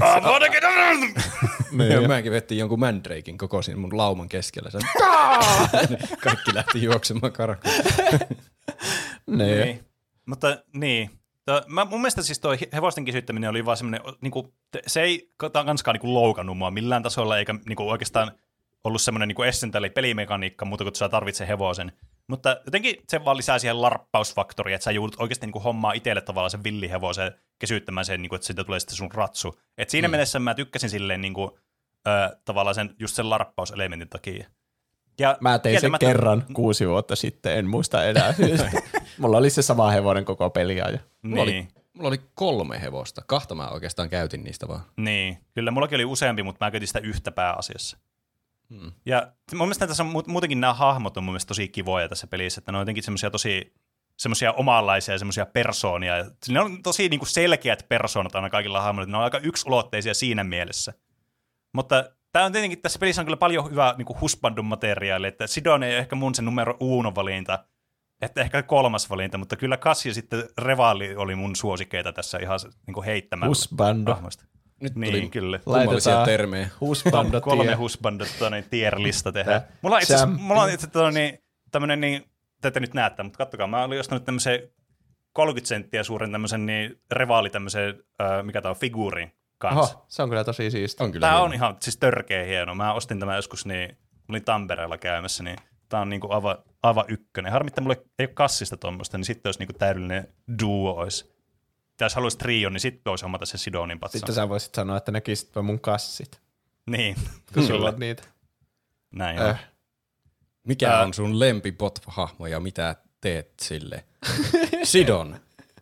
Ja mäkin vettiin jonkun mandrakein koko siinä mun lauman keskellä. Sen kaikki lähti juoksemaan karkuun. Niin. Niin. Mutta niin. Tuo, mä, mun mielestä siis tuo hevosten kysyttäminen oli vaan semmoinen, niinku, se ei kanskaan niinku loukannut mua millään tasolla, eikä niinku oikeastaan ollut semmoinen niinku essentiaali pelimekaniikka, muuta kuin että sä tarvitset hevosen. Mutta jotenkin se vaan lisää siihen larppausfaktoriin, että sä joudut oikeasti niinku hommaa itselle tavallaan sen villihevosen kesyttämään sen, niinku, että siitä tulee sitten sun ratsu. Et siinä mm. mielessä mä tykkäsin silleen niinku, ö, tavallaan sen, just sen larppauselementin takia. Ja Mä tein sen kieltämättä- kerran kuusi vuotta sitten, en muista enää syystä. Mulla oli se sama hevonen koko peliajan. Mulla, Niin. oli, mulla oli kolme hevosta. Kahta mä oikeastaan käytin niistä vaan. Niin, kyllä mullakin oli useampi, mutta mä käytin sitä yhtä pääasiassa. Hmm. Ja mun mielestä tässä on mu- muutenkin nämä hahmot on mun mielestä tosi kivoja tässä pelissä, että ne on jotenkin semmoisia tosi semmoisia omanlaisia, semmoisia persoonia. Ja ne on tosi niinku selkeät persoonat aina kaikilla hahmoilla, ne on aika yksulotteisia siinä mielessä. Mutta tämä on tietenkin, tässä pelissä on kyllä paljon hyvää niinku husbandun materiaalia, että Sidon ei ole ehkä mun se numero uno valinta, että ehkä kolmas valinta, mutta kyllä Kas ja sitten Revali oli mun suosikeita tässä ihan niinku heittämällä. Husbando. hahmoista. Nyt Niin, tuli kyllä. kummallisia Laitetaan termejä. Husbando Kolme tie. husbandot niin tier-lista tehdään. Tää Mulla on itse asiassa, champion. mulla on itse asiassa niin, tämmönen niin, te ette nyt näette, mutta kattokaa, mä olin ostanut tämmöisen kolmekymmentä senttiä suuren tämmöisen niin revaali tämmöisen, äh, mikä tää on, figuurin kanssa. Oho, se on kyllä tosi siisti. On kyllä Tää hieno. on ihan siis törkeä hieno. Mä ostin tämän joskus, niin mä olin Tampereella käymässä, niin tää on niinku aivan, aivan ykkönen. Harmi, että mulla ei ole kassista tuommoista, niin sitten olisi niinku täydellinen duo olisi. Ja jos haluaisit trion, niin sitten olisi hommata se Sidonin patsan. Sitten sä voisit sanoa, että näkisitpä mun kassit, Niin, kun sulla on niitä. näin on. Äh. Mikä Ää. on sun lempibot-hahmo ja mitä teet sille? Sidon.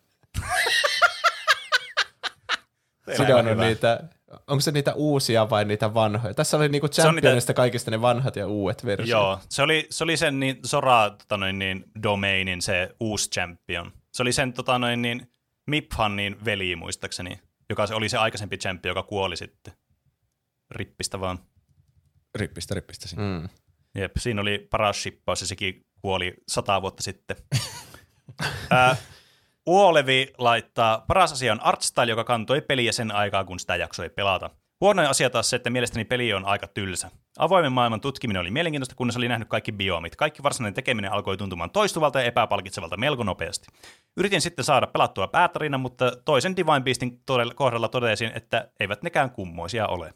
Sidon on niitä, onko se niitä uusia vai niitä vanhoja? Tässä oli niinku on Championista niitä- kaikista ne vanhat ja uudet versiot. Joo, se oli, se oli sen niin, Sora tota noin, niin, domainin se uusi champion. Se oli sen tota noin, niin, Miphannin veli muistaakseni, joka se oli se aikaisempi champion, joka kuoli sitten. Rippistä vaan. Rippistä, rippistä siinä. Mm. Jep, siinä oli paras shippaus ja sekin kuoli sata vuotta sitten. Ää, Uolevi laittaa, paras asia on artstyle, joka kantoi peliä sen aikaa, kun sitä jaksoi pelata. Huonoin asia taas se, että mielestäni peli on aika tylsä. Avoimen maailman tutkiminen oli mielenkiintoista, kunnes oli nähnyt kaikki biomit. Kaikki varsinainen tekeminen alkoi tuntumaan toistuvalta ja epäpalkitsevalta melko nopeasti. Yritin sitten saada pelattua päätarina, mutta toisen Divine Beastin kohdalla totesin, että eivät nekään kummoisia ole.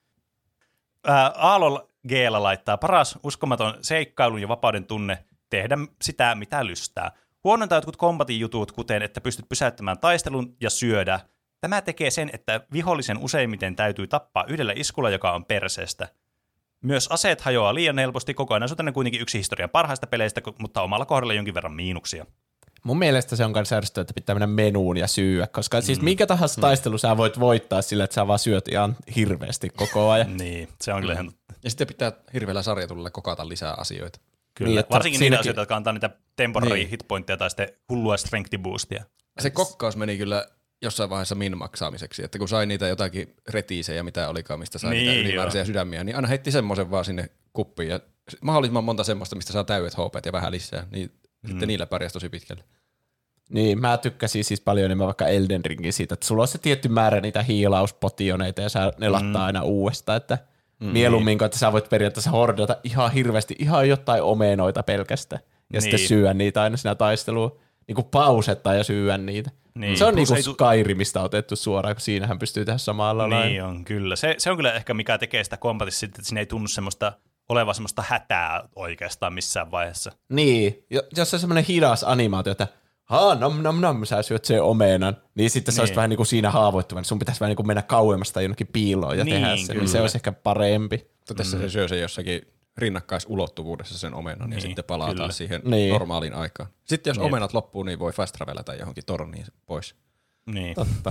Aalol G:llä laittaa paras uskomaton seikkailun ja vapauden tunne tehdä sitä, mitä lystää. Huonontaa jotkut kombatin jutut, kuten että pystyt pysäyttämään taistelun ja syödä. Tämä tekee sen, että vihollisen useimmiten täytyy tappaa yhdellä iskulla, joka on perseestä. Myös aseet hajoaa liian helposti, kokonaisuutena kuitenkin yksi historian parhaista peleistä, mutta omalla kohdalla jonkin verran miinuksia. Mun mielestä se on myös ärsyttävää, että pitää mennä menuun ja syyä, koska mm. siis minkä tahansa mm. taistelu sä voit voittaa sillä, että sä vaan syöt ihan hirveästi koko ajan. Niin, se on kyllä ihan totta. Ja sitten pitää hirveällä sarjatulla kokata lisää asioita. Kyllä, niin, varsinkin siinäkin... niitä asioita, jotka antaa niitä temporary niin. hitpointteja tai sitten hullua strength boostia. Se kokkaus meni kyllä jossain vaiheessa min-maksaamiseksi, että kun sai niitä jotakin retiisejä, mitä olikaan, mistä sai niin, niitä ylimääräisiä sydämiä, niin aina heitti semmoisen vaan sinne kuppiin ja mahdollisimman monta semmoista, mistä saa täydet H P:t ja vähän lisää, niin mm. sitten niillä pärjäsi tosi pitkälle. Niin, mä tykkäsin siis paljon enemmän vaikka Elden Ringin siitä, että sulla on se tietty määrä niitä hiilauspotioneita ja sä ne lattaa mm. aina uudestaan, että mm. mieluummin, että sä voit periaatteessa hordata ihan hirveästi, ihan jotain omenoita pelkästään ja niin. sitten syödä niitä aina siinä taisteluun, niin kuin pausetta ja syödä niitä. Niin. Se on niinku Skyrimistä otettu suoraan, kun siinähän pystyy tehdä samalla lailla. Niin on, kyllä. Se, se on kyllä ehkä mikä tekee sitä kombatissa sitten, että siinä ei tunnu semmoista oleva semmoista hätää oikeastaan missään vaiheessa. Niin, jos on semmoinen hidas animaatio, että haa, nam nam nam, sä syöt sen omenan, niin sitten se niin. olisi vähän niin kuin siinä haavoittuva, niin sun pitäisi vähän niin kuin mennä kauemmasta tai jonnekin piiloon ja niin, tehdä se, niin se olisi ehkä parempi. Tässä mm. se syö se jossakin rinnakkaisulottuvuudessa sen omenan niin, ja sitten palaa kyllä. taas siihen niin. normaaliin aikaan. Sitten jos niin. omenat loppuu, niin voi fast travelata johonkin torniin pois. Niin. Totta.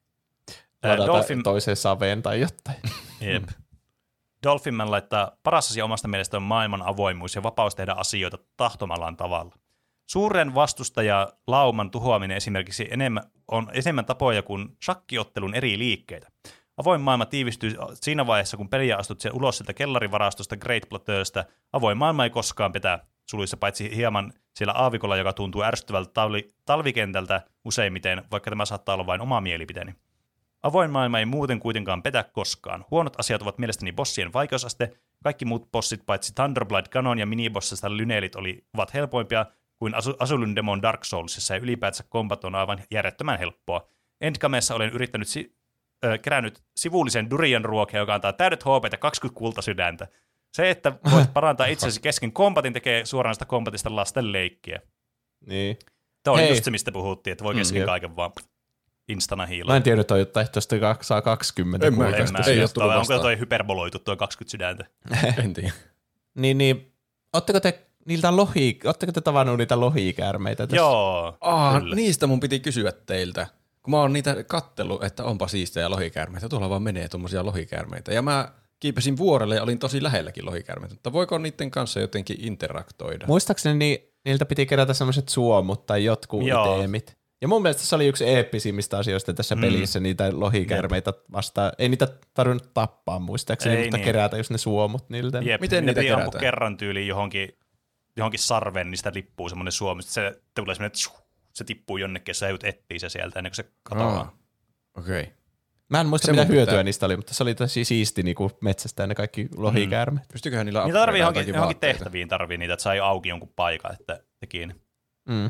Ladata Dolphin... toiseen saveen tai jotain. Jep. Dolphinman laittaa, paras asia omasta mielestä on maailman avoimuus ja vapaus tehdä asioita tahtomallaan tavalla. Suuren vastustaja lauman tuhoaminen esimerkiksi enemmän, on enemmän tapoja kuin shakkiottelun eri liikkeitä. Avoin maailma tiivistyy siinä vaiheessa, kun peliä astut sen ulos sieltä kellarivarastosta Great Plateausta. Avoin maailma ei koskaan petä suluissa, paitsi hieman siellä aavikolla, joka tuntuu ärsyttävältä talvi, talvikentältä useimmiten, vaikka tämä saattaa olla vain oma mielipiteeni. Avoin maailma ei muuten kuitenkaan petä koskaan. Huonot asiat ovat mielestäni bossien vaikeusaste. Kaikki muut bossit, paitsi Thunderblight Ganon ja minibossista Lynelit, olivat helpoimpia kuin Azulun Demon Dark Soulsissa, ja ylipäätänsä kombat on aivan järjettömän helppoa. Endgameessa olen yrittänyt si- äh, kerännyt sivullisen durian ruokia, joka antaa täydet H P ja kaksikymmentä kultasydäntä. Se, että voit parantaa itsesi kesken kombatin, tekee suoraan sitä kombatista lasten leikkiä. Niin. Tämä on just se, mistä puhuttiin, että voi kesken mm, kaiken vaan instana hiilaa. Mä en tiedä, että toi jotain tuosta saa kaksikymmentä. En mä, en mä ei ole tullut vastaan. Onko toi hyperboloitu, tuo kaksikymmentä sydäntä? En tiedä. niin, niin. Ootteko te niiltä lohi, ootteko te tavannut niitä lohikäärmeitä tässä? Joo, ah, niistä mun piti kysyä teiltä. Kun mä oon niitä kattellut, että onpa siistejä lohikäärmeitä. Tuolla vaan menee tommosia lohikäärmeitä. Ja mä kiipesin vuorelle ja olin tosi lähelläkin lohikäärmeitä. Mutta voiko niiden kanssa jotenkin interaktoida? Muistaakseni ni, niiltä piti kerätä semmoiset suomut tai jotkut iteemit. Ja mun mielestä se oli yksi eeppisimmistä asioista tässä mm. pelissä, niitä lohikäärmeitä vastaan. Ei niitä tarvinnut tappaa muistaakseni, ei mutta niin. kerätä just ne suomut niiltä. Jep, miten niitä kerätään? Kerran tyyliin johonkin, johonkin sarveen, niin sitä lippuu semmoinen suomi. Sitten se tulee semmoinen, se tippuu jonnekin, ja sä joudut etsii se sieltä ennen kuin se katoaa. Okei. Okay. Mä en muista, se mitä hyötyä pitää. Niistä oli, mutta se oli tosi siisti niin metsästää ne kaikki lohikäärmeet. Mm. Pystyköhän niillä niitä tarvii johonkin, johonkin tehtäviin tarvii niitä, että sai auki jonkun paikan, että teki ne. Mm.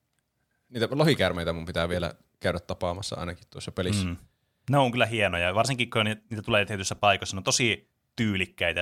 Niitä lohikäärmeitä mun pitää vielä käydä tapaamassa ainakin tuossa pelissä. Mm. Ne on kyllä hienoja, varsinkin kun niitä tulee tietyissä paikoissa, ne on tosi tyylikkäitä ja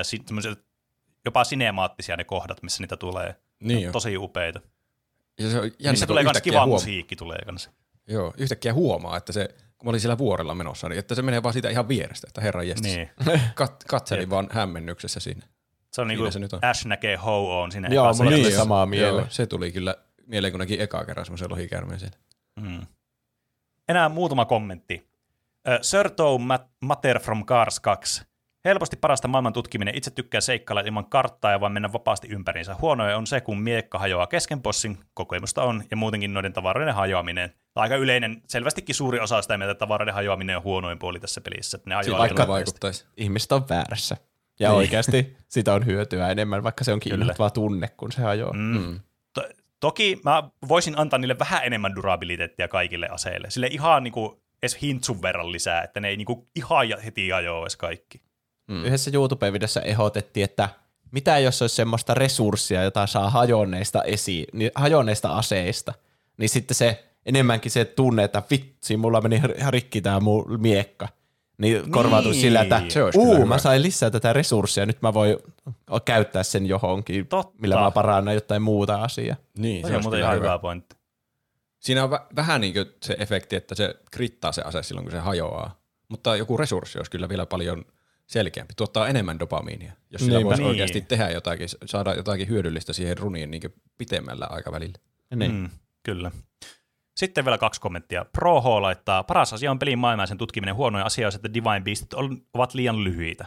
jopa sinemaattisia ne kohdat, missä niitä tulee. Niin tosi upeita. Ja se on jännä, niissä tulee myös kiva huom- musiikki tulee kanssa. Joo, yhtäkkiä huomaa, että se, kun mä olin siellä vuorella menossa, niin että se menee vaan siitä ihan vierestä, että herran jestas. Niin. Kat, katselin vaan hämmennyksessä siinä. Se on niin kuin Ash näkee Ho-On siinä. Joo, mulla oli samaa mieleen. Se tuli kyllä mieleen, kun näki ekaa kerran semmoisen lohikäärmeen siellä. Mm. Enää muutama kommentti. Uh, Sir Toe Matter from Cars kaksi. Helposti parasta maailman tutkiminen. Itse tykkää seikkailla ilman karttaa ja vaan mennä vapaasti ympäriinsä. Huonoja on se, kun miekka hajoaa kesken bossin. Kokemusta on, ja muutenkin noiden tavaroiden hajoaminen. Aika yleinen, selvästikin suuri osa sitä mieltä, että tavaroiden hajoaminen on huonoin puoli tässä pelissä. Ne vaikka vaikuttaisi. Ihmiset on väärässä. Ja niin. Oikeasti sitä on hyötyä enemmän, vaikka se onkin inhottava tunne, kun se hajoaa. Mm. Mm. To- toki mä voisin antaa niille vähän enemmän durabiliteettia kaikille aseille. Sille ihan niinku edes hintsun verran lisää, että ne ei niinku ihan heti ajoa edes kaikki. Mm. Yhdessä YouTube-videossa ehdotettiin, että mitä jos olisi semmoista resurssia, jota saa hajonneista esiin, niin hajonneista aseista, niin sitten se enemmänkin se tunne, että vitsi, mulla meni ihan rikki tää mun miekka. Niin korvautuisi sillä, että uu, mä sain lisää tätä resurssia, nyt mä voin käyttää sen johonkin, Totta. millä mä parannan jotain muuta asiaa. Niin, se on muuten ihan hyvä pointti. Siinä on vä- vähän niin kuin se efekti, että se krittaa se ase silloin, kun se hajoaa. Mutta joku resurssi olisi kyllä vielä paljon selkeämpi. Tuottaa enemmän dopamiinia, jos sillä voisi niin. oikeasti tehdä jotakin, saada jotakin hyödyllistä siihen runiin niin pitemmällä aikavälillä. Niin. Mm, kyllä. Sitten vielä kaksi kommenttia. Pro H laittaa, paras asia on pelin maailman tutkiminen huonoja asioita, että Divine Beastit ovat liian lyhyitä.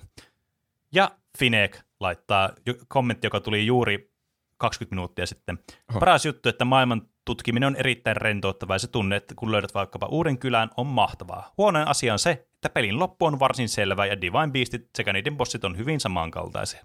Ja Finek laittaa kommentti, joka tuli juuri kaksikymmentä minuuttia sitten. Oho. Paras juttu, että maailman tutkiminen on erittäin rentouttavaa ja se tunne, että kun löydät vaikkapa uuden kylän, on mahtavaa. Huonoin asia on se, että pelin loppu on varsin selvä ja Divine Beastit sekä niiden bossit on hyvin samankaltaisia.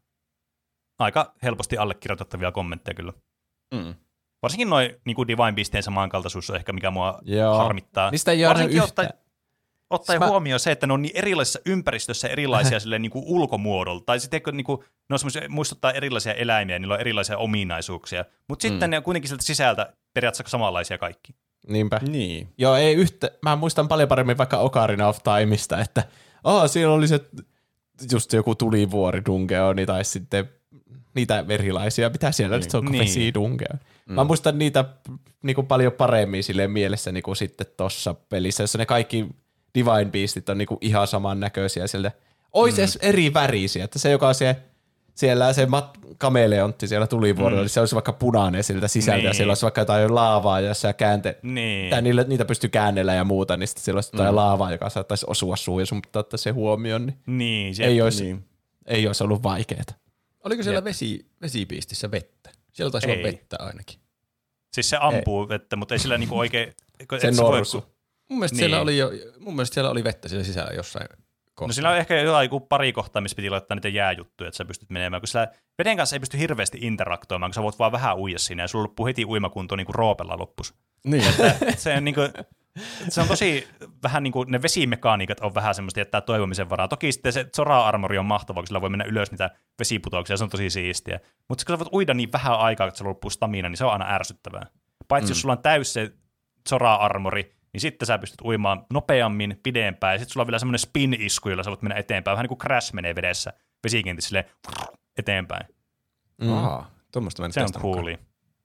Aika helposti allekirjoitettavia kommentteja kyllä. Mm. Varsinkin noin niin Divine Beastien samankaltaisuus on ehkä mikä mua Joo. harmittaa. Mistä ei varsinkin ottaen, ottaen mä... huomioon se, että ne on niin erilaisissa ympäristössä erilaisia silleen, niin kuin ulkomuodolta. Tai sitten niin kuin, ne on muistuttaa erilaisia eläimiä, niillä on erilaisia ominaisuuksia. Mutta sitten mm. ne on kuitenkin sieltä sisältä periaatteessa samanlaisia kaikki. Niinpä. Niin. Joo, ei yhtä. Mä muistan paljon paremmin vaikka Ocarina of Timeista, että oh, siellä oli se just joku tulivuori Dungeoni tai sitten niitä erilaisia, mitä siellä nyt on, kun niin. vesi Dungeoni. Mm. Mä muistan niitä niinku paljon paremmin silleen mielessä niinku sitten tossa pelissä, jossa ne kaikki Divine Beastit on niinku ihan samannäköisiä sieltä. Ois mm. edes eri värisiä, että se joka on se, siellä se mat- kameleontti siellä tulivuorolla, mm. se olisi vaikka punainen siltä sisältä niin. ja siellä olisi vaikka jotain laavaa, jossa käänte, niin. tai niille, niitä pystyy käännellä ja muuta, niin sitten siellä olisi jotain mm. laavaa, joka saattaisi osua suun ja sun pitää ottaa se huomioon, niin, niin ei, olisi, niin. ei olisi ollut vaikeaa. Oliko siellä vesi, vesipiistissä vettä? Siellä taisi olla vettä ainakin. Siis se ampuu ei. vettä, mutta ei sillä niinku oikein... se norsu. Voi... Mun mielestä, niin. siellä oli jo, mun mielestä siellä oli vettä siellä sisällä jossain kohtaa. No siinä on ehkä jotain pari kohtaa, missä piti laittaa niitä jääjuttuja, että sä pystyt menemään. Kun sillä veden kanssa ei pysty hirveästi interaktoimaan, kun sä voit vaan vähän uida siinä ja sulla loppuu heti uimakunto niin kuin roopella loppus. Niin. Että se on niin kuin... Se on tosi vähän niin kuin ne vesimekaniikat on vähän semmoista jättää toivomisen varaa. Toki sitten se Zora-armori on mahtavaa, kun sillä voi mennä ylös niitä vesiputouksia, se on tosi siistiä. Mutta kun sä voit uida niin vähän aikaa, että sulla loppuu stamina, niin se on aina ärsyttävää. Paitsi mm. jos sulla on täys se Zora-armori, niin sitten sä pystyt uimaan nopeammin, pidempään, ja sitten sulla on vielä semmoinen spin-isku, jolla sä voit mennä eteenpäin. Vähän niin kuin Crash menee vedessä vesikentissä silleen eteenpäin. Mm. Aha, tuommoista mä en se on coolia.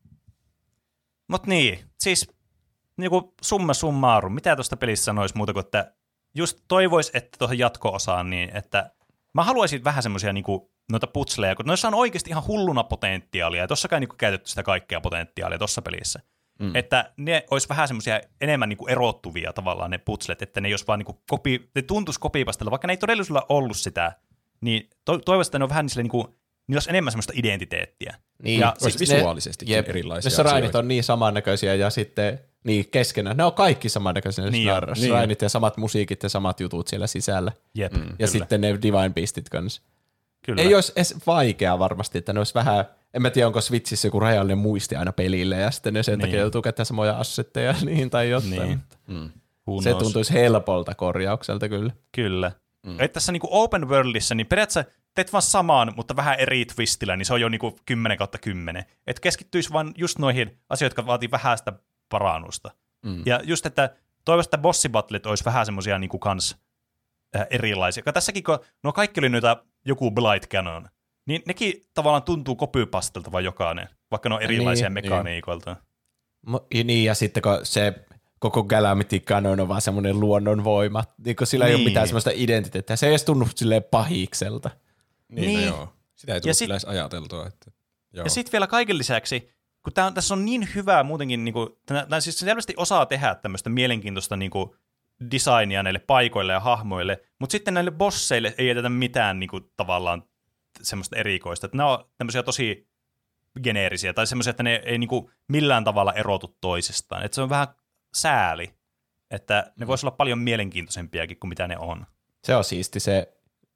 Mut niin, siis... Niin summa summarum, mitä tuosta pelissä sanoisi muuta kuin, että just toivois, että tuohon jatko-osaan niin, että mä haluaisin vähän semmoisia niin noita putsleja, kun noissa on oikeasti ihan hulluna potentiaalia, ja tossakaan ei niin käytetty sitä kaikkea potentiaalia tuossa pelissä. Mm. Että ne olisi vähän semmoisia enemmän niin kuin erottuvia tavallaan ne putslet, että ne jos vaan niin kuin kopi, ne tuntuisi kopipastella, vaikka ne ei todellisuudella ollut sitä, niin to, toivoisin, että ne on vähän niin, niin kuin, niillä olisi enemmän semmoista identiteettiä. Niin, ja olisi visuaalisestikin ne, erilaisia ne srainit on niin samannäköisiä, ja sitten niin keskenään. Ne on kaikki samannäköisiä, niin srainit niin. ja samat musiikit ja samat jutut siellä sisällä. Jep, mm, ja kyllä. sitten ne Divine Beastit kanssa. Kyllä. Ei olisi edes vaikeaa varmasti, että ne olisi vähän, en mä tiedä onko Switchissä joku rajallinen muisti aina pelille, ja sitten ne sen niin. takia joutuu käyttämään samoja assetteja niihin tai jotain. Niin. Mm. Se tuntuisi helpolta korjaukselta kyllä. Kyllä. Mm. Et tässä niinku open worldissa, niin periaatteessa teet vaan samaan, mutta vähän eri twistillä, niin se on jo niinku kymmenen kautta kymmenen. Että keskittyisi vaan just noihin asioihin, jotka vaatii vähän sitä parannusta. Mm. Ja just, että toivoisi, että bossibattlet olisi vähän semmoisia niinku kans äh, erilaisia. Tässäkin, kun no kaikki oli noita joku Blight Canon, niin nekin tavallaan tuntuu kopypastelta vaan jokainen, vaikka ne on erilaisia niin, mekaniikoilta. Niin. niin, ja sitten kun se koko Calamity Canon on vaan semmoinen luonnonvoima, niin kun sillä niin. ei ole mitään semmoista identiteettiä, se ei edes tunnu silleen pahikselta. Niin, niin. No joo. Sitä ei tullut sit, edes ajateltua. Että, joo. Ja sitten vielä kaiken lisäksi, kun tää on, tässä on niin hyvää muutenkin, niin kuin, tämä siis selvästi osaa tehdä tämmöistä mielenkiintoista niin kuin designia näille paikoille ja hahmoille, mutta sitten näille bosseille ei jätetä mitään niin kuin, tavallaan semmoista erikoista. Että nämä on tämmöisiä tosi geneerisiä, tai semmoisia, että ne ei niin kuin, millään tavalla erotu toisestaan. Että se on vähän sääli, että ne voisi olla paljon mielenkiintoisempiakin kuin mitä ne on. Se on siisti se,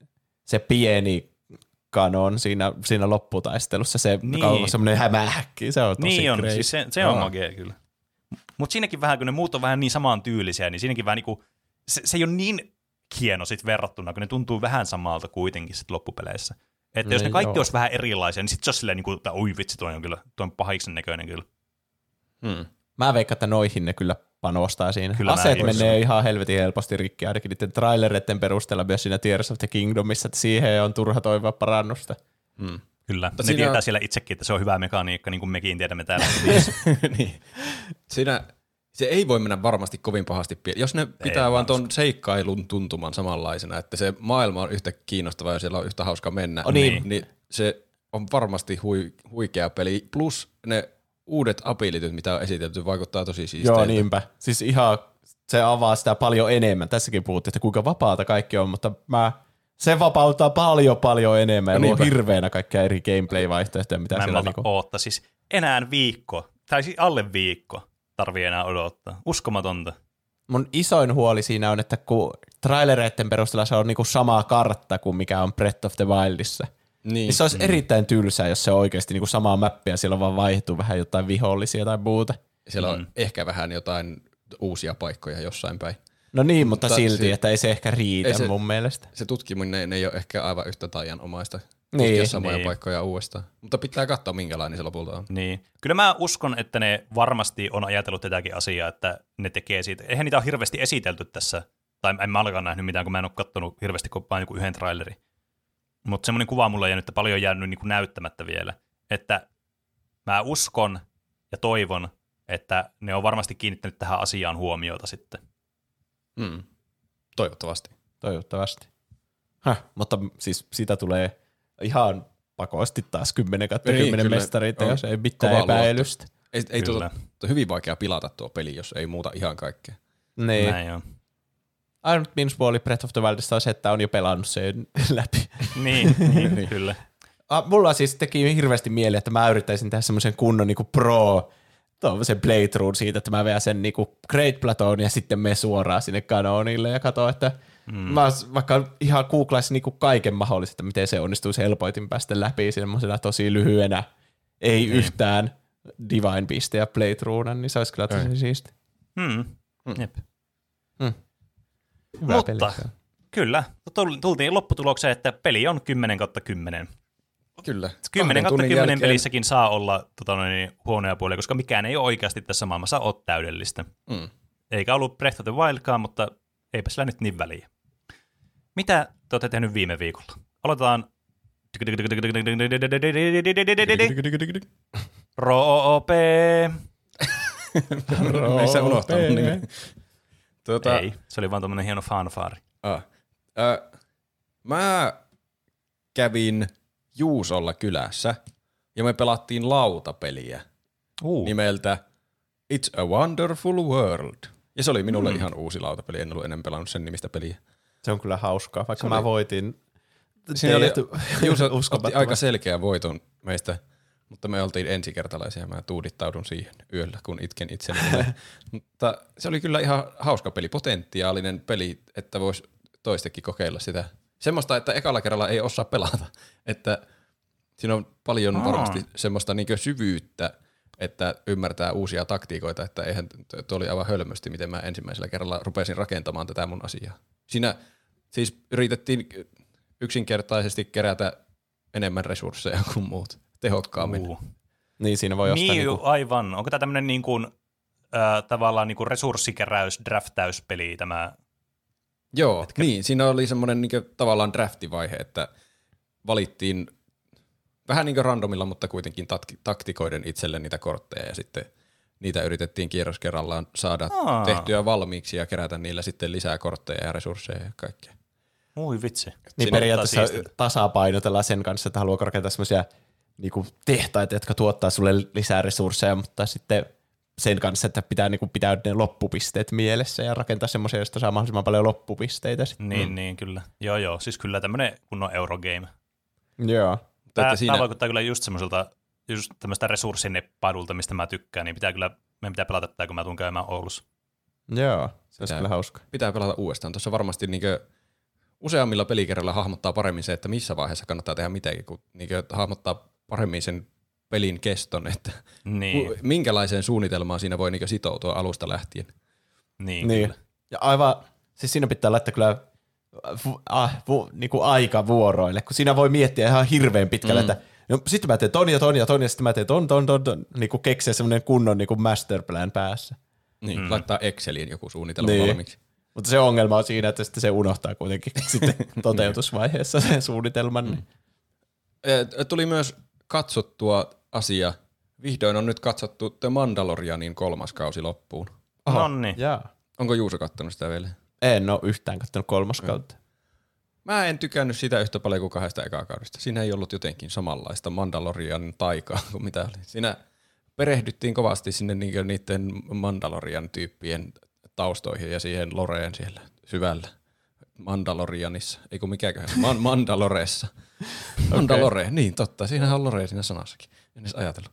se pieni kanon siinä, siinä lopputaistelussa, se niin. on semmoinen hämähäkki, se on tosi niin on, great. Siis se, se on magia kyllä. Mutta siinäkin vähän, kun ne muut on vähän niin samaan tyylisiä, niin siinäkin vähän niinku se, se ei ole niin hieno sit verrattuna, kun ne tuntuu vähän samalta kuitenkin sit loppupeleissä. Että no jos ne kaikki joo. olisi vähän erilaisia, niin sitten se olisi silleen, niin kuin, että oi vitsi, toi on kyllä, toi on pahiksen näköinen kyllä. Hmm. Mä veikkaan, että noihin ne kyllä panostaa siinä. Kyllä aseet menee ihan helvetin helposti rikki, ainakin niiden trailereiden perusteella myös siinä Tears of the Kingdomissa, että siihen on turha toivoa parannusta. Hmm. Kyllä, Mutta ne siinä... tietää siellä itsekin, että se on hyvä mekaniikka, niin kuin mekin tiedämme täällä. niin. Siinä se ei voi mennä varmasti kovin pahasti pie- Jos ne pitää ei, vaan ton seikkailun tuntuman samanlaisena, että se maailma on yhtä kiinnostava ja siellä on yhtä hauska mennä, oh, niin. niin se on varmasti hui, huikea peli. Plus ne uudet abilityt, mitä on esitelty, vaikuttaa tosi siisteiltä. Joo, niinpä. Siis ihan se avaa sitä paljon enemmän. Tässäkin puhuttiin, että kuinka vapaata kaikki on, mutta mä, se vapauttaa paljon paljon enemmän ja no, luo hirveänä kaikkia eri gameplay-vaihtoehtoja, mitä mä siellä en niinku... oottaa. Siis enää viikko, tai siis alle viikko tarvii enää odottaa. Uskomatonta. Mun isoin huoli siinä on, että kun trailereiden perusteella se on niinku sama kartta kuin mikä on Breath of the Wildissa, niin, niin se olisi mm. erittäin tylsää, jos se on oikeasti niinku samaa mappia ja siellä vaan vaihtuu vähän jotain vihollisia tai muuta. Siellä on mm. ehkä vähän jotain uusia paikkoja jossain päin. No niin, mutta, mutta silti, se, että ei se ehkä riitä se, mun mielestä. Se tutkiminen ei ole ehkä aivan yhtä taianomaista tutkia niin, samoja niin. paikkoja uudestaan. Mutta pitää katsoa, minkälainen se lopulta on. Niin. Kyllä mä uskon, että ne varmasti on ajatellut tätäkin asiaa, että ne tekee siitä. Eihän niitä ole hirveästi esitelty tässä, tai en mä alkaan nähnyt mitään, kun mä en ole katsonut hirveästi kuin vain joku yhden trailerin. Mutta semmoinen kuva mulla on jäänyt, että paljon on jäänyt niin kuin näyttämättä vielä. Että mä uskon ja toivon, että ne on varmasti kiinnittänyt tähän asiaan huomiota sitten. Mm. Toivottavasti. Toivottavasti. Häh, mutta siis siitä tulee ihan pakosti taas kymmenen kautta kymmenen mestareita, jos ei mitään epäilystä. Ei, ei tuota, hyvin vaikea pilata tuo peli, jos ei muuta ihan kaikkea. Niin. Näin on. Ainut minuspuoli Breath of the Wildista on se, että on jo pelannut sen läpi. niin, niin, kyllä. Ah, mulla siis teki hirveästi mieli, että mä yrittäisin tehdä semmoisen kunnon niinku pro tuollaisen playthrough siitä, että mä veän sen niinku Great Plateau'n ja sitten me suoraan sinne kanonille ja katsoin, että mm. mä vaikka ihan googlaisin niinku kaiken mahdollista, miten se onnistuisi helpoitin päästä läpi semmoisena tosi lyhyenä, ei mm. yhtään divine-pistejä playthroughna, niin se olisi kyllä tosi siisti. Mm. Mm. Jep. Mm. Hyvä Mutta peli. Kyllä, tultiin lopputulokseen, että peli on kymmenen kautta kymmenen. Kyllä. kymmenen kautta kymmenen jälkeen... pelissäkin saa olla tota, noin, huonoja puolia, koska mikään ei ole oikeasti tässä maailmassa ole täydellistä. Mm. Eikä ollut Breath of the Wildkaan, mutta eipä sillä nyt niin väliä. Mitä te olette tehnyt viime viikolla? Aloitetaan Roope. Ei se unohtanut nimen. Tuota... Ei, se oli vaan tommonen hieno fanfaari. Ah. Äh, mä kävin Juusolla kylässä ja me pelattiin lautapeliä uh. nimeltä It's a Wonderful World. Ja se oli minulle mm. ihan uusi lautapeli, en ollut ennen pelannut sen nimistä peliä. Se on kyllä hauskaa, vaikka mä oli... voitin. Siinä oli Juuso otti aika selkeä voiton meistä, mutta me oltiin ensikertalaisia ja mä tuudittaudun siihen yöllä, kun itken itseni. Mutta se oli kyllä ihan hauska peli, potentiaalinen peli, että voisi toistekin kokeilla sitä. Semmoista, että ekalla kerralla ei osaa pelata, että siinä on paljon Aa. varmasti semmoista niin syvyyttä, että ymmärtää uusia taktiikoita, että eihän tuo oli aivan hölmösti, miten mä ensimmäisellä kerralla rupesin rakentamaan tätä mun asiaa. Siinä siis yritettiin yksinkertaisesti kerätä enemmän resursseja kuin muut, tehokkaammin. Uh. Niin siinä voi ostaa niin, niinku... aivan. Onko tämä tämmöinen niin kuin, äh, tavallaan niin kuin resurssikeräys, draftäyspeli tämä? Joo, Etkä... niin. Siinä oli semmoinen niin kuin, tavallaan draftivaihe, että valittiin vähän niin kuin randomilla, mutta kuitenkin tat- taktikoiden itselle niitä kortteja ja sitten niitä yritettiin kierros kerrallaan saada Aa. tehtyä valmiiksi ja kerätä niillä sitten lisää kortteja ja resursseja ja kaikkea. Ui vitsi. Niin periaatteessa tasapainotellaan sen kanssa, että haluaa rakentaa semmoisia niinku tehtaita, jotka tuottaa sulle lisää resursseja, mutta sitten sen kanssa, että pitää niinku pitää ne loppupisteet mielessä ja rakentaa semmoisia, joista saa mahdollisimman paljon loppupisteitä. Niin, mm. niin, kyllä. Joo, joo. Siis kyllä tämmöinen kunnon Eurogame. Joo. Tämä, siinä... tämä vaikuttaa kyllä just semmoiselta, just tämmöistä resurssineppailuilta, mistä mä tykkään, niin pitää kyllä, meidän pitää pelata tätä, kun mä tuun käymään Oulussa. Joo, se olisi kyllä hauska. Pitää pelata uudestaan. Tuossa varmasti niinkö useammilla pelikerralla hahmottaa paremmin se, että missä vaiheessa kannattaa tehdä mitäkin, kun niinkö hahmottaa paremmin sen pelin keston, että niin. minkälaiseen suunnitelmaan siinä voi niinkö sitoutua alusta lähtien. Niin, niin. Kyllä. Ja aivan Siis siinä pitää laittaa kyllä vu, ah, vu, niinku aikavuoroille, kun siinä voi miettiä ihan hirveän pitkälle, mm. että no, sitten mä teen ton ja ton ja ton ja sitten mä teen ton, ton, ton, ton niinku keksiä semmoinen kunnon niinku masterplan päässä. Niin, mm. laittaa Exceliin joku suunnitelma niin. valmiiksi. Mutta se ongelma on siinä, että sitten se unohtaa kuitenkin sitten toteutusvaiheessa sen suunnitelman. Mm. Tuli myös katsottua asia. Vihdoin on nyt katsottu The Mandalorianin kolmas kausi loppuun. Nonni. Onko Juuso kattonut sitä vielä? En ole yhtään kattonut kolmas kautta. Mä en tykännyt sitä yhtä paljon kuin kahdesta ekaa kaudesta. Siinä ei ollut jotenkin samanlaista Mandalorian taikaa kuin mitä oli. Siinä perehdyttiin kovasti sinne niiden Mandalorian tyyppien taustoihin ja siihen Loreen siellä syvällä Mandalorianissa. Eikö mikäköhän? Man- Mandaloressa. Mandalore, okay. Niin totta. Siinähän on Lore siinä sanassakin. En edes ajatellut.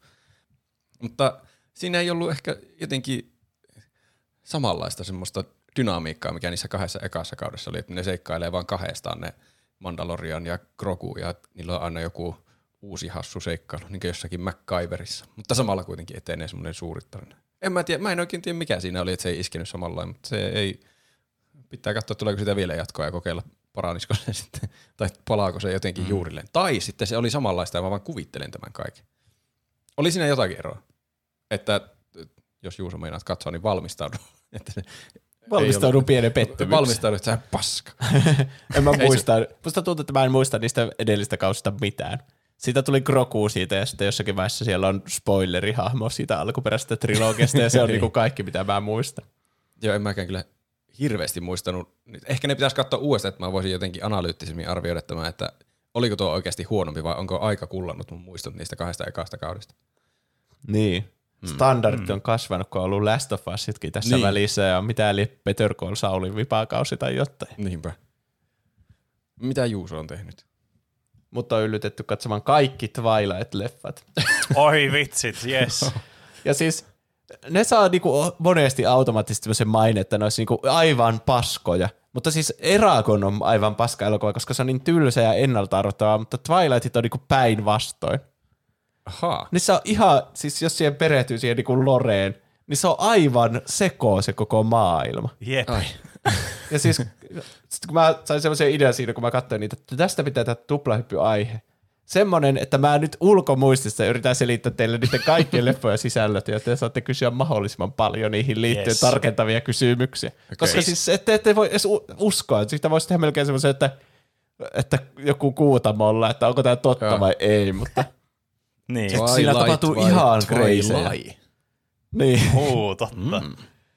Mutta siinä ei ollut ehkä jotenkin samanlaista semmoista dynamiikkaa, mikä niissä kahdessa ekassa kaudessa oli, että ne seikkailee vaan kahdestaan ne Mandalorian ja Grogu ja niillä on aina joku uusi hassu seikkailu, niin kuin jossakin MacGyverissa. Mutta samalla kuitenkin etenee semmoinen suuri tarina. En mä tiedä, mä en oikein tiedä mikä siinä oli, että se ei iskenyt samalla, mutta se ei, pitää katsoa tuleeko sitä vielä jatkoa ja kokeilla paranisiko se sitten, tai palaako se jotenkin mm. juurilleen. Tai sitten se oli samanlaista ja mä vaan kuvittelen tämän kaiken. Oli siinä jotakin eroa, että jos Juuso meinaat katsoa, niin valmistaudu. Että se Valmistaudun pienen pettymyksen. Valmistaudu, että sä paska. En mä muista. Musta tuntuu, että mä en muista niistä edellistä kausista mitään. Siitä tuli Grogu siitä ja sitten jossakin vaiheessa siellä on spoilerihahmo siitä alkuperäisestä trilogiasta ja se on niinku kaikki, mitä mä muistan. Joo, en mäkään kyllä hirveästi muistanut. Ehkä ne pitäisi katsoa uudestaan, että mä voisin jotenkin analyyttisemmin arvioida tämän, että oliko tuo oikeasti huonompi vai onko aika kullannut mun muistot niistä kahdesta ekasta kaudesta. Niin. Standardit mm. on kasvanut, kun on ollut Last of Usitkin tässä niin. välissä ja mitä eli Better Call Saulin vipakausi tai jotain. Niinpä. Mitä Juuso on tehnyt? Mutta on yllytetty katsomaan kaikki Twilight-leffat. Oi vitsit, yes. Ja siis ne saa niinku monesti automaattisesti semmoisen maine, että ne olisi niinku aivan paskoja. Mutta siis Eragon on aivan paska elokuva, koska se on niin tylsä ja ennalta arvottavaa, mutta Twilightit on niinku päinvastoin. Ahaa. Niin se on ihan, siis jos siihen perehtyy siihen niinku Loreen, niin se on aivan sekoo se koko maailma. Jep. Ai. Ja siis sit kun mä sain semmoisen idean siinä, kun mä katsoin niitä, että tästä pitää tehdä tuplahyppyaihe. Semmoinen, että mä nyt ulkomuistissa yritän selittää teille niiden kaikkien leffojen sisällöt, ja te saatte kysyä mahdollisimman paljon niihin liittyen yes. tarkentavia kysymyksiä. Okay. Koska siis ette, ette voi edes uskoa, että siitä voisi tehdä melkein semmoisen, että, että joku Kuutamolla, että onko tämä totta ja. vai ei, mutta niin. Siinä tapahtuu ihan crazy. Niin. Huu, totta. Mm.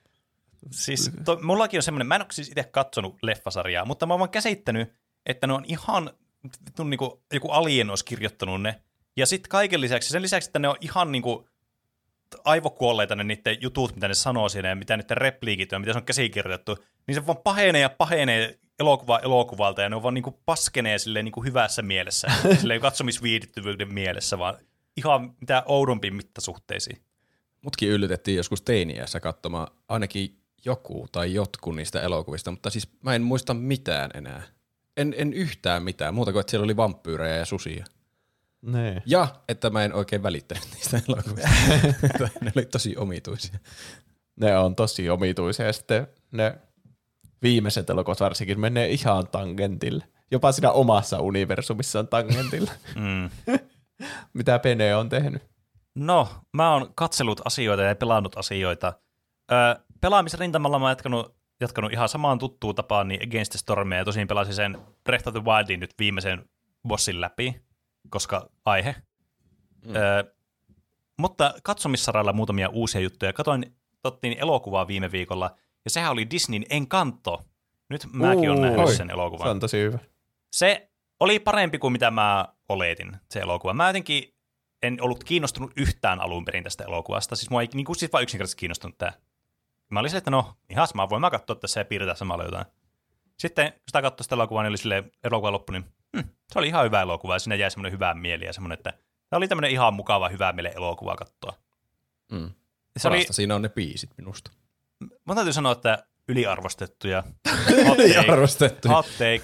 Siis to, mullakin on semmoinen, mä en ole siis itse katsonut leffasarjaa, mutta mä oon vaan käsittänyt, että ne on ihan, niin kuin joku alien olisi kirjoittanut ne. Ja sitten kaiken lisäksi, sen lisäksi, että ne on ihan niin kuin aivokuolleita ne niiden jutut, mitä ne sanoo siinä ja mitä niiden repliikit on, mitä se on käsikirjoitettu, niin se vaan pahenee ja pahenee elokuva elokuvalta ja ne on vaan niin kuin paskenee silleen niin kuin hyvässä mielessä, silleen katsomisviihdyttävyyden mielessä, vaan ihan mitä oudompiin mittasuhteisiin. Mutkin yllytettiin joskus teiniässä katsomaan ainakin joku tai jotkut niistä elokuvista, mutta siis mä en muista mitään enää. En, en yhtään mitään, muuta kuin että siellä oli vampyyrejä ja susia. Nee. Ja että mä en oikein välittänyt niistä elokuvista. Ne oli tosi omituisia. Ne on tosi omituisia ja sitten ne viimeiset elokuvat varsinkin menee ihan tangentille. Jopa siinä omassa universumissa on tangentilla. mm. Mitä Pene on tehnyt? No, mä oon katsellut asioita ja pelannut asioita. Öö, pelaamisrintamalla mä oon jatkanut, jatkanut ihan samaan tuttuun tapaan niin Against the Stormia ja tosin pelasin sen Breath of the Wildin nyt viimeisen bossin läpi, koska aihe. Mm. Öö, mutta katsomissaralla muutamia uusia juttuja. Katoin tottiin elokuvaa viime viikolla ja sehän oli Disneyn Encanto. Nyt mäkin oon nähnyt oi, sen elokuvan. Se on tosi hyvä. Se oli parempi kuin mitä mä oletin, se elokuva. Mä jotenkin en ollut kiinnostunut yhtään alun perin tästä elokuvasta. Siis mua ei niin kuin siis vaan yksinkertaisesti kiinnostunut tää. Mä olin silleen, että no, ihan sama, voin mä katsoa tässä ja piirtää samalla jotain. Sitten kun sitä katsoi sitä elokuvaa, niin oli silleen elokuva loppu, niin hm, se oli ihan hyvä elokuva ja siinä jäi semmoinen hyvä mieli ja semmoinen, että tämä oli tämmöinen ihan mukava, hyvä mielen elokuva katsoa. Mm. Se oli, siinä on ne biisit minusta. Mä täytyy sanoa, että yliarvostettuja. Yliarvostettuja. Hot take.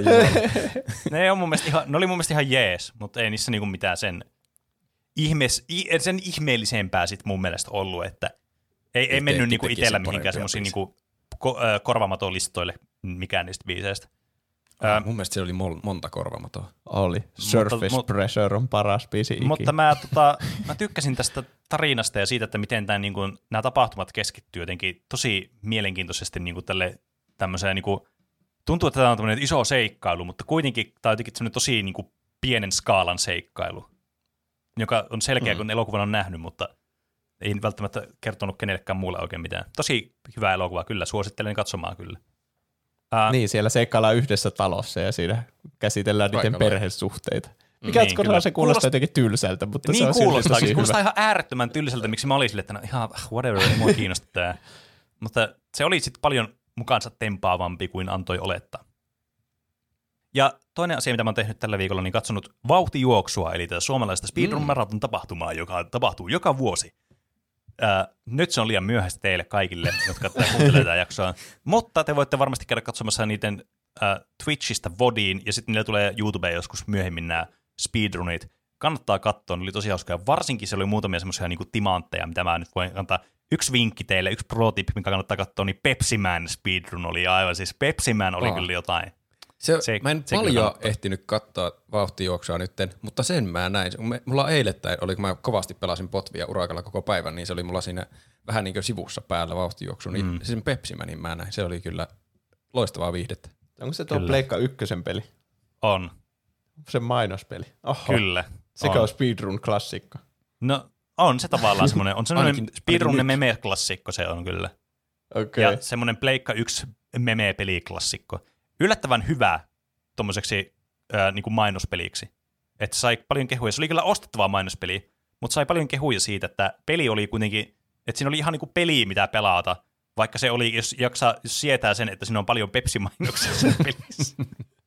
ne, on mun mielestä ihan, ne oli mun mielestä ihan jees, mutta ei niissä niinku mitään sen, ihmees, sen ihmeellisempää sit mun mielestä ollut, että ei, ei mennyt niinku itsellä mihinkään semmoisiin niinku ko, äh, korvamatolistoille mikään niistä biiseistä. Ah, mun mielestä siellä oli mol- monta korvaamatoa. Oli. Surface mutta, Pressure on paras biisi ikinä. Mutta mä, tota, mä tykkäsin tästä tarinasta ja siitä, että miten tämän, niin kuin, nämä tapahtumat keskittyy jotenkin tosi mielenkiintoisesti niin kuin tälle tämmöiseen, niin kuin, tuntuu, että tämä on tämmöinen iso seikkailu, mutta kuitenkin tämä on jotenkin semmoinen tosi niin kuin, pienen skaalan seikkailu, joka on selkeä, mm. kun elokuvan on nähnyt, mutta ei välttämättä kertonut kenellekään muulle oikein mitään. Tosi hyvä elokuva, kyllä, suosittelen katsomaan kyllä. Uh, niin, siellä seikkaillaan yhdessä talossa ja siinä käsitellään niiden Aikalailla. perhesuhteita. Mikä niin, niin, se kuulostaa jotenkin tylsältä, mutta niin se on silti kuulostaa, tosi se kuulostaa hyvä. ihan äärettömän tylsältä, miksi mä olin sille, että no, ihan whatever, ei mua kiinnosta tää. Mutta se oli sitten paljon mukaansa tempaavampi kuin antoi olettaa. Ja toinen asia, mitä mä oon tehnyt tällä viikolla, niin katsonut vauhtijuoksua, eli tätä suomalaista speedrun maraton tapahtumaa, joka tapahtuu joka vuosi. Ää, nyt se on liian myöhäistä teille kaikille, jotka kuuntelevat tätä jaksoa, mutta te voitte varmasti käydä katsomassa niiden ää, Twitchistä vodiin, ja sitten niille tulee YouTubeen joskus myöhemmin nämä speedrunit. Kannattaa katsoa, ne oli tosi hauskaa. Varsinkin se oli muutamia semmoisia niinku timantteja, mitä mä nyt voin antaa. Yksi vinkki teille, yksi pro-tip, minkä kannattaa katsoa, niin Pepsi Man speedrun oli aivan. Siis Pepsi Man oli oh. kyllä jotain. Se, Se- mä en se paljon kyllä kannattaa. ehtinyt katsoa vauhtijuoksua nytten, mutta sen mä näin. Me- Mulla eilettäin oli, kun mä kovasti pelasin potvia urakalla koko päivän, niin se oli mulla siinä vähän niin kuin sivussa päällä vauhtijuoksu. Niin mm. sen Pepsimanin mä näin. Se oli kyllä loistavaa viihdettä. Onko se tuo Kyllä. Pleikka ykkösen peli? On, Se mainospeli. Oho. kyllä. Sekä on on. speedrun-klassikko. No on se tavallaan semmoinen, on semmoinen Ainakin- speedrun ainakin nyt. meme-klassikko se on kyllä. Okei. Ja semmoinen Pleikka yksi meme-peliklassikko. Yllättävän hyvä tommoseksi ää, niin kuin mainospeliksi. Että sai paljon kehuja. Se oli kyllä ostettavaa mainospeli, mutta sai paljon kehuja siitä, että peli oli kuitenkin, että siinä oli ihan niin kuin peli, mitä pelata, vaikka se oli, jos jaksaa, jos sietää sen, että siinä on paljon Pepsi-mainoksia siinä pelissä.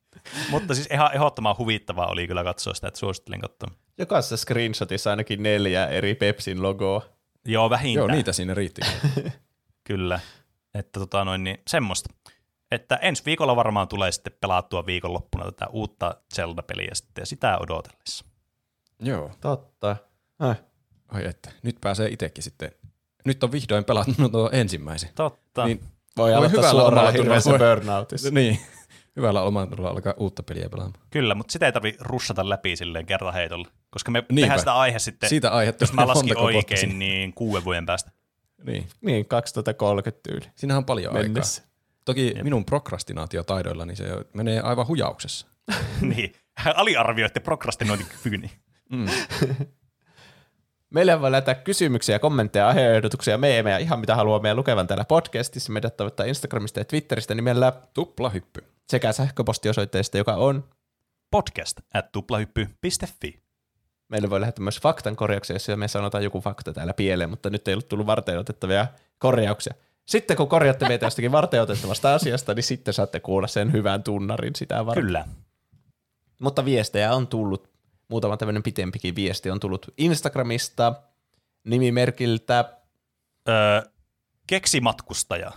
Mutta siis ihan ehdottoman huvittavaa oli kyllä katsoa sitä, että suosittelen katsoa. Jokaisessa screenshotissa ainakin neljä eri Pepsin logoa. Joo, vähintään. Joo, niitä siinä riitti. Kyllä. Että tota noin, niin semmoista. Että ensi viikolla varmaan tulee sitten pelattua viikonloppuna tätä uutta Zelda-peliä sitten ja sitä odotellessa. Joo. Totta. Äh. Ai että, nyt pääsee itsekin sitten. Nyt on vihdoin pelannut tuo ensimmäisen. Totta. Niin, Voi Voi aloittaa hyvällä suoraan omalla hirveässä tunnolla. burnoutissa. niin. Hyvällä omalla alkaa uutta peliä pelaamaan. Kyllä, mutta sitä ei tarvitse russata läpi silleen kertaheitolla, koska me Niinpä. tehdään sitä aihe sitten, Siitä aihetta jos mä monta laskin kopotta oikein, siinä. niin kuuden vuoden päästä. Niin. Niin, kaksituhattakolmekymmentä tyyli. Siinähän on paljon Mennessä. aikaa. Toki Jep. minun prokrastinaatiotaidoilla niin se menee aivan hujauksessa. niin, aliarvioitte prokrastinointikykyni. Mm. Meille voi lähettää kysymyksiä, kommentteja, aiheehdotuksia, meemejä, ihan mitä haluaa meidän lukevan täällä podcastissa. Meidät tavoittaa Instagramista ja Twitteristä nimellä Tuplahyppy. sekä sähköpostiosoitteesta, joka on. Podcast at tuplahyppy piste fi. Meille voi lähettää myös faktan korjauksia, jos me sanotaan joku fakta täällä pieleen, mutta nyt ei ollut tullut varten otettavia korjauksia. Sitten kun korjaatte meitä jostakin varten otettavasta asiasta, niin sitten saatte kuulla sen hyvän tunnarin sitä varten. Kyllä. Mutta viestejä on tullut, muutama tämmöinen pitempikin viesti on tullut Instagramista, nimimerkiltä Öö, keksimatkustaja.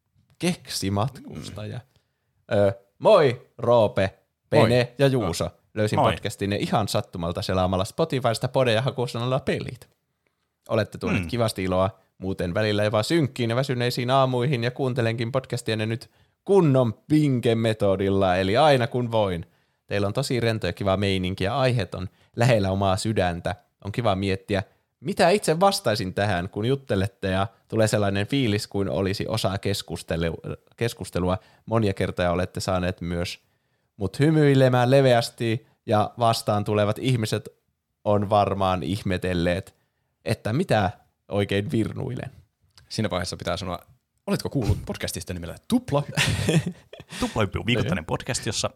Keksimatkustaja. Mm. Öö, moi Roope, Pene Moi. ja Juuso. Löysin Moi. podcastin ihan sattumalta selaamalla Spotifysta podeja hakusanalla pelit. Olette tuoneet Mm. kivasti iloa, muuten välillä jopa synkkiin ja väsyneisiin aamuihin ja kuuntelenkin podcastienne nyt kunnon pinke-metodilla, eli aina kun voin. Teillä on tosi rento ja kiva meininki ja aiheet on lähellä omaa sydäntä. On kiva miettiä, mitä itse vastaisin tähän, kun juttelette ja tulee sellainen fiilis, kuin olisi osa keskustelu- keskustelua. Monia kertoja olette saaneet myös mut hymyilemään leveästi ja vastaan tulevat ihmiset on varmaan ihmetelleet, että mitä oikein virnuilen. Siinä vaiheessa pitää sanoa, oletko kuullut podcastista nimellä Tuplahyppy? Tuplahyppy on viikoittainen podcast, jossa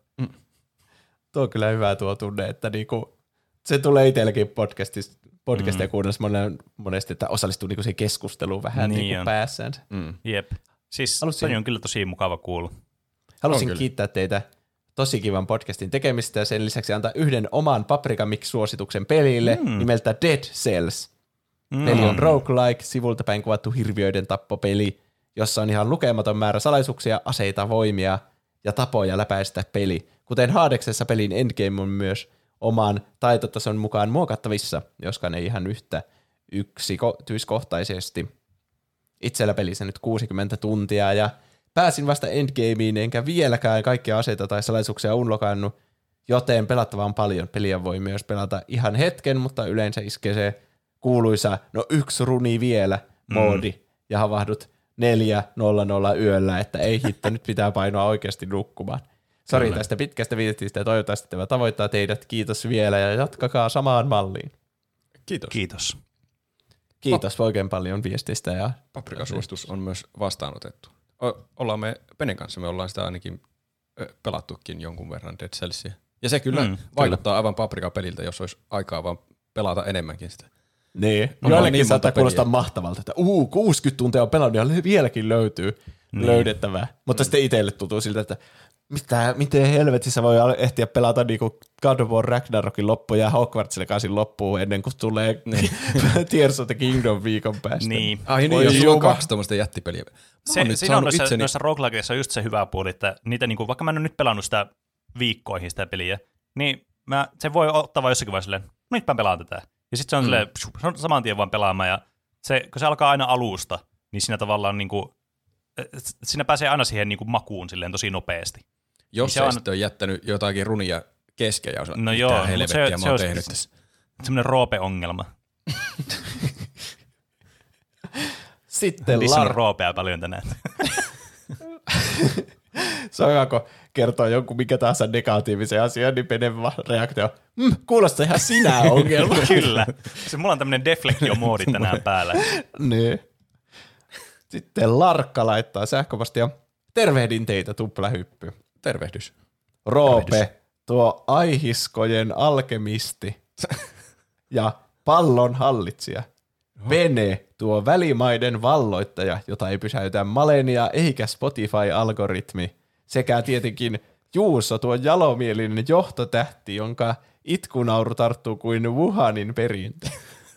Tuo on kyllä hyvä tuo tunne, että niinku, se tulee itselläkin podcastista, podcastia mm. kuunnellessa monesti, että osallistuu niinku siihen keskusteluun vähän Niin niinku on. päässäänsä. Mm. jep. Siis Halusin- se on kyllä tosi mukava kuulla. Halusin kyllä. kiittää teitä tosi kivan podcastin tekemistä ja sen lisäksi antaa yhden oman Paprika Mix-suosituksen pelille mm. nimeltä Dead Cells. Mm. Peli on roguelike, sivulta päin kuvattu hirviöiden tappopeli, jossa on ihan lukematon määrä salaisuuksia, aseita, voimia ja tapoja läpäistä peli. Kuten Hadeksessa pelin endgame on myös oman taitotason mukaan muokattavissa, joskaan ei ihan yhtä yksityiskohtaisesti. Itsellä pelissä nyt kuusikymmentä tuntia ja pääsin vasta endgameen, enkä vieläkään kaikkia aseita tai salaisuuksia unlockannut, joten pelattavaa on paljon. Peliä voi myös pelata ihan hetken, mutta yleensä iskee se kuuluisa, no yksi runi vielä, moodi, mm. ja havahdut neljä nolla nolla yöllä, että ei hitto, nyt pitää painoa oikeasti nukkumaan. Sori tästä pitkästä viestistä ja toivottavasti tämä tavoittaa teidät. Kiitos vielä ja jatkakaa samaan malliin. Kiitos. Kiitos. Kiitos oikein paljon viestistä. Ja Paprikasuositus on myös vastaanotettu. O- ollaan me Penen kanssa, me ollaan sitä ainakin ö, pelattukin jonkun verran Dead Cellsia. Ja se kyllä mm, vaikuttaa kyllä. aivan Paprika-peliltä, jos olisi aikaa vaan pelata enemmänkin sitä. Niin, joillekin niin saattaa kuulostaa mahtavalta, että uu, kuusikymmentä tuntia on pelannut ja vieläkin löytyy niin. löydettävää. Mutta mm. sitten itselle tuntuu siltä, että mitä, miten helvetissä voi ehtiä pelata niinku God of War Ragnarokin loppuun ja Hogwarts Legacyn loppuun ennen kuin tulee niin. Tears of the Kingdom viikon päästä. Niin. Ai niin, jos sulla on kaksi tuommoista jättipeliä. Se, siinä on noissa, itseni... noissa roguelikeissa just se hyvä puoli, että niitä, niinku, vaikka mä en ole nyt pelannut sitä viikkoihin sitä peliä, niin mä, se voi ottaa vaan jossakin vaiheessa silleen, no nyt mä pelaan tätä. Ja sitten se on mm. silleen, se on saman tien vaan pelaamaan, ja se, kun se alkaa aina alusta, niin siinä tavallaan niinku, siinä pääsee aina siihen niinku makuun silleen tosi nopeasti. Jos se ei on... sitten ole jättänyt jotakin runia kesken ja osaa, no joo, helvettiä se, mä se oon tehnyt tässä. Semmoinen roope-ongelma. Sitten Lissun Lar... roopea paljon tänään. Se on hyvä, kun kertoo jonkun mikä tahansa negatiivisen asian, niin Penen reaktio mm, kuulostaa ihan sinä ongelma. Kyllä. Se, mulla on tämmöinen deflektio-moodi tänään päällä. Niin. Sitten Larkka laittaa sähköpostia. Tervehdin teitä, tuplahyppy. Tervehdys. Roope, Tervehdys. tuo aihiskojen alkemisti ja pallon hallitsija. Pene, tuo välimaiden valloittaja, jota ei pysäytä Malenia eikä Spotify-algoritmi. Sekä tietenkin Juuso, tuo jalomielinen johtotähti, jonka itkunauru tarttuu kuin Wuhanin perintö.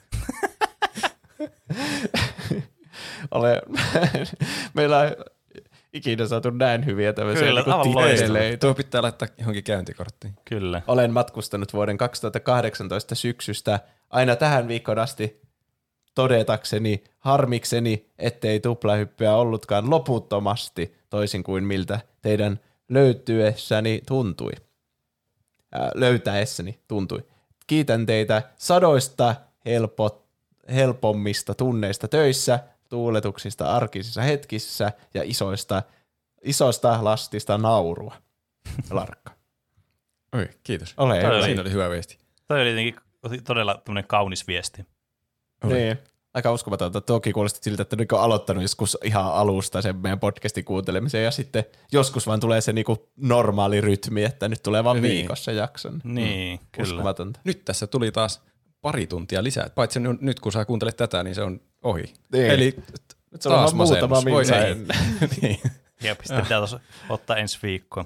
Ole, meillä on ikinä saatu näin hyviä tämmöisiä Kyllä, niin tuo pitää laittaa johonkin käyntikorttiin. Kyllä. Olen matkustanut vuoden kaksituhattakahdeksantoista syksystä aina tähän viikkoon asti todetakseni, harmikseni, ettei tuplahyppyä ollutkaan loputtomasti, toisin kuin miltä teidän löytyessäni tuntui. Ää, löytäessäni tuntui. Kiitän teitä sadoista helpot, helpommista tunneista töissä, tuuletuksista arkisissa hetkissä ja isoista, isosta lastista naurua. Larkka. Oi, kiitos. Ole Toi hyvä. oli- Siinä oli hyvä viesti. Toi oli jotenkin todella tämmöinen kaunis viesti. Niin. Aika uskomatonta. Toki kuulosti siltä, että nyt on aloittanut joskus ihan alusta sen meidän podcastin kuuntelemisen ja sitten joskus vaan tulee se niinku normaali rytmi, että nyt tulee vaan Niin. viikossa jakson. Niin, mm, kyllä. Uskomatonta. Nyt tässä tuli taas pari tuntia lisää. Paitsi nu- nyt kun sä kuuntelet tätä, niin se on ohi. Niin. Eli Nyt se on vaan muutama masennus. Voi minsa ei. ennen. niin. Jep, sitten pitää tos ottaa ensi viikkoa.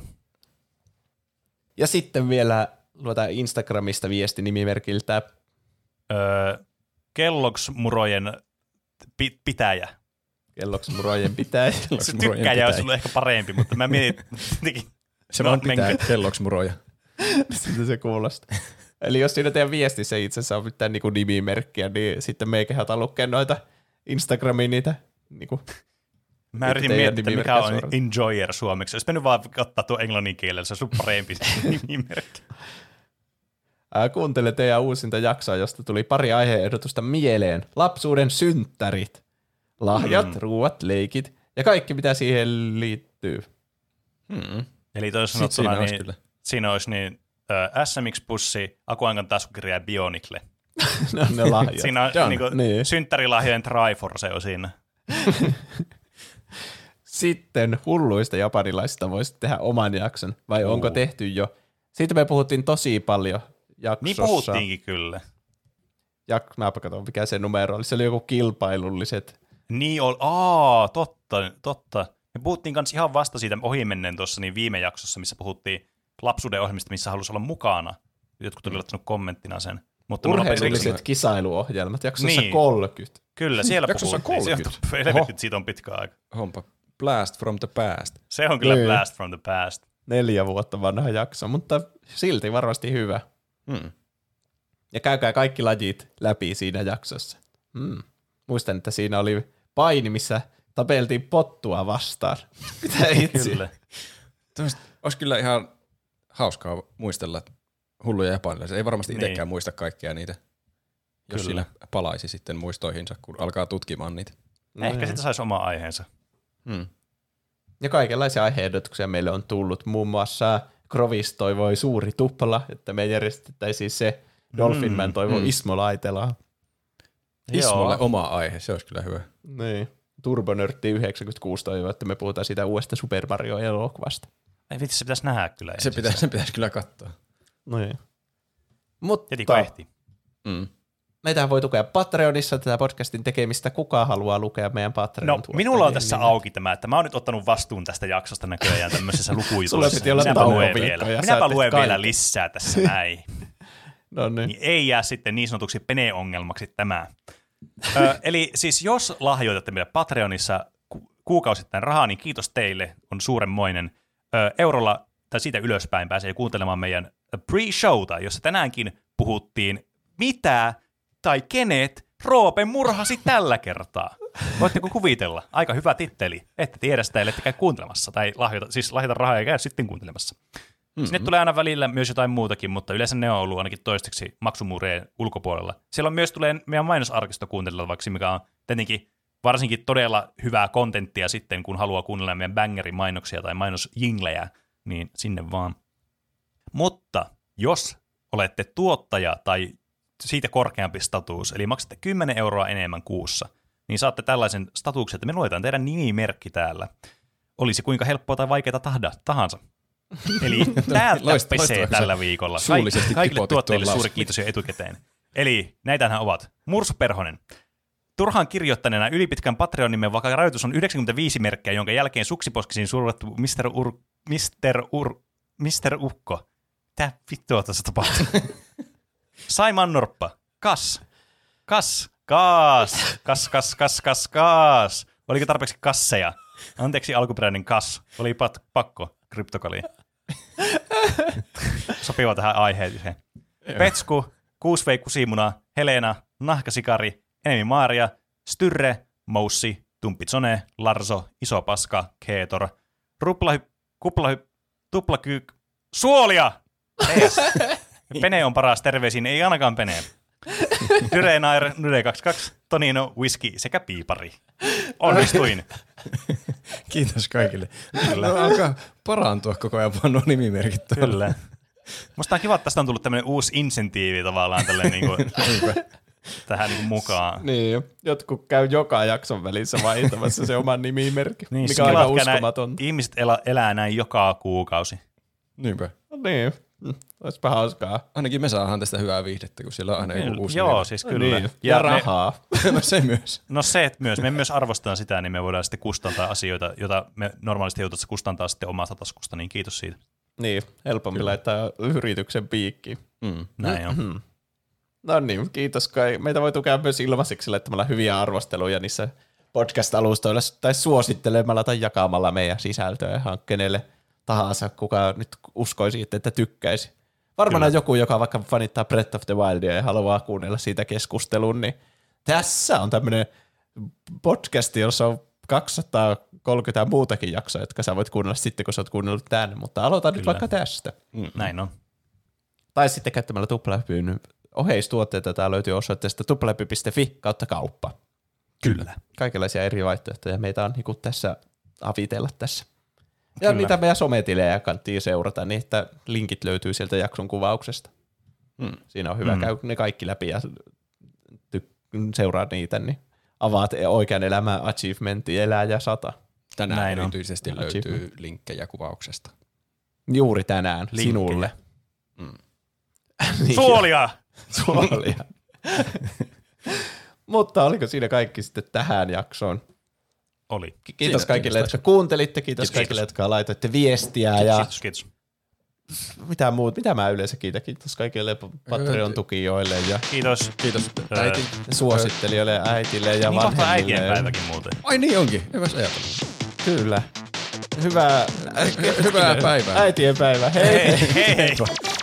Ja sitten vielä luotaan Instagramista viesti nimimerkiltä. Öö, Kellogg's-murojen pi- pitäjä. Kelloksi murojen pitää. Se Kellogg's-murojen tykkäjä pitäjä. olisi ollut ehkä parempi, mutta mä mietin jotenkin. Se No, vaan pitää menkö? kelloksi muroja. Siltä se kuulostaa. Eli jos siinä teidän viestissä itse asiassa on mitään niin nimimerkkiä, niin sitten meikä halutaan lukea noita Instagramiin niitä niin kuin Mä yritin teidän miettiä, että mikä nimimerkkiä on suoraan. enjoyer suomeksi. Olisi mennyt vaan ottaa tuo englannin kielellä, se on sun parempi nimimerkki. Ää, kuuntele teidän uusinta jaksoa, josta tuli pari aihe-ehdotusta mieleen. Lapsuuden synttärit, lahjat, mm. ruuat, leikit ja kaikki, mitä siihen liittyy. Hmm. Eli toisin Sit siinä sanottuna, olisi niin, kyllä. siinä olisi niin, ö, S M X-pussi, Akuankan taskukirja ja Bionicle. Ne on ne lahjat. Siinä on Done. niin kuin, Niin. synttärilahjojen Triforce on siinä. Sitten hulluista japanilaisista voisi tehdä oman jakson, vai Uu. onko tehty jo? Siitä me puhuttiin tosi paljon jaksossa. Niin puhuttiinkin kyllä. Jak- Mäpä katson, mikä se numero oli. Se oli joku kilpailulliset. Niin oli, aa, totta, totta. Me puhuttiin kanssa ihan vasta siitä ohimennen tuossa niin viime jaksossa, missä puhuttiin lapsuuden ohjelmista, missä halusi olla mukana. Jotkut oli laittanut kommenttina sen. Mutta mä lopetin- Urheilulliset kisailuohjelmat, jaksossa Niin. kolmekymmentä. Kyllä, siellä Jaksossa puhuttiin. kolmekymmentä. Sieltä, helvetti, siitä on pitkä aika. Hompa. Blast from the past. Se on kyllä Niin. blast from the past. Neljä vuotta vanha jakso, mutta silti varmasti hyvä. Hmm. Ja käykää kaikki lajit läpi siinä jaksossa. Hmm. Muistan, että siinä oli paini, missä tapeltiin pottua vastaan. Mitä itse? Kyllä. Tämmöistä olisi kyllä ihan hauskaa muistella hulluja japanilaisia. Ei varmasti itsekään Niin. muista kaikkia niitä, jos Kyllä. siinä palaisi sitten muistoihinsa, kun alkaa tutkimaan niitä. No Ehkä niin. sitä saisi oma aiheensa. Hmm. Ja kaikenlaisia aihe-ehdotuksia meille on tullut. Muun muassa Krovis toivoi suuri tupla, että me järjestettäisiin se. Dolphin Man toivoi mm. Ismo Laitelaa. Ismolle Joo. oma aihe, se olisi kyllä hyvä. Niin. Turbonörtti yhdeksänkymmentäkuusi toivoi, että me puhutaan siitä uudesta Super Mario-elokuvasta. Ei vitsi, se pitäisi nähdä kyllä. Se ensin. pitäisi, se pitäisi kyllä katsoa. Niin. Mutta Heti kun ehtii. Mm. meitä voi tukea Patreonissa tätä podcastin tekemistä. Kuka haluaa lukea meidän Patreon No, minulla on tässä auki tämä, että mä oon nyt ottanut vastuun tästä jaksosta näköjään tämmöisessä lukujutussa. Sulla piti olla Minäpä luen taukoviikko vielä. ja sä Minäpä teet luen vielä kaiken. lisää tässä näin. No niin. Niin ei jää sitten niin sanotuksi pene-ongelmaksi tämä. Ö, eli siis jos lahjoitatte meille Patreonissa ku- kuukausittain rahaa, niin kiitos teille, on suuremmoinen. Ö, eurolla tai siitä ylöspäin pääsee kuuntelemaan meidän pre-showta, jossa tänäänkin puhuttiin mitä tai kenet Roope murhasi tällä kertaa. Voitteko kuvitella? Aika hyvä titteli. Ette tiedä sitä, ellette käy kuuntelemassa. Tai lahjoita, siis lahjoita rahaa ja käy sitten kuuntelemassa. Mm-hmm. Sinne tulee aina välillä myös jotain muutakin, mutta yleensä ne on ollut ainakin toistaiseksi maksumuureen ulkopuolella. Siellä on myös tulee meidän mainosarkisto kuuntelevaksi, mikä on tietenkin varsinkin todella hyvää kontenttia sitten, kun haluaa kuunnella meidän bangerin mainoksia tai mainosjinglejä, niin sinne vaan. Mutta jos olette tuottaja tai siitä korkeampi status, eli maksatte kymmenen euroa enemmän kuussa, niin saatte tällaisen statuksen, että me luetaan teidän nimimerkki täällä. Olisi kuinka helppoa tai vaikeaa tahda, tahansa. Eli täältä Loist- pesee loistavaa, kun tällä sä viikolla. suullisesti Kaik- kaikille tipotit tuottajille tuon suuri lauseen. kiitos jo etukäteen. Eli näitähän ovat Mursu Perhonen. Turhaan kirjoittaneena ylipitkän Patreonimme, vaikka rajoitus on yhdeksänkymmentäviisi merkkiä, jonka jälkeen suksiposkisiin survattu mister Ur... mister Ur... mister Ukko. Tää vittua tässä tapahtuu. Saiman Norppa. Kas. Kas. Kaas. Kas, kas, kas, kas, kas. Oliko tarpeeksi kasseja? Anteeksi alkuperäinen kas. Oli pat- pakko. Kryptokali. Sopiva tähän aiheeseen. Petsku, Kuusveikku Siimuna, Helena, Nahkasikari, Enemi Maaria, Styrre, Moussi, Tumpitsone, Larso, Iso Paska, Keetor, Ruplahy, Kuplahy, Tuplakyk, Suolia! Ees. Pene on paras, terveisiin, ei ainakaan Pene. Dyre Nair, Dyre kaksikymmentäkaksi, Tonino, Whisky sekä Piipari. Onnistuin. Kiitos kaikille. Kyllä. No, alkaa parantua koko ajan vaan nuo nimimerkit tuolla. Kyllä. Musta on kiva, että tästä on tullut tämmöinen uusi insentiivi tavallaan tälleen niinku, tähän niinku mukaan. Niin, jotkut käy joka jakson välissä vaihtamassa se oman nimimerkki, Niin, mikä on aika kelatkaa näin- uskomatonta. Ihmiset elä, elää näin joka kuukausi. Niinpä. No niin, mm, olisipa hauskaa. Ainakin me saadaan tästä hyvää viihdettä, kun siellä on aina joku uusi Joo, nimi. siis kyllä. Niin. Ja, ja me, rahaa. No se myös. no se, että myös, me myös arvostetaan sitä, niin me voidaan sitten kustantaa asioita, joita me normaalisti joutuisi kustantaa sitten omasta taskusta, niin kiitos siitä. Niin, helpompi kyllä laittaa yrityksen piikkiin. Mm. Näin on. Mm-hmm. No niin, kiitos. Kai. Meitä voi tukea myös ilmaiseksi laittamalla hyviä arvosteluja niissä podcast-alustoilla tai suosittelemalla tai jakamalla meidän sisältöä hankkeneelle tahansa, kuka nyt uskoisi, että, että tykkäisi. Varmaan Kyllä. joku, joka vaikka fanittaa Breath of the Wildia ja haluaa kuunnella siitä keskustelun, niin tässä on tämmöinen podcast, jossa on kaksisataakolmekymmentä muutakin jaksoa, jotka sä voit kuunnella sitten, kun sä oot kuunnellut tämän, mutta aloita nyt Kyllä. vaikka tästä. Mm. Näin on. Tai sitten käyttämällä tuplahypyn oheistuotteita, tää löytyy osoitteesta tuplahypy piste fi kautta kauppa. Kyllä. Kaikenlaisia eri vaihtoehtoja meitä on niin tässä avitella tässä. Ja Kyllä. niitä meidän sometilejä kannattiin seurata, niin että linkit löytyy sieltä jakson kuvauksesta. Mm. Siinä on hyvä, Mm. käy ne kaikki läpi ja ty- seuraa niitä, niin avaat oikean elämän achievementti elää ja sata. Tänään Näin on. erityisesti löytyy Achievement. linkkejä kuvauksesta. Juuri tänään Linkkejä. sinulle. Mm. Niin, Suolia! Suolia. Mutta oliko siinä kaikki sitten tähän jaksoon? Oli. Kiitos Siinä, kaikille, kiitos. jotka kuuntelitte. Kiitos, Kiitos. kaikille, jotka laitoitte viestiä. Ja Kiitos, kiitos. mitä muut, mitä mä yleensä kiitän. Kiitos kaikille Patreon-tukijoille ja Kiitos. Kiitos Öö, äiti. suosittelijoille ja äitille ja Niin kohta vanhemmille. äitienpäiväkin muuten. Ai niin onkin, en mä ajatellut. Kyllä. Hyvää, Hyvää päivää. äitienpäivää. Hei. Hei hei!